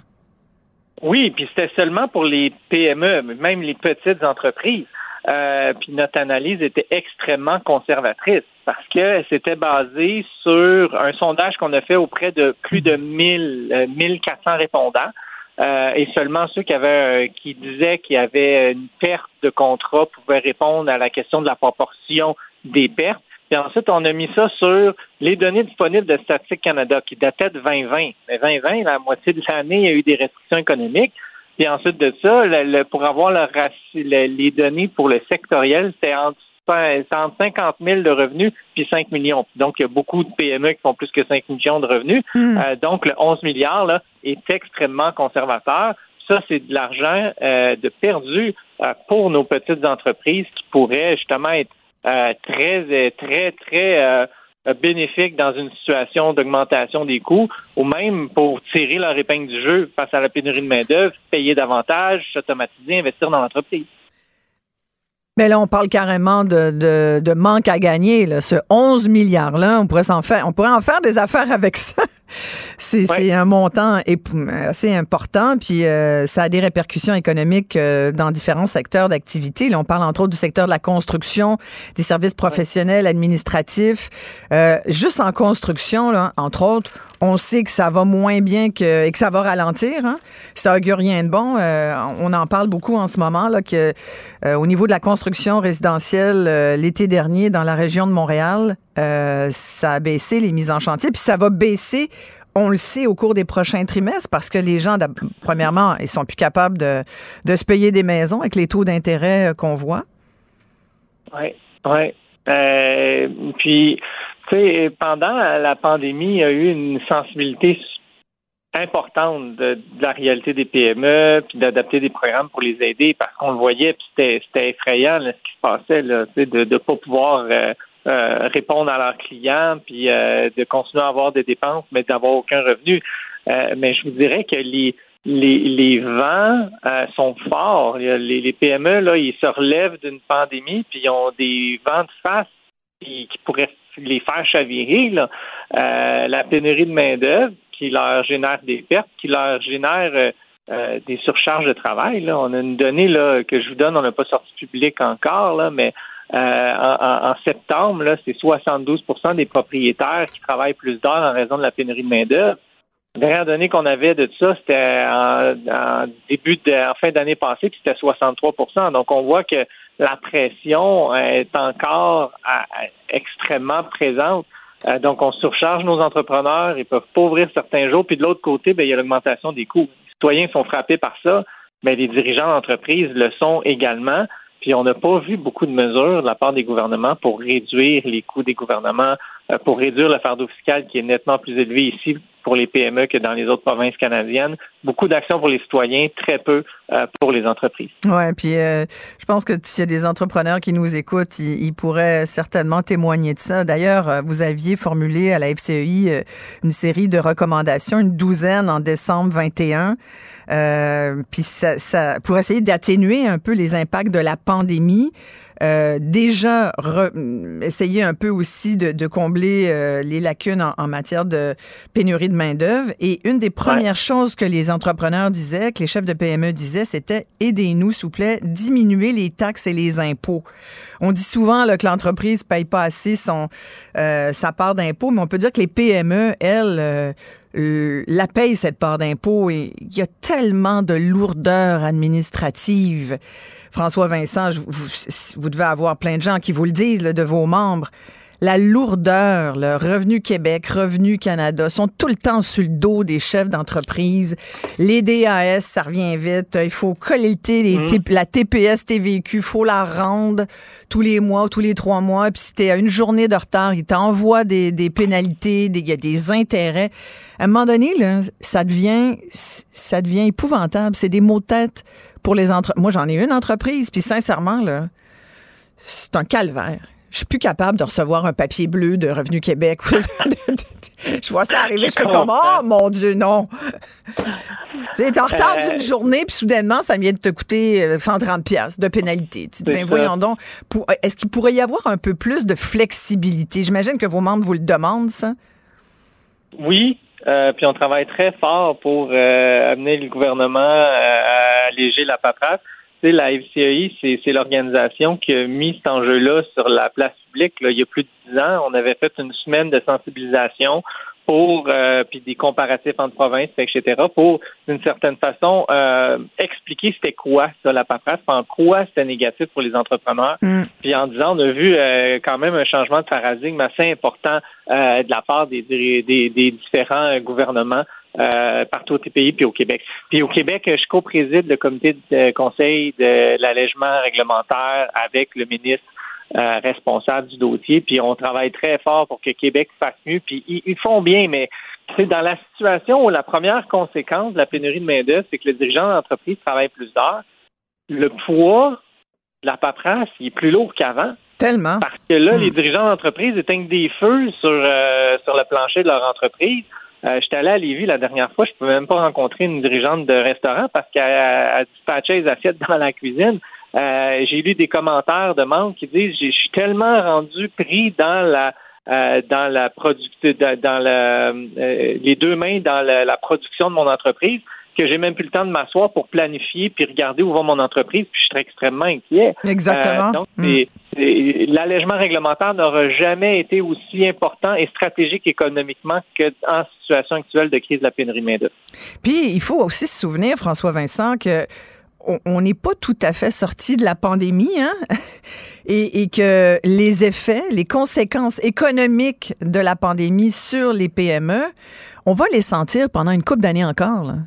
Oui, puis c'était seulement pour les P M E, même les petites entreprises. Euh, puis notre analyse était extrêmement conservatrice parce que c'était basé sur un sondage qu'on a fait auprès de plus de mille, mille quatre cents répondants euh, et seulement ceux qui avaient, euh, qui disaient qu'il y avait une perte de contrat pouvaient répondre à la question de la proportion des pertes. Puis ensuite, on a mis ça sur les données disponibles de Statistique Canada qui dataient de vingt vingt. Mais vingt vingt, la moitié de l'année, il y a eu des restrictions économiques. Puis ensuite de ça, le, le, pour avoir le, le, les données pour le sectoriel, c'était entre, entre cinquante mille de revenus puis cinq millions. Donc, il y a beaucoup de P M E qui font plus que cinq millions de revenus. Mm. Euh, donc, le onze milliards là, est extrêmement conservateur. Ça, c'est de l'argent euh, de perdu euh, pour nos petites entreprises qui pourraient justement être Euh, très, très, très euh, bénéfique dans une situation d'augmentation des coûts ou même pour tirer leur épingle du jeu face à la pénurie de main-d'œuvre, payer davantage, s'automatiser, investir dans l'entreprise. Mais là, on parle carrément de, de, de manque à gagner. Là. Ce onze milliards-là, on pourrait s'en faire, on pourrait en faire des affaires avec ça. C'est, ouais. c'est un montant assez important, puis euh, ça a des répercussions économiques euh, dans différents secteurs d'activité. Là, on parle entre autres du secteur de la construction, des services professionnels, administratifs. Euh, juste en construction, là, entre autres, on sait que ça va moins bien que, et que ça va ralentir. Hein? Ça augure rien de bon. Euh, on en parle beaucoup en ce moment, là, que euh, au niveau de la construction résidentielle, euh, l'été dernier, dans la région de Montréal, euh, ça a baissé les mises en chantier. Puis ça va baisser, on le sait, au cours des prochains trimestres, parce que les gens, premièrement, ils sont plus capables de, de se payer des maisons avec les taux d'intérêt qu'on voit. Oui, oui. Euh, puis... Tu sais, pendant la pandémie, il y a eu une sensibilité importante de, de la réalité des P M E, puis d'adapter des programmes pour les aider, parce qu'on le voyait, puis c'était, c'était effrayant là, ce qui se passait, là, tu sais, de ne pas pouvoir euh, euh, répondre à leurs clients, puis euh, de continuer à avoir des dépenses, mais d'avoir aucun revenu. Euh, mais je vous dirais que les les, les vents euh, sont forts. Les, les P M E, là, ils se relèvent d'une pandémie, puis ils ont des vents de face qui, qui pourraient les faire chavirer. Là. Euh, la pénurie de main-d'œuvre qui leur génère des pertes, qui leur génère euh, euh, des surcharges de travail. Là. On a une donnée là, que je vous donne, on n'a pas sorti public encore, là, mais euh, en, en septembre, là, c'est soixante-douze pour cent des propriétaires qui travaillent plus d'heures en raison de la pénurie de main-d'œuvre. La dernière donnée qu'on avait de ça, c'était en, en début de, en fin d'année passée, puis c'était soixante-trois pour cent. Donc, on voit que la pression est encore à, à, extrêmement présente. Euh, donc, on surcharge nos entrepreneurs, ils peuvent pas ouvrir certains jours. Puis de l'autre côté, bien, il y a l'augmentation des coûts. Les citoyens sont frappés par ça, mais les dirigeants d'entreprise le sont également. Puis on n'a pas vu beaucoup de mesures de la part des gouvernements pour réduire les coûts des gouvernements, euh, pour réduire le fardeau fiscal qui est nettement plus élevé ici pour les P M E que dans les autres provinces canadiennes. Beaucoup d'actions pour les citoyens, très peu euh, pour les entreprises. Ouais, puis euh, je pense que s'il y a des entrepreneurs qui nous écoutent, ils, ils pourraient certainement témoigner de ça. D'ailleurs, vous aviez formulé à la F C E I une série de recommandations, une douzaine en décembre vingt et un. Euh, puis ça, ça, pour essayer d'atténuer un peu les impacts de la pandémie, euh, déjà re, essayer un peu aussi de, de combler euh, les lacunes en, en matière de pénurie de main-d'œuvre. Et une des premières ouais. choses que les entrepreneurs disaient, que les chefs de P M E disaient, c'était « aidez-nous, s'il vous plaît, diminuez les taxes et les impôts ». On dit souvent là, que l'entreprise ne paye pas assez son, euh, sa part d'impôts, mais on peut dire que les P M E, elles, euh, euh, la payent, cette part d'impôts. Et il y a tellement de lourdeur administrative. François Vincent, vous, vous devez avoir plein de gens qui vous le disent, là, de vos membres. La lourdeur, le Revenu Québec, Revenu Canada sont tout le temps sur le dos des chefs d'entreprise. Les D A S, ça revient vite. Il faut collecter les mmh. la T P S T V Q, il faut la rendre tous les mois, tous les trois mois. Puis si t'es à une journée de retard, ils t'envoient des, des pénalités, il y a des intérêts. À un moment donné, là, ça devient, ça devient épouvantable. C'est des maux de tête pour les entreprises. Moi, j'en ai une entreprise, puis sincèrement, là, c'est un calvaire. Je suis plus capable de recevoir un papier bleu de Revenu Québec. Je vois ça arriver, je fais comme « Oh, mon Dieu, non! » Tu es en retard d'une journée, puis soudainement, ça vient de te coûter cent trente piastres de pénalité. Tu dis, ben voyons donc, pour, est-ce qu'il pourrait y avoir un peu plus de flexibilité? J'imagine que vos membres vous le demandent, ça? Oui, euh, puis on travaille très fort pour euh, amener le gouvernement à alléger la paperasse. La F C E I, c'est, c'est l'organisation qui a mis cet enjeu-là sur la place publique. Là, il y a plus de dix ans, on avait fait une semaine de sensibilisation pour euh, puis des comparatifs entre provinces, et cetera, pour, d'une certaine façon, euh, expliquer c'était quoi ça, la paperasse, en quoi c'était négatif pour les entrepreneurs. Mm. Puis en disant, on a vu euh, quand même un changement de paradigme assez important euh, de la part des, des, des, des différents gouvernements. Euh, partout au pays puis au Québec. Puis au Québec, je co-préside le comité de conseil de l'allègement réglementaire avec le ministre euh, responsable du dossier. Puis on travaille très fort pour que Québec fasse mieux. Puis ils, ils font bien, mais c'est dans la situation où la première conséquence de la pénurie de main-d'œuvre, c'est que le dirigeant d'entreprise travaille plus d'heures. Le poids de la paperasse, il est plus lourd qu'avant. Tellement. Parce que là, mmh. les dirigeants d'entreprise éteignent des feux sur, euh, sur le plancher de leur entreprise. Euh, j'étais allé à Lévis la dernière fois, je ne pouvais même pas rencontrer une dirigeante de restaurant parce qu'elle dispatchait les assiettes dans la cuisine. Euh, j'ai lu des commentaires de membres qui disent je suis tellement rendu pris dans la euh, dans la production dans la euh, les deux mains dans la, la production de mon entreprise que j'ai même plus le temps de m'asseoir pour planifier puis regarder où va mon entreprise, puis je serais extrêmement inquiet. Exactement. Euh, donc, c'est, c'est, l'allègement réglementaire n'aura jamais été aussi important et stratégique économiquement qu'en situation actuelle de crise de la pénurie de main-d'œuvre. Puis, il faut aussi se souvenir, François Vincent, que on n'est pas tout à fait sorti de la pandémie, hein? et, et que les effets, les conséquences économiques de la pandémie sur les P M E, on va les sentir pendant une couple d'années encore, là.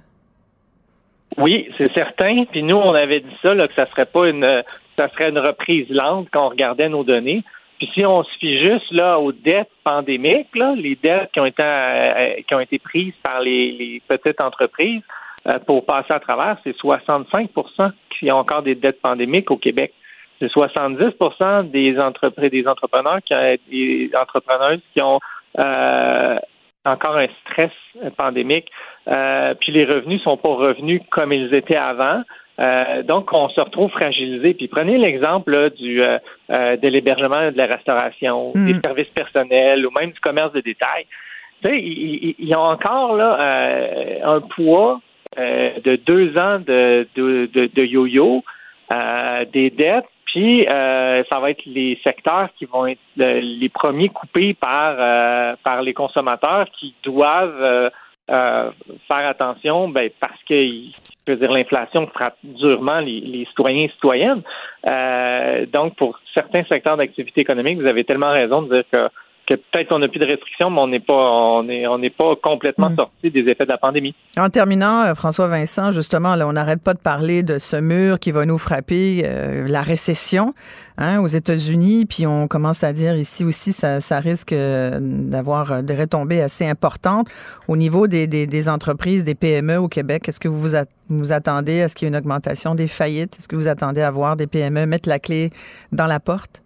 Oui, c'est certain. Puis nous, on avait dit ça, là, que ça serait pas une ça serait une reprise lente quand on regardait nos données. Puis si on se fie juste là aux dettes pandémiques, là, les dettes qui ont été euh, qui ont été prises par les, les petites entreprises euh, pour passer à travers, c'est soixante-cinq pour cent qui ont encore des dettes pandémiques au Québec. C'est soixante-dix pour cent des entreprises, des entrepreneurs qui ont, des entrepreneuses qui ont euh, encore un stress pandémique, euh, puis les revenus sont pas revenus comme ils étaient avant. Euh, donc, on se retrouve fragilisé. Puis prenez l'exemple là, du euh, euh, de l'hébergement, de la restauration, mmh. des services personnels ou même du commerce de détail. Tu sais, il y, y a encore là euh, un poids euh, de deux ans de, de, de, de yo-yo, euh, des dettes. Puis, euh, ça va être les secteurs qui vont être le, les premiers coupés par euh, par les consommateurs qui doivent euh, euh, faire attention, ben parce que je veux dire l'inflation frappe durement les, les citoyens et citoyennes. Euh, donc, pour certains secteurs d'activité économique, vous avez tellement raison de dire que que peut-être qu'on n'a plus de restrictions, mais on n'est pas on est on n'est pas complètement mmh. sorti des effets de la pandémie. En terminant, François Vincent, justement, là, on n'arrête pas de parler de ce mur qui va nous frapper, euh, la récession hein, aux États-Unis, puis on commence à dire ici aussi, ça, ça risque d'avoir des retombées assez importantes au niveau des, des, des entreprises, des P M E au Québec. Est-ce que vous vous, a, vous attendez à ce qu'il y ait une augmentation des faillites? Est-ce que vous attendez à voir des P M E mettre la clé dans la porte?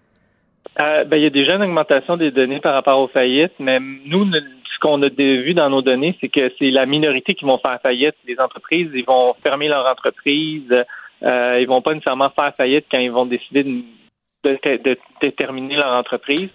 Euh, ben, il y a déjà une augmentation des données par rapport aux faillites, mais nous, ce qu'on a vu dans nos données, c'est que c'est la minorité qui vont faire faillite. Les entreprises, ils vont fermer leur entreprise, euh, ils vont pas nécessairement faire faillite quand ils vont décider de, de, de, de terminer leur entreprise.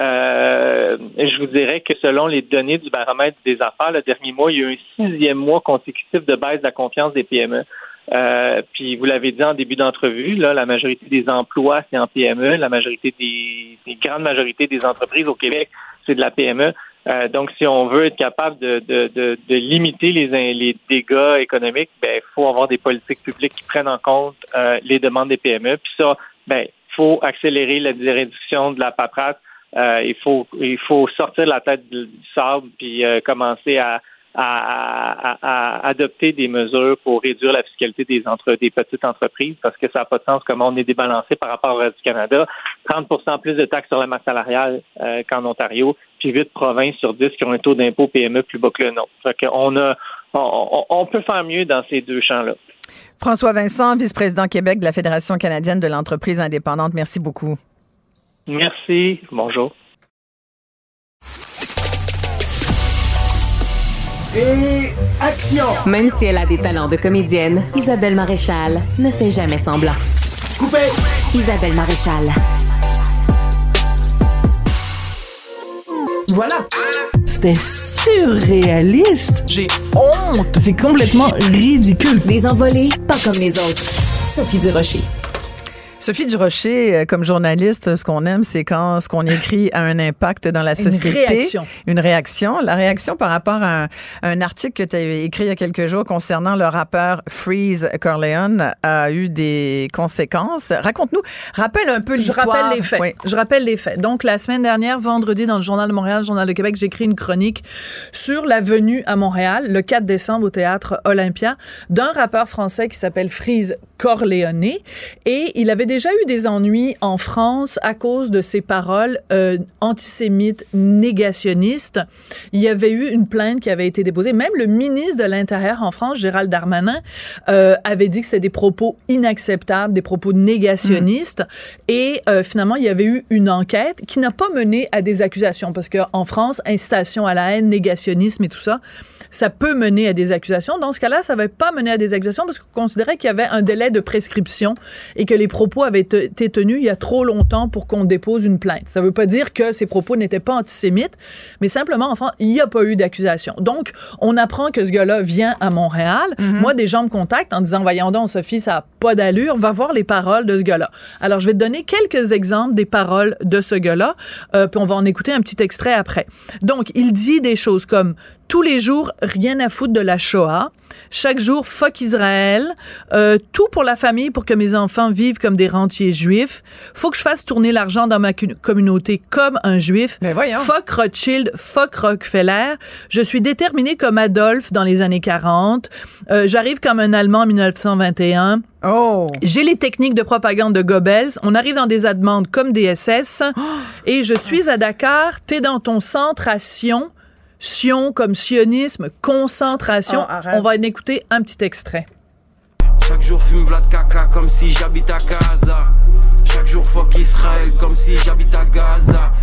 Euh, je vous dirais que selon les données du baromètre des affaires, le dernier mois, il y a eu un sixième mois consécutif de baisse de la confiance des P M E. Euh, puis vous l'avez dit en début d'entrevue, là, la majorité des emplois, c'est en P M E. La majorité des, des grandes majorités des entreprises au Québec, c'est de la P M E. Euh, donc, si on veut être capable de, de, de, de limiter les, les dégâts économiques, ben, il faut avoir des politiques publiques qui prennent en compte euh, les demandes des P M E. Puis ça, ben, il faut accélérer la réduction de la paperasse. Euh, il faut, il faut sortir la tête du sable puis euh, commencer à À, à, à adopter des mesures pour réduire la fiscalité des entre des petites entreprises parce que ça n'a pas de sens comment on est débalancé par rapport au reste du Canada. trente pour cent plus de taxes sur la masse salariale euh, qu'en Ontario, puis huit provinces sur dix qui ont un taux d'impôt P M E plus bas que le nôtre. Fait qu'on a, on, on peut faire mieux dans ces deux champs-là. François Vincent, vice-président Québec de la Fédération canadienne de l'entreprise indépendante. Merci beaucoup. Merci. Bonjour. Et action! Même si elle a des talents de comédienne, Isabelle Maréchal ne fait jamais semblant. Coupé! Isabelle Maréchal. Voilà. C'était surréaliste. J'ai honte. C'est complètement ridicule. Des envolées, pas comme les autres. Sophie Durocher. Sophie Durocher, comme journaliste, ce qu'on aime, c'est quand ce qu'on écrit a un impact dans la société. Une réaction. Une réaction. La réaction par rapport à un, à un article que tu as écrit il y a quelques jours concernant le rappeur Freeze Corleone a eu des conséquences. Raconte-nous, rappelle un peu l'histoire. Je rappelle les faits. Oui. Je rappelle les faits. Donc, la semaine dernière, vendredi, dans le Journal de Montréal, le Journal de Québec, j'ai écrit une chronique sur la venue à Montréal, le quatre décembre, au Théâtre Olympia, d'un rappeur français qui s'appelle Freeze Corleone. Et il avait déjà eu des ennuis en France à cause de ses paroles euh, antisémites, négationnistes. Il y avait eu une plainte qui avait été déposée. Même le ministre de l'Intérieur en France, Gérald Darmanin, euh, avait dit que c'était des propos inacceptables, des propos négationnistes. Mmh. Et euh, finalement, il y avait eu une enquête qui n'a pas mené à des accusations. Parce qu'en France, incitation à la haine, négationnisme et tout ça, ça peut mener à des accusations. Dans ce cas-là, ça n'avait pas mené à des accusations parce qu'on considérait qu'il y avait un délai de prescription et que les propos avaient été tenus il y a trop longtemps pour qu'on dépose une plainte. Ça ne veut pas dire que ces propos n'étaient pas antisémites, mais simplement, enfin, il n'y a pas eu d'accusation. Donc, on apprend que ce gars-là vient à Montréal. Mm-hmm. Moi, des gens me contactent en disant, voyons donc, Sophie, ça n'a pas d'allure, va voir les paroles de ce gars-là. Alors, je vais te donner quelques exemples des paroles de ce gars-là, euh, puis on va en écouter un petit extrait après. Donc, il dit des choses comme tous les jours, rien à foutre de la Shoah. Chaque jour, fuck Israël. Euh, tout pour la famille, pour que mes enfants vivent comme des rentiers juifs. Faut que je fasse tourner l'argent dans ma communauté comme un juif. Mais voyons. Fuck Rothschild, fuck Rockefeller. Je suis déterminé comme Adolphe dans les années quarante. Euh, j'arrive comme un Allemand en dix-neuf cent vingt et un. Oh. J'ai les techniques de propagande de Goebbels. On arrive dans des demandes comme des S S. Oh. Et je suis à Dakar. T'es dans ton centre à Sion. Sion comme sionisme, concentration. Oh, on va en écouter un petit extrait. Chaque jour fume Vlad caca comme si j'habite à Gaza. Chaque jour fuck Israël comme si j'habite à Gaza. À propos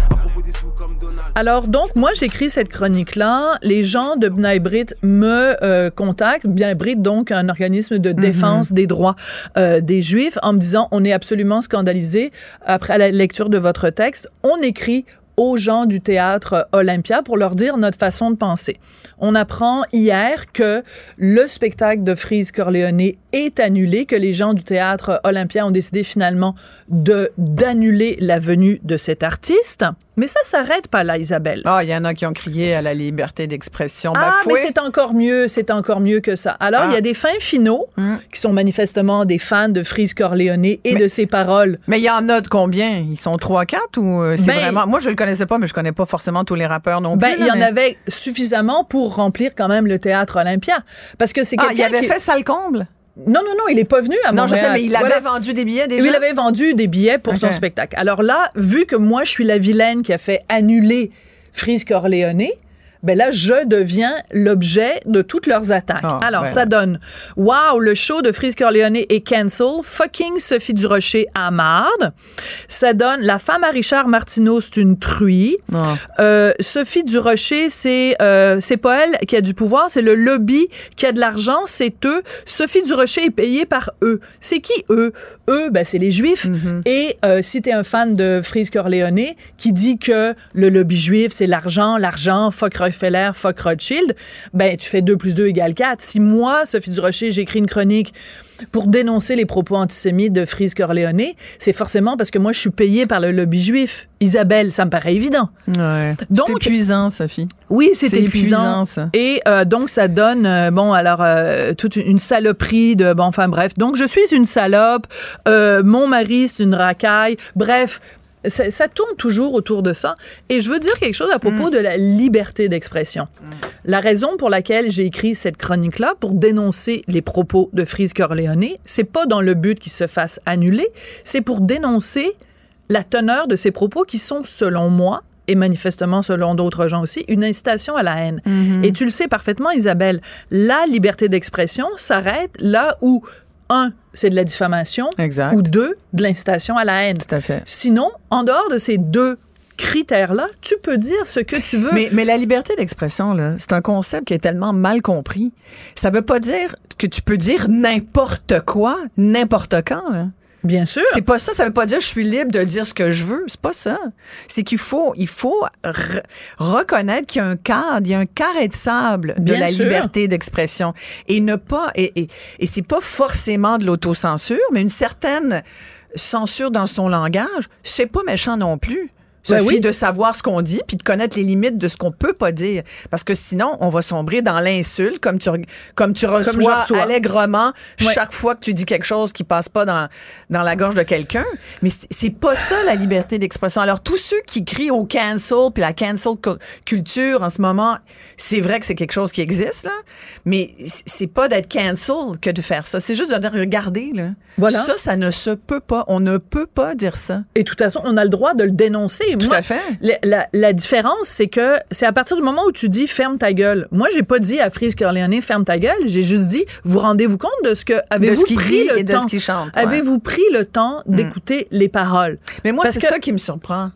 Alors, donc, moi, j'écris cette chronique-là. Les gens de B'nai B'rith me euh, contactent. B'nai B'rith, donc, un organisme de défense mm-hmm. des droits euh, des Juifs, en me disant, on est absolument scandalisés après la lecture de votre texte. On écrit aux gens du théâtre Olympia pour leur dire notre façon de penser. On apprend hier que le spectacle de Freeze Corleone est annulé, que les gens du théâtre Olympia ont décidé finalement de d'annuler la venue de cet artiste. Mais ça s'arrête pas là, Isabelle. Ah, il y en a qui ont crié à la liberté d'expression. Ah, bafouée. mais c'est encore mieux, c'est encore mieux que ça. Alors, il ah. y a des fins finaux hum. qui sont manifestement des fans de Freeze Corleone et mais, de ses paroles. Mais il y en a de combien? Ils sont trois, quatre ou c'est ben, vraiment... Moi, je le connaissais pas, mais je connais pas forcément tous les rappeurs non ben, plus. Il y en mais... avait suffisamment pour remplir quand même le théâtre Olympia. Parce que c'est ah, il avait qui... fait salle comble? Non, non, non, il est pas venu à Montréal. Non, je sais, mais il avait voilà. vendu des billets déjà? Oui, il avait vendu des billets pour okay. son spectacle. Alors là, vu que moi, je suis la vilaine qui a fait annuler Freeze Corleone, ben là, je deviens l'objet de toutes leurs attaques. Oh, Alors, ouais. ça donne « Wow, le show de Freeze Corleone est cancel. Fucking Sophie Durocher à marde. » Ça donne « La femme à Richard Martineau, c'est une truie. Oh. » euh, Sophie Durocher, c'est euh, c'est pas elle qui a du pouvoir, c'est le lobby qui a de l'argent, c'est eux. Sophie Durocher est payée par eux. C'est qui, eux? Eux, ben, c'est les Juifs. Mm-hmm. Et euh, si t'es un fan de Freeze Corleone qui dit que le lobby juif, c'est l'argent, l'argent, fuck Rockefeller, fuck Rothschild, ben, tu fais deux plus deux égale quatre. Si moi, Sophie Durocher, j'écris une chronique pour dénoncer les propos antisémites de Freeze Corleone, c'est forcément parce que moi, je suis payée par le lobby juif. Isabelle, ça me paraît évident. Ouais. Donc, c'est épuisant, Sophie. Oui, c'est, c'est épuisant. épuisant ça. Et euh, donc, ça donne, euh, bon, alors, euh, toute une saloperie de, bon, enfin, bref. Donc, je suis une salope, euh, mon mari, c'est une racaille. Bref, ça, ça tourne toujours autour de ça. Et je veux dire quelque chose à propos mmh. de la liberté d'expression. Mmh. La raison pour laquelle j'ai écrit cette chronique-là, pour dénoncer les propos de Freeze Corleone, c'est pas dans le but qu'il se fasse annuler, c'est pour dénoncer la teneur de ces propos qui sont, selon moi, et manifestement selon d'autres gens aussi, une incitation à la haine. Mm-hmm. Et tu le sais parfaitement, Isabelle, la liberté d'expression s'arrête là où, un, c'est de la diffamation, exact. Ou deux, de l'incitation à la haine. Tout à fait. Sinon, en dehors de ces deux critères-là, tu peux dire ce que tu veux. Mais, mais la liberté d'expression, là, c'est un concept qui est tellement mal compris. Ça veut pas dire que tu peux dire n'importe quoi, n'importe quand, là. Bien sûr. C'est pas ça. Ça veut pas dire que je suis libre de dire ce que je veux. C'est pas ça. C'est qu'il faut, il faut re- reconnaître qu'il y a un cadre, il y a un carré de sable de Bien la sûr. liberté d'expression. Et ne pas, et, et, et c'est pas forcément de l'autocensure, mais une certaine censure dans son langage, c'est pas méchant non plus. Sophie, ben oui. de savoir ce qu'on dit puis de connaître les limites de ce qu'on peut pas dire. Parce que sinon, on va sombrer dans l'insulte comme tu, comme tu reçois, comme reçois. allègrement ouais. chaque fois que tu dis quelque chose qui passe pas dans, dans la gorge de quelqu'un. Mais c'est, c'est pas ça, la liberté d'expression. Alors, tous ceux qui crient au cancel puis la cancel culture en ce moment, c'est vrai que c'est quelque chose qui existe, là, mais c'est pas d'être cancel que de faire ça. C'est juste de regarder, là. Voilà. Ça, ça ne se peut pas. On ne peut pas dire ça. Et de toute façon, on a le droit de le dénoncer. Tout Moi, à fait. La, la, la différence, c'est que c'est à partir du moment où tu dis « ferme ta gueule ». Moi, j'ai pas dit à Freeze Corleone « ferme ta gueule ». J'ai juste dit « vous rendez-vous compte de ce que... Avez-vous de ce pris dit le et temps, de ce qu'il chante. Ouais. Avez-vous pris le temps d'écouter mm. les paroles ?» Mais moi, Parce c'est que, ça qui me surprend.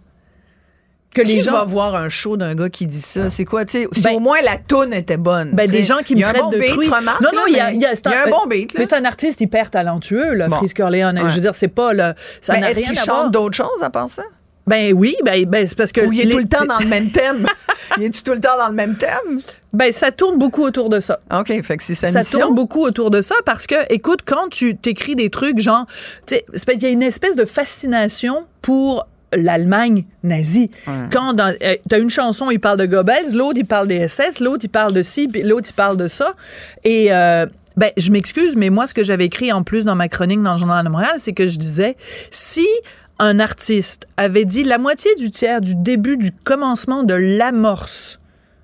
Que qui les gens va voir un show d'un gars qui dit ça? C'est quoi, tu sais? Si ben, au moins la toune était bonne. Ben, des gens qui me traitent bon de truie. Remarque, non, non, il y a, il y a, c'est un, y a un bon beat. Là. Mais c'est un artiste hyper talentueux, là, bon. Freeze Corleone. Ouais. Je veux dire, c'est pas... Là, ça ben, n'a est-ce rien qu'il à chante voir. d'autres choses à part ça? Ben oui, ben, ben c'est parce que... Ou il est les... tout le temps dans le même thème? Il est tout le temps dans le même thème? Ben, ça tourne beaucoup autour de ça. OK, fait que c'est sa ça mission. Ça tourne beaucoup autour de ça parce que, écoute, quand tu t'écris des trucs genre... Tu sais, il y a une espèce de fascination pour... l'Allemagne nazie. Ouais. Quand dans, euh, t'as une chanson, il parle de Goebbels, l'autre, il parle des S S, l'autre, il parle de ci, puis l'autre, il parle de ça. Et, euh, ben, je m'excuse, mais moi, ce que j'avais écrit en plus dans ma chronique dans le Journal de Montréal, c'est que je disais, si un artiste avait dit la moitié du tiers du début, du commencement de l'amorce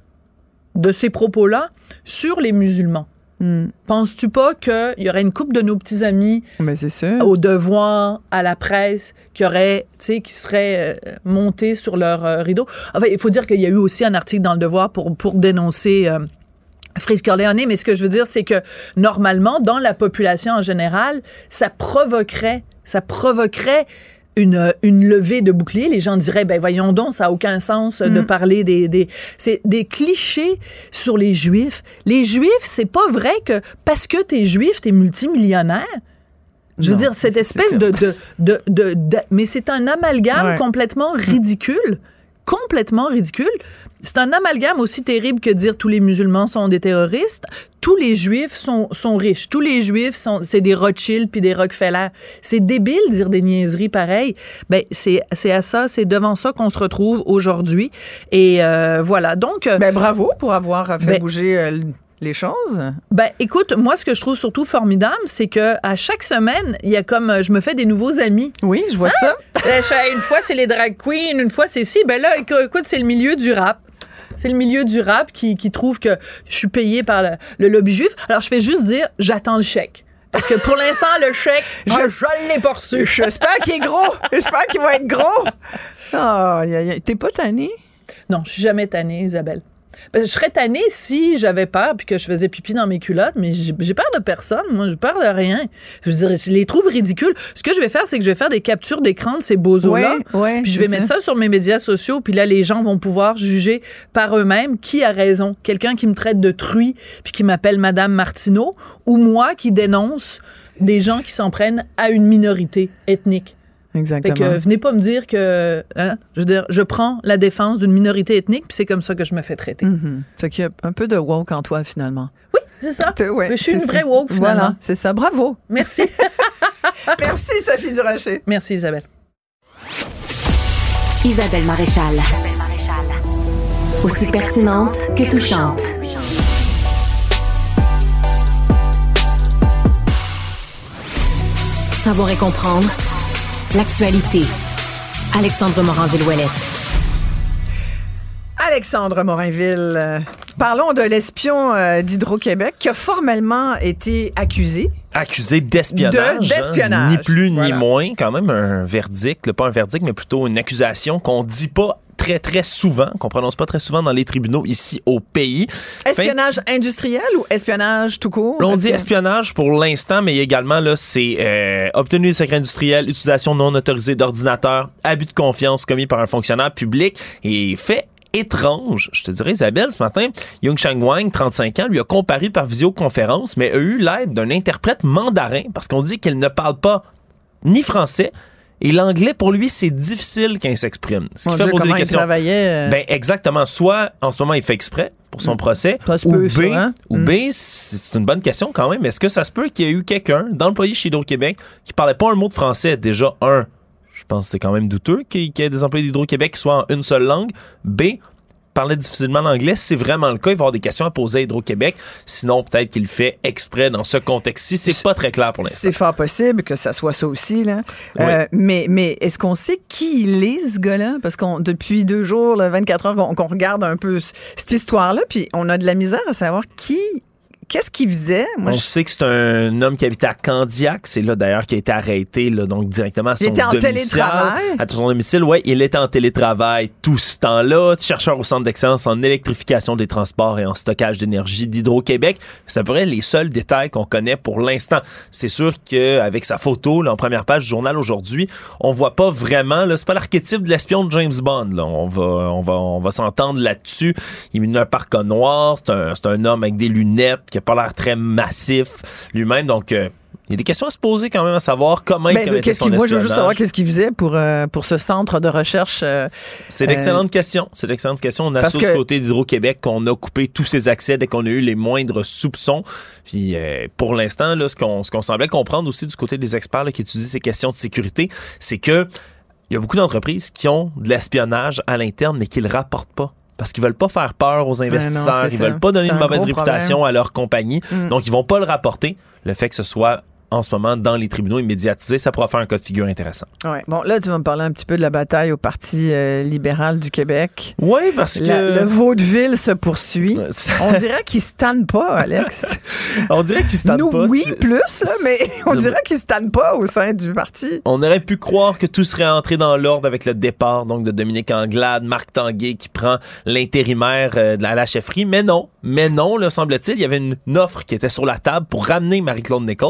de ces propos-là sur les musulmans, Hmm. penses-tu pas qu'il y aurait une couple de nos petits amis mais c'est sûr. au Devoir, à la presse, qui auraient, tu sais, qui seraient euh, montés sur leur euh, rideau? Enfin, il faut dire qu'il y a eu aussi un article dans le Devoir pour, pour dénoncer euh, Freeze Corleone, mais ce que je veux dire, c'est que normalement, dans la population en général, ça provoquerait, ça provoquerait une, une levée de bouclier. Les gens diraient, ben voyons donc, ça n'a aucun sens mm. de parler des, des... C'est des clichés sur les Juifs. Les Juifs, c'est pas vrai que parce que t'es Juif, t'es multimillionnaire. Je veux non, dire, cette espèce de, de, de, de, de... Mais c'est un amalgame ouais. complètement ridicule. Complètement ridicule. C'est un amalgame aussi terrible que dire tous les musulmans sont des terroristes. Tous les Juifs sont, sont riches. Tous les Juifs, sont, c'est des Rothschild puis des Rockefeller. C'est débile de dire des niaiseries pareilles. Ben, c'est, c'est à ça, c'est devant ça qu'on se retrouve aujourd'hui. Et euh, voilà. Donc... Ben, bravo pour avoir fait ben, bouger... Euh, les choses? Ben, écoute, moi, ce que je trouve surtout formidable, c'est que à chaque semaine, il y a comme, je me fais des nouveaux amis. Oui, je vois hein? ça. Une fois, c'est les drag queens, une fois, c'est ci. Ben là, écoute, c'est le milieu du rap. C'est le milieu du rap qui, qui trouve que je suis payée par le, le lobby juif. Alors, je fais juste dire, j'attends le chèque. Parce que pour l'instant, le chèque, je, moi, je l'ai pas reçu. J'espère qu'il est gros. J'espère qu'il va être gros. Oh, y a, y a, t'es pas tannée? Non, je suis jamais tannée, Isabelle. Ben, je serais tannée si j'avais peur puis que je faisais pipi dans mes culottes, mais j'ai, j'ai peur de personne. Moi, j'ai peur de rien. Je veux dire, je les trouve ridicules. Ce que je vais faire, c'est que je vais faire des captures d'écran de ces bozos-là. Ouais, ouais, puis je vais mettre ça. ça sur mes médias sociaux. Puis là, les gens vont pouvoir juger par eux-mêmes qui a raison. Quelqu'un qui me traite de truie puis qui m'appelle Madame Martineau, ou moi qui dénonce des gens qui s'en prennent à une minorité ethnique. Exactement. Fait que venez pas me dire que, hein, je veux dire, je prends la défense d'une minorité ethnique, puis c'est comme ça que je me fais traiter. Mm-hmm. Fait qu'il y a un peu de woke en toi, finalement. Oui, c'est ça. Ouais, je suis une ça. vraie woke, finalement. Voilà, c'est ça. Bravo. Merci. Merci, Sophie Durocher. Merci, Isabelle. Isabelle Maréchal. Aussi pertinente que touchante. Savoir et comprendre l'actualité. Alexandre Morin-Villouellette. Alexandre Morin-Ville, euh, parlons de l'espion euh, d'Hydro-Québec qui a formellement été accusé. Accusé d'espionnage. De, d'espionnage. Hein, ni plus voilà. ni moins. Quand même un verdict, là, pas un verdict, mais plutôt une accusation qu'on dit pas très, très souvent, qu'on prononce pas très souvent dans les tribunaux ici au pays. Espionnage fin... industriel ou espionnage tout court? Là, on dit espionnage pour l'instant, mais également, là, c'est euh, obtenu des secrets industriels, utilisation non autorisée d'ordinateurs, abus de confiance commis par un fonctionnaire public et fait étrange. Je te dirais, Isabelle, ce matin, Yung Chang-Wang, trente-cinq ans, lui a comparé par visioconférence, mais a eu l'aide d'un interprète mandarin parce qu'on dit qu'il ne parle pas ni français. Et l'anglais, pour lui, c'est difficile quand il s'exprime. Ce qui Mon fait Dieu, poser comment des questions. Il travaillait, euh... Ben, exactement. Soit, en ce moment, il fait exprès pour son mmh. procès. Ça se ou peut, B, ça, hein? ou mmh. B, c'est une bonne question quand même. Est-ce que ça se peut qu'il y ait eu quelqu'un dans le pays chez Hydro-Québec qui parlait pas un mot de français? Déjà, un, je pense que c'est quand même douteux qu'il y ait des employés d'Hydro-Québec qui soient en une seule langue. B, parlait difficilement l'anglais. Si c'est vraiment le cas, il va y avoir des questions à poser à Hydro-Québec. Sinon, peut-être qu'il le fait exprès dans ce contexte-ci. C'est pas très clair pour l'instant. C'est fort possible que ça soit ça aussi, là. Oui. Euh, mais, mais est-ce qu'on sait qui il est, ce gars-là? Parce qu'on depuis deux jours, là, vingt-quatre heures, qu'on, qu'on regarde un peu cette histoire-là, puis on a de la misère à savoir qui... Qu'est-ce qu'il faisait? Moi, on je... sait que c'est un homme qui habitait à Candiac. C'est là, d'ailleurs, qui a été arrêté, là, donc directement à son domicile. Il était en télétravail? À son domicile, oui. Il était en télétravail tout ce temps-là. Chercheur au Centre d'excellence en électrification des transports et en stockage d'énergie d'Hydro-Québec. C'est à peu près les seuls détails qu'on connaît pour l'instant. C'est sûr qu'avec sa photo, là, en première page du journal aujourd'hui, on voit pas vraiment, là, c'est pas l'archétype de l'espion de James Bond, là. On va, on va, on va s'entendre là-dessus. Il met un parka noir. C'est un, c'est un homme avec des lunettes qui a pas l'air très massif lui-même, donc euh, il y a des questions à se poser quand même à savoir comment ben, il commettait son espionnage. Moi, je veux juste savoir qu'est-ce qu'il faisait pour, euh, pour ce centre de recherche. Euh, c'est l'excellente euh, question. C'est l'excellente question. On a su que... du côté d'Hydro-Québec qu'on a coupé tous ses accès dès qu'on a eu les moindres soupçons. Puis euh, pour l'instant, là, ce qu'on, ce qu'on semblait comprendre aussi du côté des experts là, qui étudient ces questions de sécurité, c'est que il y a beaucoup d'entreprises qui ont de l'espionnage à l'interne mais qui le rapportent pas. Parce qu'ils veulent pas faire peur aux investisseurs, non, ils veulent pas donner une mauvaise réputation problème. à leur compagnie, mm. donc ils vont pas le rapporter. Le fait que ce soit en ce moment dans les tribunaux et médiatisé, ça pourra faire un cas de figure intéressant. Ouais. Bon, là, tu vas me parler un petit peu de la bataille au Parti euh, libéral du Québec. Oui, parce que... La, le vaudeville se poursuit. On dirait qu'il se tanne pas, Alex. On dirait qu'il se tanne Nous, pas. oui, c'est... plus, là, mais on dirait qu'il se tanne pas au sein du parti. On aurait pu croire que tout serait entré dans l'ordre avec le départ donc de Dominique Anglade, Marc Tanguay qui prend l'intérimaire euh, de la, la chefferie, mais non. Mais non, là, semble-t-il, il y avait une, une offre qui était sur la table pour ramener Marie-Claude Nichols, la députée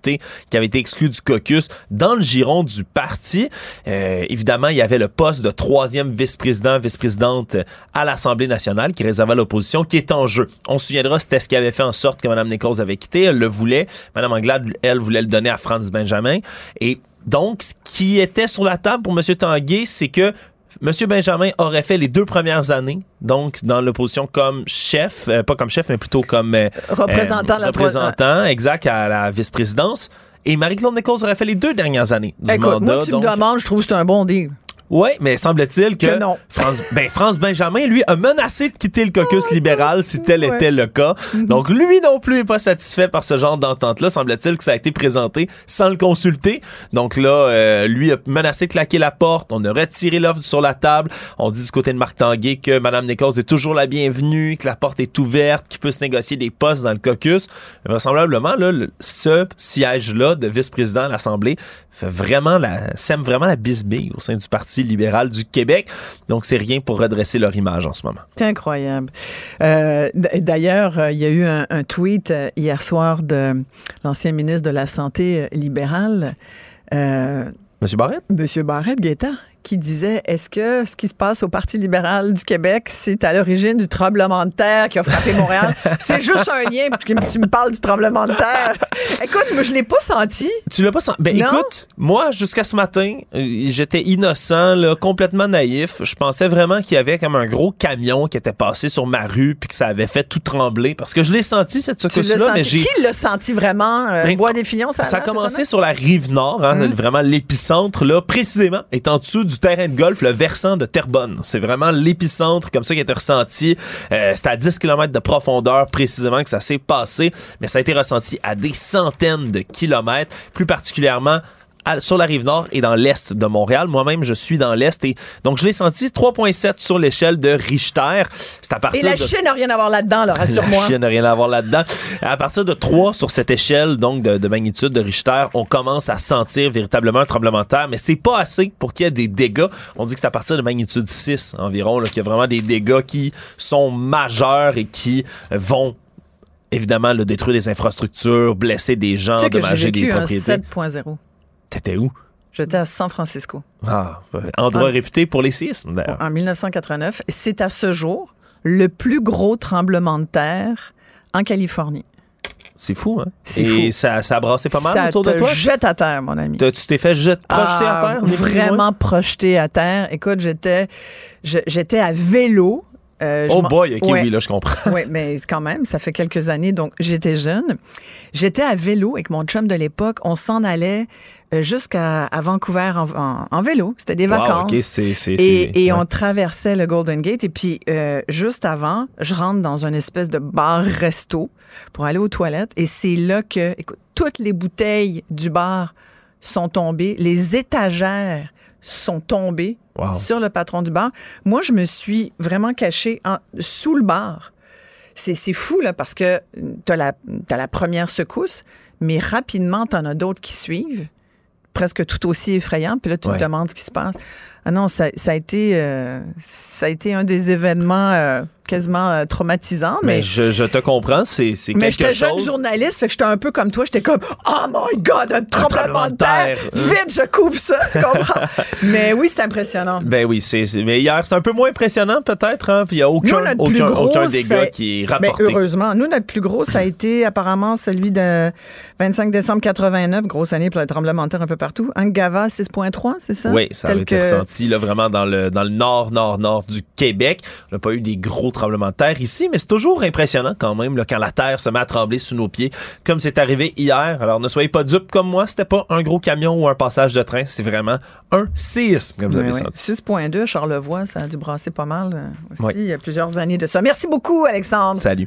député qui avait été exclu du caucus dans le giron du parti. Euh, évidemment, il y avait le poste de troisième vice-président, vice-présidente à l'Assemblée nationale qui réservait à l'opposition, qui est en jeu. On se souviendra, c'était ce qui avait fait en sorte que Mme Nichols avait quitté. Elle le voulait. Mme Anglade, elle, voulait le donner à Franz Benjamin. Et donc, ce qui était sur la table pour M. Tanguay, c'est que M. Benjamin aurait fait les deux premières années, donc dans l'opposition comme chef, euh, pas comme chef, mais plutôt comme euh, représentant, euh, la représentant, exact, à la vice-présidence. Et Marie-Claude Nichols aurait fait les deux dernières années du Écoute, mandat. Moi, tu donc... me demandes, je trouve que c'est un bon deal. Oui, mais semble-t-il que, que non. France, ben, France Benjamin, lui, a menacé de quitter le caucus libéral si tel ouais. était le cas. Donc, lui non plus n'est pas satisfait par ce genre d'entente-là. Semble-t-il que ça a été présenté sans le consulter. Donc là, euh, lui a menacé de claquer la porte. On a retiré l'offre sur la table. On dit du côté de Marc Tanguay que Mme Nichols est toujours la bienvenue, que la porte est ouverte, qu'il peut se négocier des postes dans le caucus. Vraisemblablement, là, le, ce siège-là de vice-président à l'Assemblée fait vraiment la, sème vraiment la bisbille au sein du Parti libéral du Québec. Donc, c'est rien pour redresser leur image en ce moment. C'est incroyable. Euh, d'ailleurs, il y a eu un, un tweet hier soir de l'ancien ministre de la Santé libérale. Euh, Monsieur Barrette? Monsieur Barrette, Guetta, qui disait, est-ce que ce qui se passe au Parti libéral du Québec, c'est à l'origine du tremblement de terre qui a frappé Montréal? C'est juste un lien, parce que tu me parles du tremblement de terre. Écoute, moi, je l'ai pas senti. Tu l'as pas senti? Ben, non. Écoute, moi, jusqu'à ce matin, j'étais innocent, là, complètement naïf. Je pensais vraiment qu'il y avait comme un gros camion qui était passé sur ma rue puis que ça avait fait tout trembler. Parce que je l'ai senti, cette secousse-là, mais j'ai... Qui l'a senti vraiment? Euh, ben, Bois des Filions, ça a Ça a l'air, commencé sur la rive nord, hein, mmh. vraiment l'épicentre, là, précisément, est en dessous du terrain de golf, le versant de Terrebonne. C'est vraiment l'épicentre comme ça qui a été ressenti. Euh, c'est à dix kilomètres de profondeur précisément que ça s'est passé, mais ça a été ressenti à des centaines de kilomètres, plus particulièrement à, sur la rive nord et dans l'est de Montréal. Moi-même, je suis dans l'est et donc je l'ai senti trois virgule sept sur l'échelle de Richter. C'est à partir et la de... Chine n'a rien à voir là-dedans, là, rassure-moi. La Chine n'a rien à voir là-dedans. À partir de trois sur cette échelle donc de, de magnitude de Richter, on commence à sentir véritablement un tremblement de terre, mais c'est pas assez pour qu'il y ait des dégâts. On dit que c'est à partir de magnitude six environ là, qu'il y a vraiment des dégâts qui sont majeurs et qui vont évidemment là, détruire des infrastructures, blesser des gens, tu sais endommager que j'ai vécu des propriétés. Un sept point zéro. T'étais où? J'étais à San Francisco. Ah, endroit en, réputé pour les séismes, d'ailleurs. En dix-neuf cent quatre-vingt-neuf. C'est à ce jour le plus gros tremblement de terre en Californie. C'est fou, hein? C'est Et fou. Ça, ça a brassé pas mal ça autour de toi? Ça te jette à terre, mon ami. T'as, tu t'es fait jet, projeter ah, à terre? Vraiment projeté à terre. Écoute, j'étais, je, j'étais à vélo. Euh, oh boy, OK, ouais. oui, là, je comprends. Oui, mais quand même, ça fait quelques années, donc j'étais jeune. J'étais à vélo avec mon chum de l'époque. On s'en allait jusqu'à à Vancouver en, en, en vélo. C'était des wow, vacances. OK, c'est... c'est, et c'est et ouais. on traversait le Golden Gate. Et puis, euh, juste avant, je rentre dans une espèce de bar-resto pour aller aux toilettes. Et c'est là que, écoute, toutes les bouteilles du bar sont tombées. Les étagères sont tombées. Wow. Sur le patron du bar. Moi, je me suis vraiment cachée en, sous le bar. C'est, c'est fou, là, parce que t'as la, t'as la première secousse, mais rapidement, t'en as d'autres qui suivent, presque tout aussi effrayants, puis là, tu ouais. te demandes ce qui se passe. Ah non, ça, ça a été, euh, ça a été un des événements euh, quasiment euh, traumatisants. Mais, mais je, je te comprends, c'est, c'est mais quelque chose... Mais j'étais jeune journaliste, fait que j'étais un peu comme toi. J'étais comme, oh my God, un tremblement de terre! Vite, je couvre ça, tu comprends? Mais oui, c'est impressionnant. Ben oui, c'est, c'est, mais hier, c'est un peu moins impressionnant peut-être, hein? Puis il n'y a aucun, nous, aucun, gros, aucun dégât qui est rapporté. Ben, heureusement. Nous, notre plus gros, ça a été apparemment celui de vingt-cinq décembre quatre-vingt-neuf, grosse année pour le tremblement de terre un peu partout. Angava six virgule trois, c'est ça? Oui, ça avait été ressenti. Là, vraiment dans le, dans le nord, nord, nord du Québec. On n'a pas eu des gros tremblements de terre ici, mais c'est toujours impressionnant quand même là, quand la terre se met à trembler sous nos pieds, comme c'est arrivé hier. Alors ne soyez pas dupes comme moi, c'était pas un gros camion ou un passage de train, c'est vraiment un séisme, comme vous avez oui, senti. six virgule deux, Charlevoix, ça a dû brasser pas mal euh, aussi, oui. Il y a plusieurs années de ça. Merci beaucoup, Alexandre. Salut.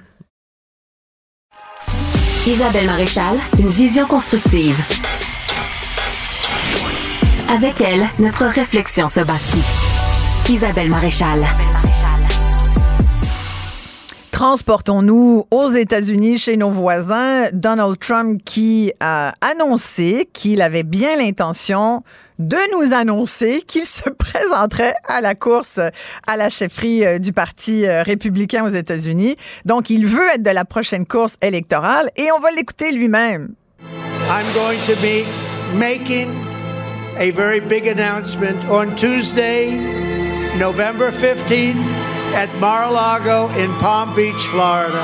Isabelle Maréchal, une vision constructive. Avec elle, notre réflexion se bâtit. Isabelle Maréchal. Transportons-nous aux États-Unis chez nos voisins. Donald Trump qui a annoncé qu'il avait bien l'intention de nous annoncer qu'il se présenterait à la course à la chefferie du Parti républicain aux États-Unis. Donc, il veut être de la prochaine course électorale et on va l'écouter lui-même. I'm going to be making a very big announcement on Tuesday, November fifteenth, at Mar-a-Lago in Palm Beach, Florida.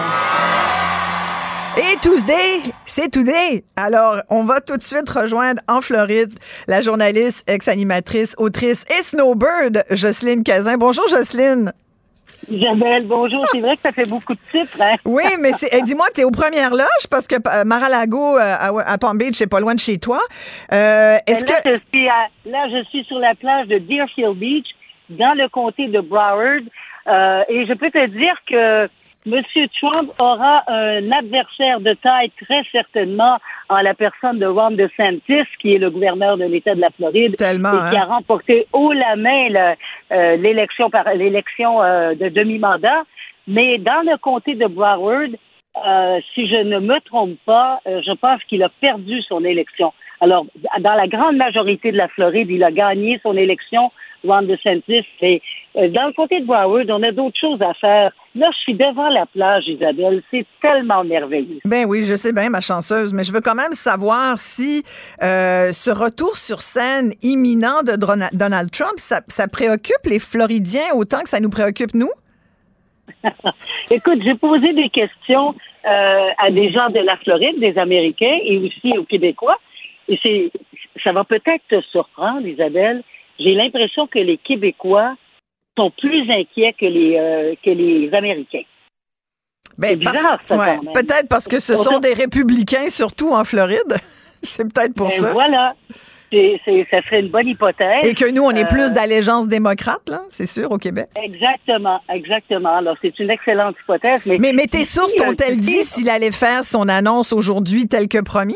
Et Tuesday, c'est today. Alors, on va tout de suite rejoindre en Floride la journaliste, ex-animatrice, autrice et snowbird, Jocelyne Cazin. Bonjour, Jocelyne. Isabelle, bonjour. C'est vrai que ça fait beaucoup de titres, hein? Oui, mais c'est, eh, dis-moi, t'es aux premières loges parce que euh, Mar-a-Lago euh, à, à Palm Beach, c'est pas loin de chez toi. Euh, est-ce là, que... je suis à, là, je suis sur la plage de Deerfield Beach, dans le comté de Broward. Euh, et je peux te dire que M. Trump aura un adversaire de taille très certainement en la personne de Ron DeSantis, qui est le gouverneur de l'État de la Floride. Tellement, et qui hein? a remporté haut la main le, euh, l'élection par l'élection euh, de demi-mandat. Mais dans le comté de Broward, euh, si je ne me trompe pas, euh, je pense qu'il a perdu son élection. Alors, dans la grande majorité de la Floride, il a gagné son élection, Ron DeSantis. Et euh, dans le comté de Broward, on a d'autres choses à faire. Là, je suis devant la plage, Isabelle. C'est tellement merveilleux. Ben oui, je sais bien, ma chanceuse, mais je veux quand même savoir si euh, ce retour sur scène imminent de Donald Trump, ça, ça préoccupe les Floridiens autant que ça nous préoccupe, nous? Écoute, j'ai posé des questions euh, à des gens de la Floride, des Américains et aussi aux Québécois. Et c'est, ça va peut-être te surprendre, Isabelle. J'ai l'impression que les Québécois sont plus inquiets que les euh, que les Américains. Ben, c'est bizarre, parce, ça, ouais, quand même. Peut-être parce que ce sont des républicains, surtout en Floride. C'est peut-être pour ben ça. Voilà. C'est, c'est, ça serait une bonne hypothèse. Et que nous, on est euh, plus d'allégeance démocrate, là, c'est sûr, au Québec. Exactement, exactement. Alors, c'est une excellente hypothèse. Mais, mais, mais tes sources t'ont-elles dit s'il allait faire son annonce aujourd'hui tel que promis?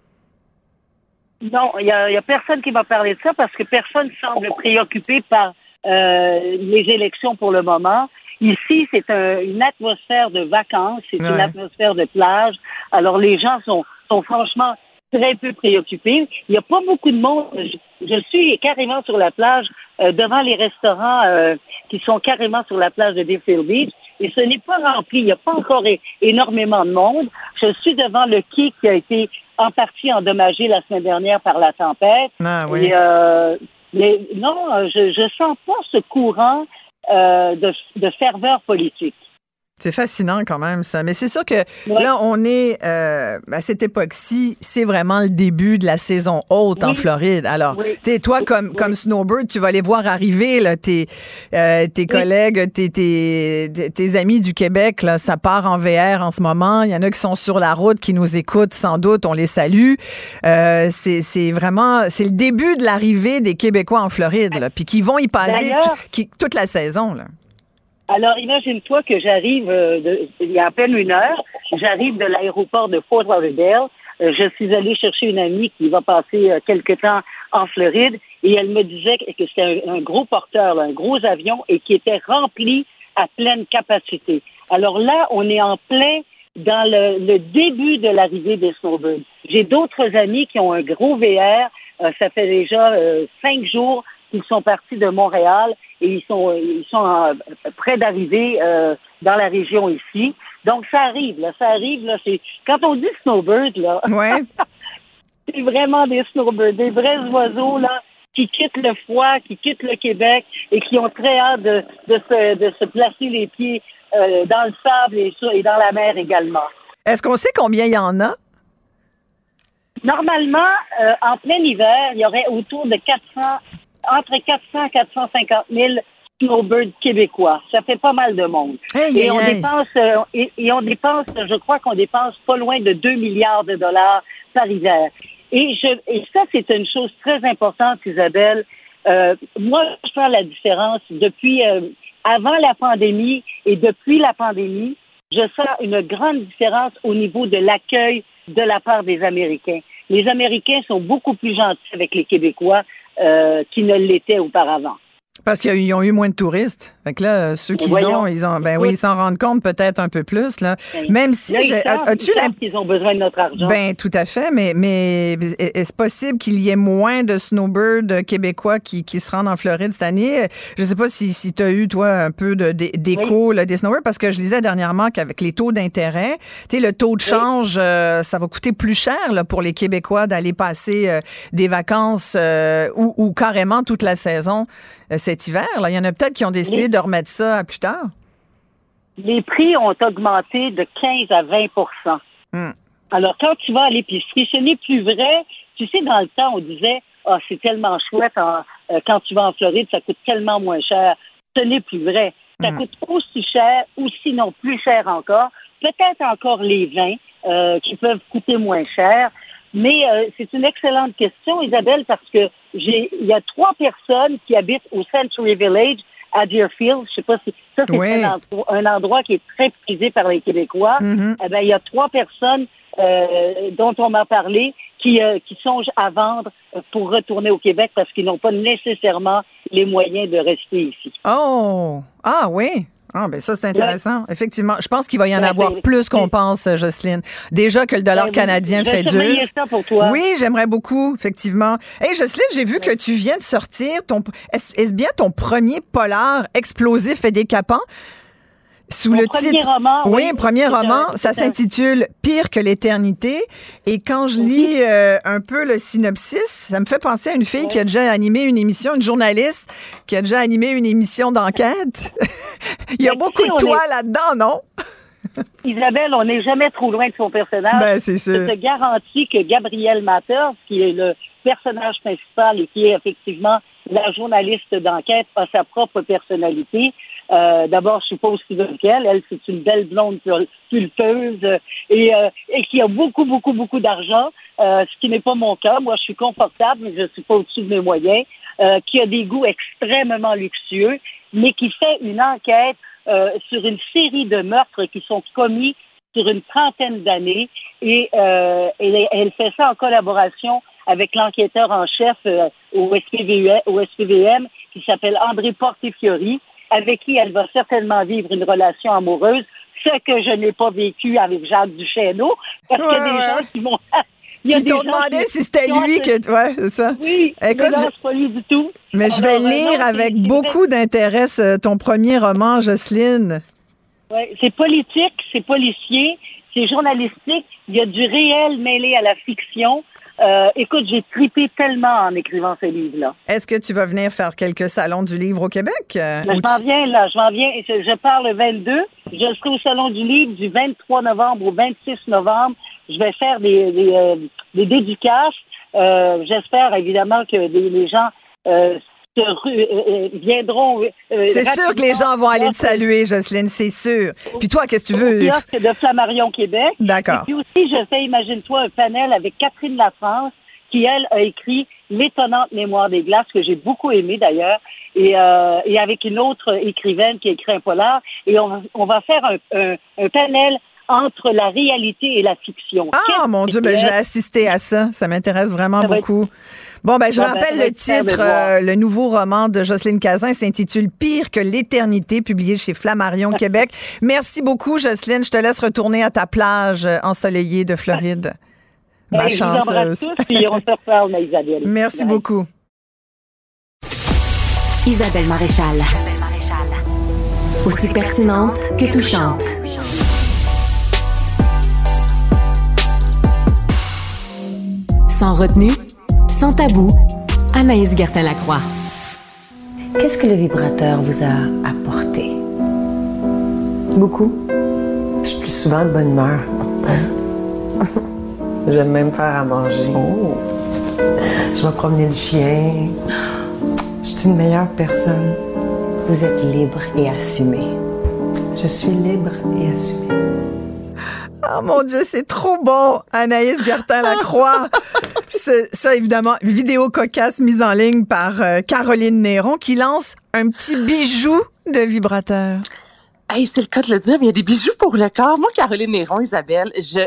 Non, il y a, y a personne qui m'a parlé de ça parce que personne semble préoccupé par euh, les élections pour le moment. Ici, c'est un, une atmosphère de vacances, c'est ouais. une atmosphère de plage. Alors, les gens sont, sont franchement très peu préoccupés. Il n'y a pas beaucoup de monde. Je, je suis carrément sur la plage, euh, devant les restaurants euh, qui sont carrément sur la plage de Deerfield Beach. Et ce n'est pas rempli. Il n'y a pas encore é- énormément de monde. Je suis devant le quai qui a été en partie endommagé la semaine dernière par la tempête. Ah, oui. Et, euh, mais non, je je sens pas ce courant euh, de, de ferveur politique. C'est fascinant quand même, ça. Mais c'est sûr que ouais. là, on est euh, à cette époque-ci, c'est vraiment le début de la saison haute oui. en Floride. Alors, oui. tu toi, comme, oui. comme snowbird, tu vas les voir arriver, là, tes, euh, tes oui. collègues, tes, tes, tes amis du Québec, là, ça part en V R en ce moment. Il y en a qui sont sur la route, qui nous écoutent sans doute. On les salue. Euh, c'est, c'est vraiment, c'est le début de l'arrivée des Québécois en Floride, là, puis qui vont y passer t- qui, toute la saison, là. Alors, imagine-toi que j'arrive, euh, de, il y a à peine une heure, j'arrive de l'aéroport de Fort Lauderdale. Euh, je suis allée chercher une amie qui va passer euh, quelque temps en Floride et elle me disait que c'était un, un gros porteur, là, un gros avion et qui était rempli à pleine capacité. Alors là, on est en plein dans le, le début de l'arrivée des snowbirds. J'ai d'autres amis qui ont un gros V R. Euh, ça fait déjà euh, cinq jours qu'ils sont partis de Montréal et ils sont ils sont en, près d'arriver euh, dans la région ici. Donc ça arrive, là, ça arrive, là. C'est quand on dit snowbird, là, ouais. c'est vraiment des snowbirds, des vrais oiseaux là qui quittent le froid, qui quittent le Québec et qui ont très hâte de, de se de se placer les pieds euh, dans le sable et, et dans la mer également. Est-ce qu'on sait combien il y en a? Normalement, euh, en plein hiver, il y aurait autour de quatre cents entre quatre cents et quatre cent cinquante mille snowbirds québécois. Ça fait pas mal de monde. Hey, et hey, on hey. dépense, euh, et, et on dépense, je crois qu'on dépense pas loin de deux milliards de dollars par hiver. Et je, et ça, c'est une chose très importante, Isabelle. Euh, moi, je fais la différence depuis, euh, avant la pandémie et depuis la pandémie, je sens une grande différence au niveau de l'accueil de la part des Américains. Les Américains sont beaucoup plus gentils avec les Québécois Euh, qui ne l'était auparavant. Parce qu'ils ont eu moins de touristes. Fait que là, ceux qui ont, ils ont, ben oui, ils s'en rendent compte peut-être un peu plus, là. Ben, Même si, là, ils j'ai, savent, as-tu ils savent qu'ils ont besoin de notre argent. Ben, tout à fait, mais, mais est-ce possible qu'il y ait moins de snowbirds québécois qui, qui se rendent en Floride cette année? Je sais pas si, si tu as eu, toi, un peu de, d'écho, oui. là, des snowbirds, parce que je lisais dernièrement qu'avec les taux d'intérêt, tu sais, le taux de change, oui. euh, ça va coûter plus cher, là, pour les Québécois d'aller passer euh, des vacances euh, ou, ou carrément toute la saison euh, cet hiver. Là. Il y en a peut-être qui ont décidé les... de remettre ça à plus tard. Les prix ont augmenté de quinze à vingt pour cent. Hmm. Alors, quand tu vas à l'épicerie, ce n'est plus vrai. Tu sais, dans le temps, on disait, ah, oh, c'est tellement chouette, en, euh, quand tu vas en Floride, ça coûte tellement moins cher. Ce n'est plus vrai. Ça hmm. coûte aussi cher, ou sinon plus cher encore. Peut-être encore les vins, euh, qui peuvent coûter moins cher. Mais euh, c'est une excellente question, Isabelle, parce que j'ai, il y a trois personnes qui habitent au Century Village à Deerfield. Je sais pas si ça c'est oui. un, endroit, un endroit qui est très prisé par les Québécois. Mm-hmm. Eh ben il y a trois personnes euh, dont on m'a parlé qui euh, qui songent à vendre pour retourner au Québec parce qu'ils n'ont pas nécessairement les moyens de rester ici. Oh, ah oui. Ah, ben ça, c'est intéressant. Ouais. Effectivement, je pense qu'il va y en ouais, avoir c'est, plus qu'on c'est... pense, Jocelyne. Déjà que le dollar ouais, canadien fait dur. Ça pour toi. Oui, j'aimerais beaucoup, effectivement. Hey, Jocelyne, j'ai vu ouais. que tu viens de sortir ton, est-ce, est-ce bien ton premier polar explosif et décapant? Sous Mon le premier titre. Roman, oui, oui, premier roman. Un, ça s'intitule Pire que l'éternité. Et quand je lis euh, un peu le synopsis, ça me fait penser à une fille oui. qui a déjà animé une émission, une journaliste qui a déjà animé une émission d'enquête. Il y a Mais beaucoup de toi est... là-dedans, non? Isabelle, on n'est jamais trop loin de son personnage. Ben, c'est sûr. Je te garantis que Gabrielle Mathers, qui est le personnage principal et qui est effectivement la journaliste d'enquête, a sa propre personnalité. Euh, d'abord, je suis pas aussi bonne qu'elle. Elle, c'est une belle blonde pulpeuse euh, et, euh, et qui a beaucoup, beaucoup, beaucoup d'argent, euh, ce qui n'est pas mon cas. Moi, je suis confortable, mais je suis pas au-dessus de mes moyens, euh, qui a des goûts extrêmement luxueux, mais qui fait une enquête euh, sur une série de meurtres qui sont commis sur une trentaine d'années et, euh, et elle fait ça en collaboration avec l'enquêteur en chef euh, au S P V M qui s'appelle André Portefiori, avec qui elle va certainement vivre une relation amoureuse, ce que je n'ai pas vécu avec Jacques Duchesneau, parce ouais, qu'il y a des ouais. gens qui m'ont... Il y a qui des t'ont demandé qui, si c'était lui ont... que... Ouais, c'est ça. Oui, écoute, mais non, c'est pas lui du tout. Mais alors, je vais lire non, avec c'est, beaucoup c'est... d'intérêt ton premier roman, Jocelyne. Oui, c'est politique, c'est policier, c'est journalistique, il y a du réel mêlé à la fiction. Euh, écoute, j'ai tripé tellement en écrivant ce livre-là. Est-ce que tu vas venir faire quelques salons du livre au Québec? Euh, ben, je m'en tu... viens, là. Je m'en viens. Je, je pars le vingt-deux. Je serai au Salon du livre du vingt-trois novembre au vingt-six novembre. Je vais faire des, des, euh, des dédicaces. Euh, j'espère, évidemment, que des, les gens... Euh, se, euh, viendront. Euh, c'est sûr que les gens vont aller te saluer, Jocelyne, c'est sûr. Puis toi, qu'est-ce que tu veux? C'est de Flammarion, Québec. D'accord. Et puis aussi, je fais, imagine-toi, un panel avec Catherine Lafrance, qui, elle, a écrit L'étonnante mémoire des glaces, que j'ai beaucoup aimé d'ailleurs, et, euh, et avec une autre écrivaine qui a écrit un polar. Et on, on va faire un, un, un panel entre la réalité et la fiction. Ah, Qu'est-ce mon Dieu, ben, je vais assister à ça. Ça m'intéresse vraiment ça beaucoup. Être... Bon, ben, je ah, rappelle ben, le titre, euh, le nouveau roman de Jocelyne Cazin s'intitule Pire que l'éternité, publié chez Flammarion, Québec. Merci beaucoup, Jocelyne. Je te laisse retourner à ta plage ensoleillée de Floride. Ma ben, chanceuse. Je vous embrasse tous et on se reparle, Isabelle. Merci Bye. beaucoup. Isabelle Maréchal. Aussi pertinente que touchante. Sans retenue, sans tabou, Anaïs Gertin-Lacroix. Qu'est-ce que le vibrateur vous a apporté? Beaucoup. Je suis plus souvent de bonne humeur. J'aime même faire à manger. Oh. Je vais promener le chien. Je suis une meilleure personne. Vous êtes libre et assumé. Je suis libre et assumée. Oh mon Dieu, c'est trop bon, Anaïs Gertin-Lacroix. C'est, ça, évidemment, vidéo cocasse mise en ligne par euh, Caroline Néron qui lance un petit bijou de vibrateur. Hey, c'est le cas de le dire, mais il y a des bijoux pour le corps. Moi, Caroline Néron, Isabelle, je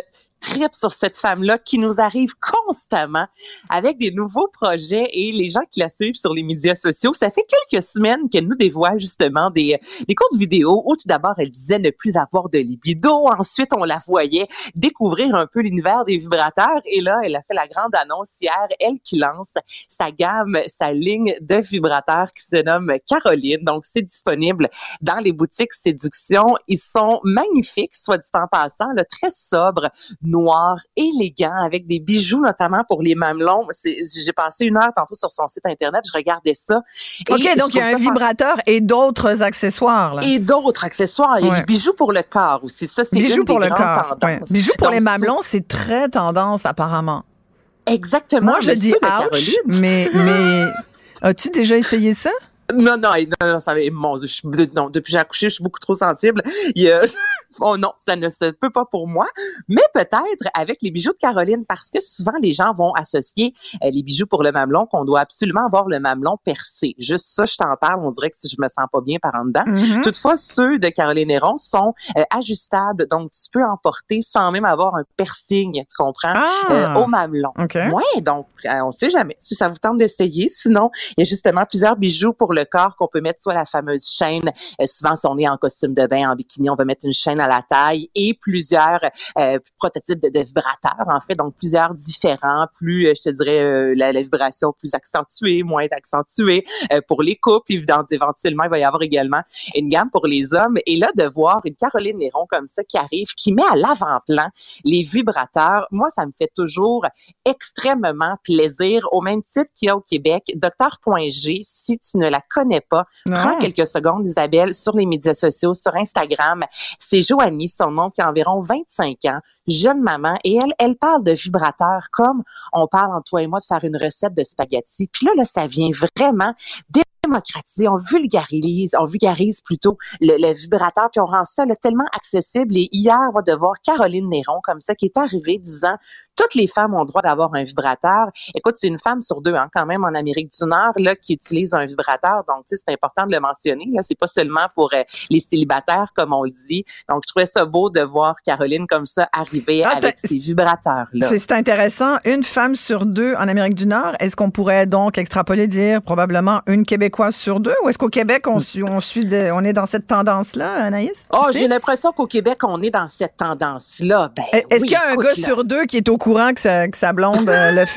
tripe sur cette femme-là qui nous arrive constamment avec des nouveaux projets et les gens qui la suivent sur les médias sociaux. Ça fait quelques semaines qu'elle nous dévoile justement des, des courtes vidéos où tout d'abord elle disait ne plus avoir de libido. Ensuite, on la voyait découvrir un peu l'univers des vibrateurs et là, elle a fait la grande annonce hier, elle qui lance sa gamme, sa ligne de vibrateurs qui se nomme Caroline. Donc, c'est disponible dans les boutiques Séduction. Ils sont magnifiques, soit dit en passant, là, très sobres, noirs, élégants, avec des bijoux notamment pour les mamelons. C'est, j'ai passé une heure tantôt sur son site Internet, je regardais ça. OK, donc il y a un vibrateur et d'autres accessoires. Là. Et d'autres accessoires. Il y a ouais. des bijoux pour le corps aussi. Ça, c'est bijoux une pour des le grandes corps. tendances. Ouais. Bijoux pour donc, les mamelons, c'est très tendance apparemment. Exactement. Moi, je dis ouch, mais, mais as-tu déjà essayé ça? Non, non, non, non, ça va, mon Dieu, je, non, depuis que j'ai accouché, je suis beaucoup trop sensible. Il, euh, oh non, ça ne se peut pas pour moi. Mais peut-être avec les bijoux de Caroline, parce que souvent les gens vont associer euh, les bijoux pour le mamelon qu'on doit absolument avoir le mamelon percé. Juste ça, je t'en parle, on dirait que si je me sens pas bien par en dedans. Mm-hmm. Toutefois, ceux de Caroline Néron sont euh, ajustables, donc tu peux en porter sans même avoir un piercing, tu comprends, ah, euh, au mamelon. Okay. Ouais, donc euh, on sait jamais si ça vous tente d'essayer. Sinon, il y a justement plusieurs bijoux pour le corps qu'on peut mettre, soit la fameuse chaîne. Euh, souvent, si on est en costume de bain, en bikini, on va mettre une chaîne à la taille et plusieurs euh, prototypes de, de vibrateurs, en fait. Donc, plusieurs différents, plus, euh, je te dirais, euh, la, la vibration plus accentuée, moins accentuée euh, pour les couples. Évidemment, éventuellement, il va y avoir également une gamme pour les hommes. Et là, de voir une Caroline Néron comme ça qui arrive, qui met à l'avant-plan les vibrateurs, moi, ça me fait toujours extrêmement plaisir. Au même titre qu'il y a au Québec, Docteur Point G, si tu ne la connais pas, non. Prends quelques secondes, Isabelle, sur les médias sociaux, sur Instagram. C'est Joanie, son nom, qui a environ vingt-cinq ans, jeune maman, et elle, elle parle de vibrateurs comme on parle entre toi et moi de faire une recette de spaghettis. Puis là, là, ça vient vraiment démocratiser, on vulgarise, on vulgarise plutôt le, le vibrateur, puis on rend ça là, tellement accessible. Et hier, on va de voir Caroline Néron comme ça, qui est arrivée disant toutes les femmes ont le droit d'avoir un vibrateur. Écoute, c'est une femme sur deux, hein, quand même, en Amérique du Nord, là, qui utilise un vibrateur. Donc, tu sais, c'est important de le mentionner. Là, c'est pas seulement pour euh, les célibataires, comme on le dit. Donc, je trouvais ça beau de voir Caroline comme ça arriver ah, avec ses vibrateurs-là. C'est, c'est intéressant. Une femme sur deux en Amérique du Nord. Est-ce qu'on pourrait donc extrapoler, dire probablement une Québécoise sur deux? Ou est-ce qu'au Québec, on, suit, on, suit de, on est dans cette tendance-là, Anaïs? Oh, j'ai l'impression qu'au Québec, on est dans cette tendance-là. Ben, est-ce oui, qu'il y a un écoute, gars là. sur deux qui est au courant que sa, que sa blonde euh, le fait?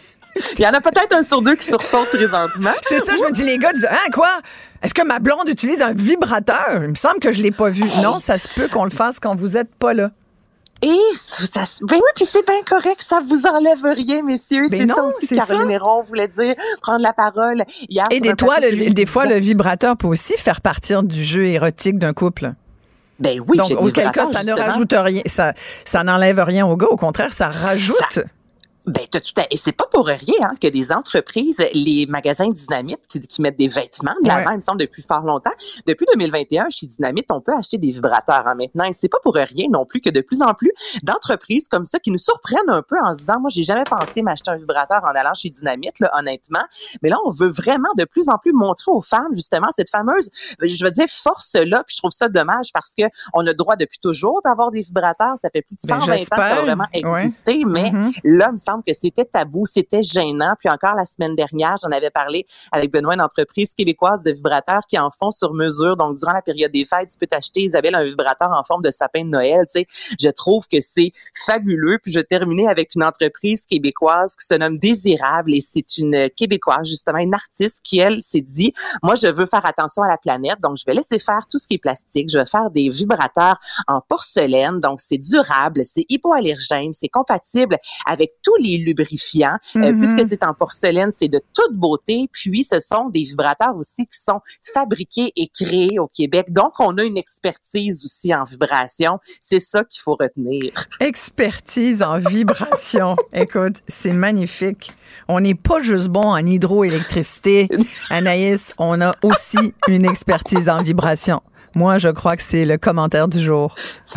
Il y en a peut-être un sur deux qui sursaute présentement. C'est ça, je me dis, les gars disent, hein, quoi? Est-ce que ma blonde utilise un vibrateur? Il me semble que je l'ai pas vu. Hey. Non, ça se peut qu'on le fasse quand vous êtes pas là. Et ça, ben oui, puis c'est bien correct, ça vous enlève rien, messieurs. Ben c'est non, ça aussi c'est Caroline Néron voulait dire, prendre la parole hier. Et des, toi, le, des fois, le vibrateur peut aussi faire partir du jeu érotique d'un couple. Ben oui. Donc, auquel cas, ça justement. ne rajoute rien, ça, ça n'enlève rien au gars. Au contraire, ça rajoute. Ça... Ben, t'as tout à... Et c'est pas pour rien hein, que des entreprises, les magasins Dynamite qui, qui mettent des vêtements de l'avant, ouais. il me semble, depuis fort longtemps. Depuis deux mille vingt et un, chez Dynamite, on peut acheter des vibrateurs hein, maintenant. Et c'est pas pour rien non plus que de plus en plus d'entreprises comme ça qui nous surprennent un peu en se disant, moi, j'ai jamais pensé m'acheter un vibrateur en allant chez Dynamite, là, honnêtement. Mais là, on veut vraiment de plus en plus montrer aux femmes, justement, cette fameuse, je veux dire, force-là. Puis je trouve ça dommage parce que on a le droit depuis toujours d'avoir des vibrateurs. Ça fait plus de cent vingt ben, ans que ça a vraiment existé. Ouais. Mais mm-hmm. là, il me semble que c'était tabou, c'était gênant. Puis encore la semaine dernière, j'en avais parlé avec Benoît, une entreprise québécoise de vibrateurs qui en font sur mesure. Donc, durant la période des fêtes, tu peux t'acheter, Isabelle, un vibrateur en forme de sapin de Noël. Tu sais, je trouve que c'est fabuleux. Puis je vais terminer avec une entreprise québécoise qui se nomme Désirable et c'est une Québécoise, justement, une artiste qui, elle, s'est dit, moi, je veux faire attention à la planète. Donc, je vais laisser faire tout ce qui est plastique. Je vais faire des vibrateurs en porcelaine. Donc, c'est durable, c'est hypoallergène, c'est compatible avec tous les lubrifiants. Mm-hmm. Euh, puisque c'est en porcelaine, c'est de toute beauté. Puis, ce sont des vibrateurs aussi qui sont fabriqués et créés au Québec. Donc, on a une expertise aussi en vibration. C'est ça qu'il faut retenir. Expertise en vibration. Écoute, c'est magnifique. On n'est pas juste bon en hydroélectricité. Anaïs, on a aussi une expertise en vibration. Moi, je crois que c'est le commentaire du jour.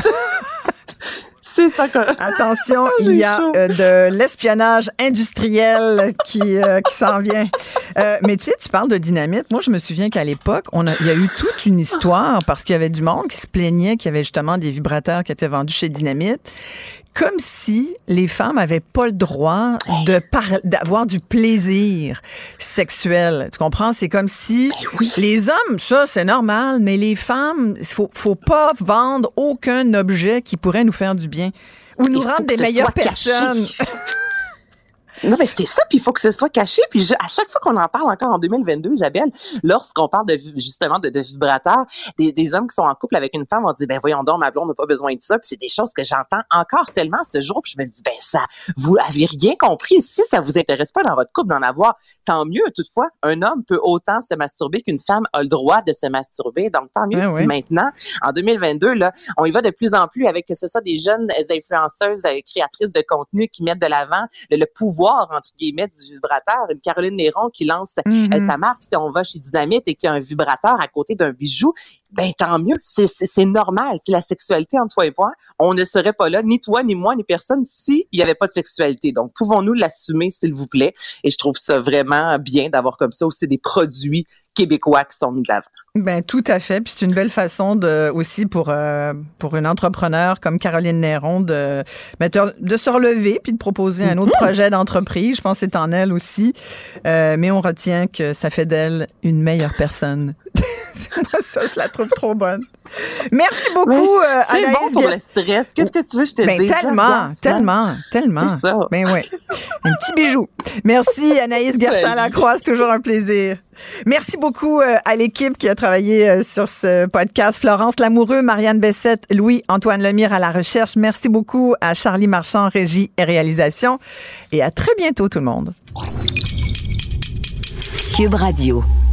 C'est ça que... Attention, il y a euh, de l'espionnage industriel qui, euh, qui s'en vient. Euh, mais tu sais, tu parles de dynamite. Moi, je me souviens qu'à l'époque, on a, il y a eu toute une histoire parce qu'il y avait du monde qui se plaignait qu'il y avait justement des vibrateurs qui étaient vendus chez Dynamite. Comme si les femmes avaient pas le droit de par- d'avoir du plaisir sexuel. Tu comprends? C'est comme si oui. les hommes, ça, c'est normal, mais les femmes, il faut, faut pas vendre aucun objet qui pourrait nous faire du bien ou nous rendre des meilleures personnes. Non, mais c'est ça, puis il faut que ce soit caché. Puis je, à chaque fois qu'on en parle encore en deux mille vingt-deux, Isabelle, lorsqu'on parle de justement de, de vibrateurs, des, des hommes qui sont en couple avec une femme vont dire, ben voyons donc, ma blonde n'a pas besoin de ça. Puis c'est des choses que j'entends encore tellement ce jour. Puis je me dis, ben ça, vous avez rien compris. Si ça vous intéresse pas dans votre couple d'en avoir, tant mieux. Toutefois, un homme peut autant se masturber qu'une femme a le droit de se masturber. Donc tant mieux ah, si oui. maintenant, en deux mille vingt-deux, là, on y va de plus en plus avec que ce soit des jeunes influenceuses, créatrices de contenu qui mettent de l'avant le, le pouvoir entre guillemets du vibrateur. Une Caroline Néron qui lance mm-hmm. euh, sa marque si on va chez Dynamite et qui a un vibrateur à côté d'un bijou, ben tant mieux, c'est, c'est, c'est normal. C'est la sexualité entre toi et moi, on ne serait pas là, ni toi, ni moi, ni personne, s'il n'y avait pas de sexualité. Donc, pouvons-nous l'assumer, s'il vous plaît? Et je trouve ça vraiment bien d'avoir comme ça aussi des produits québécois qui sont mis de l'avant. Ben tout à fait. Puis c'est une belle façon de aussi pour euh, pour une entrepreneur comme Caroline Néron de de, de se relever puis de proposer mm-hmm. un autre projet d'entreprise. Je pense que c'est en elle aussi. Euh, mais on retient que ça fait d'elle une meilleure personne. Moi, ça, je la trouve trop bonne. Merci beaucoup, euh, c'est Anaïs. C'est bon pour le stress. Qu'est-ce que tu veux que je te ben, dise? Tellement, tellement, tellement. C'est ça. Ben oui. Un petit bijou. Merci, Anaïs Gertin-Lacroix. C'est toujours un plaisir. Merci beaucoup euh, à l'équipe qui a travaillé euh, sur ce podcast. Florence Lamoureux, Marianne Bessette, Louis-Antoine Lemire à la recherche. Merci beaucoup à Charlie Marchand, régie et réalisation. Et à très bientôt, tout le monde. Cube Radio.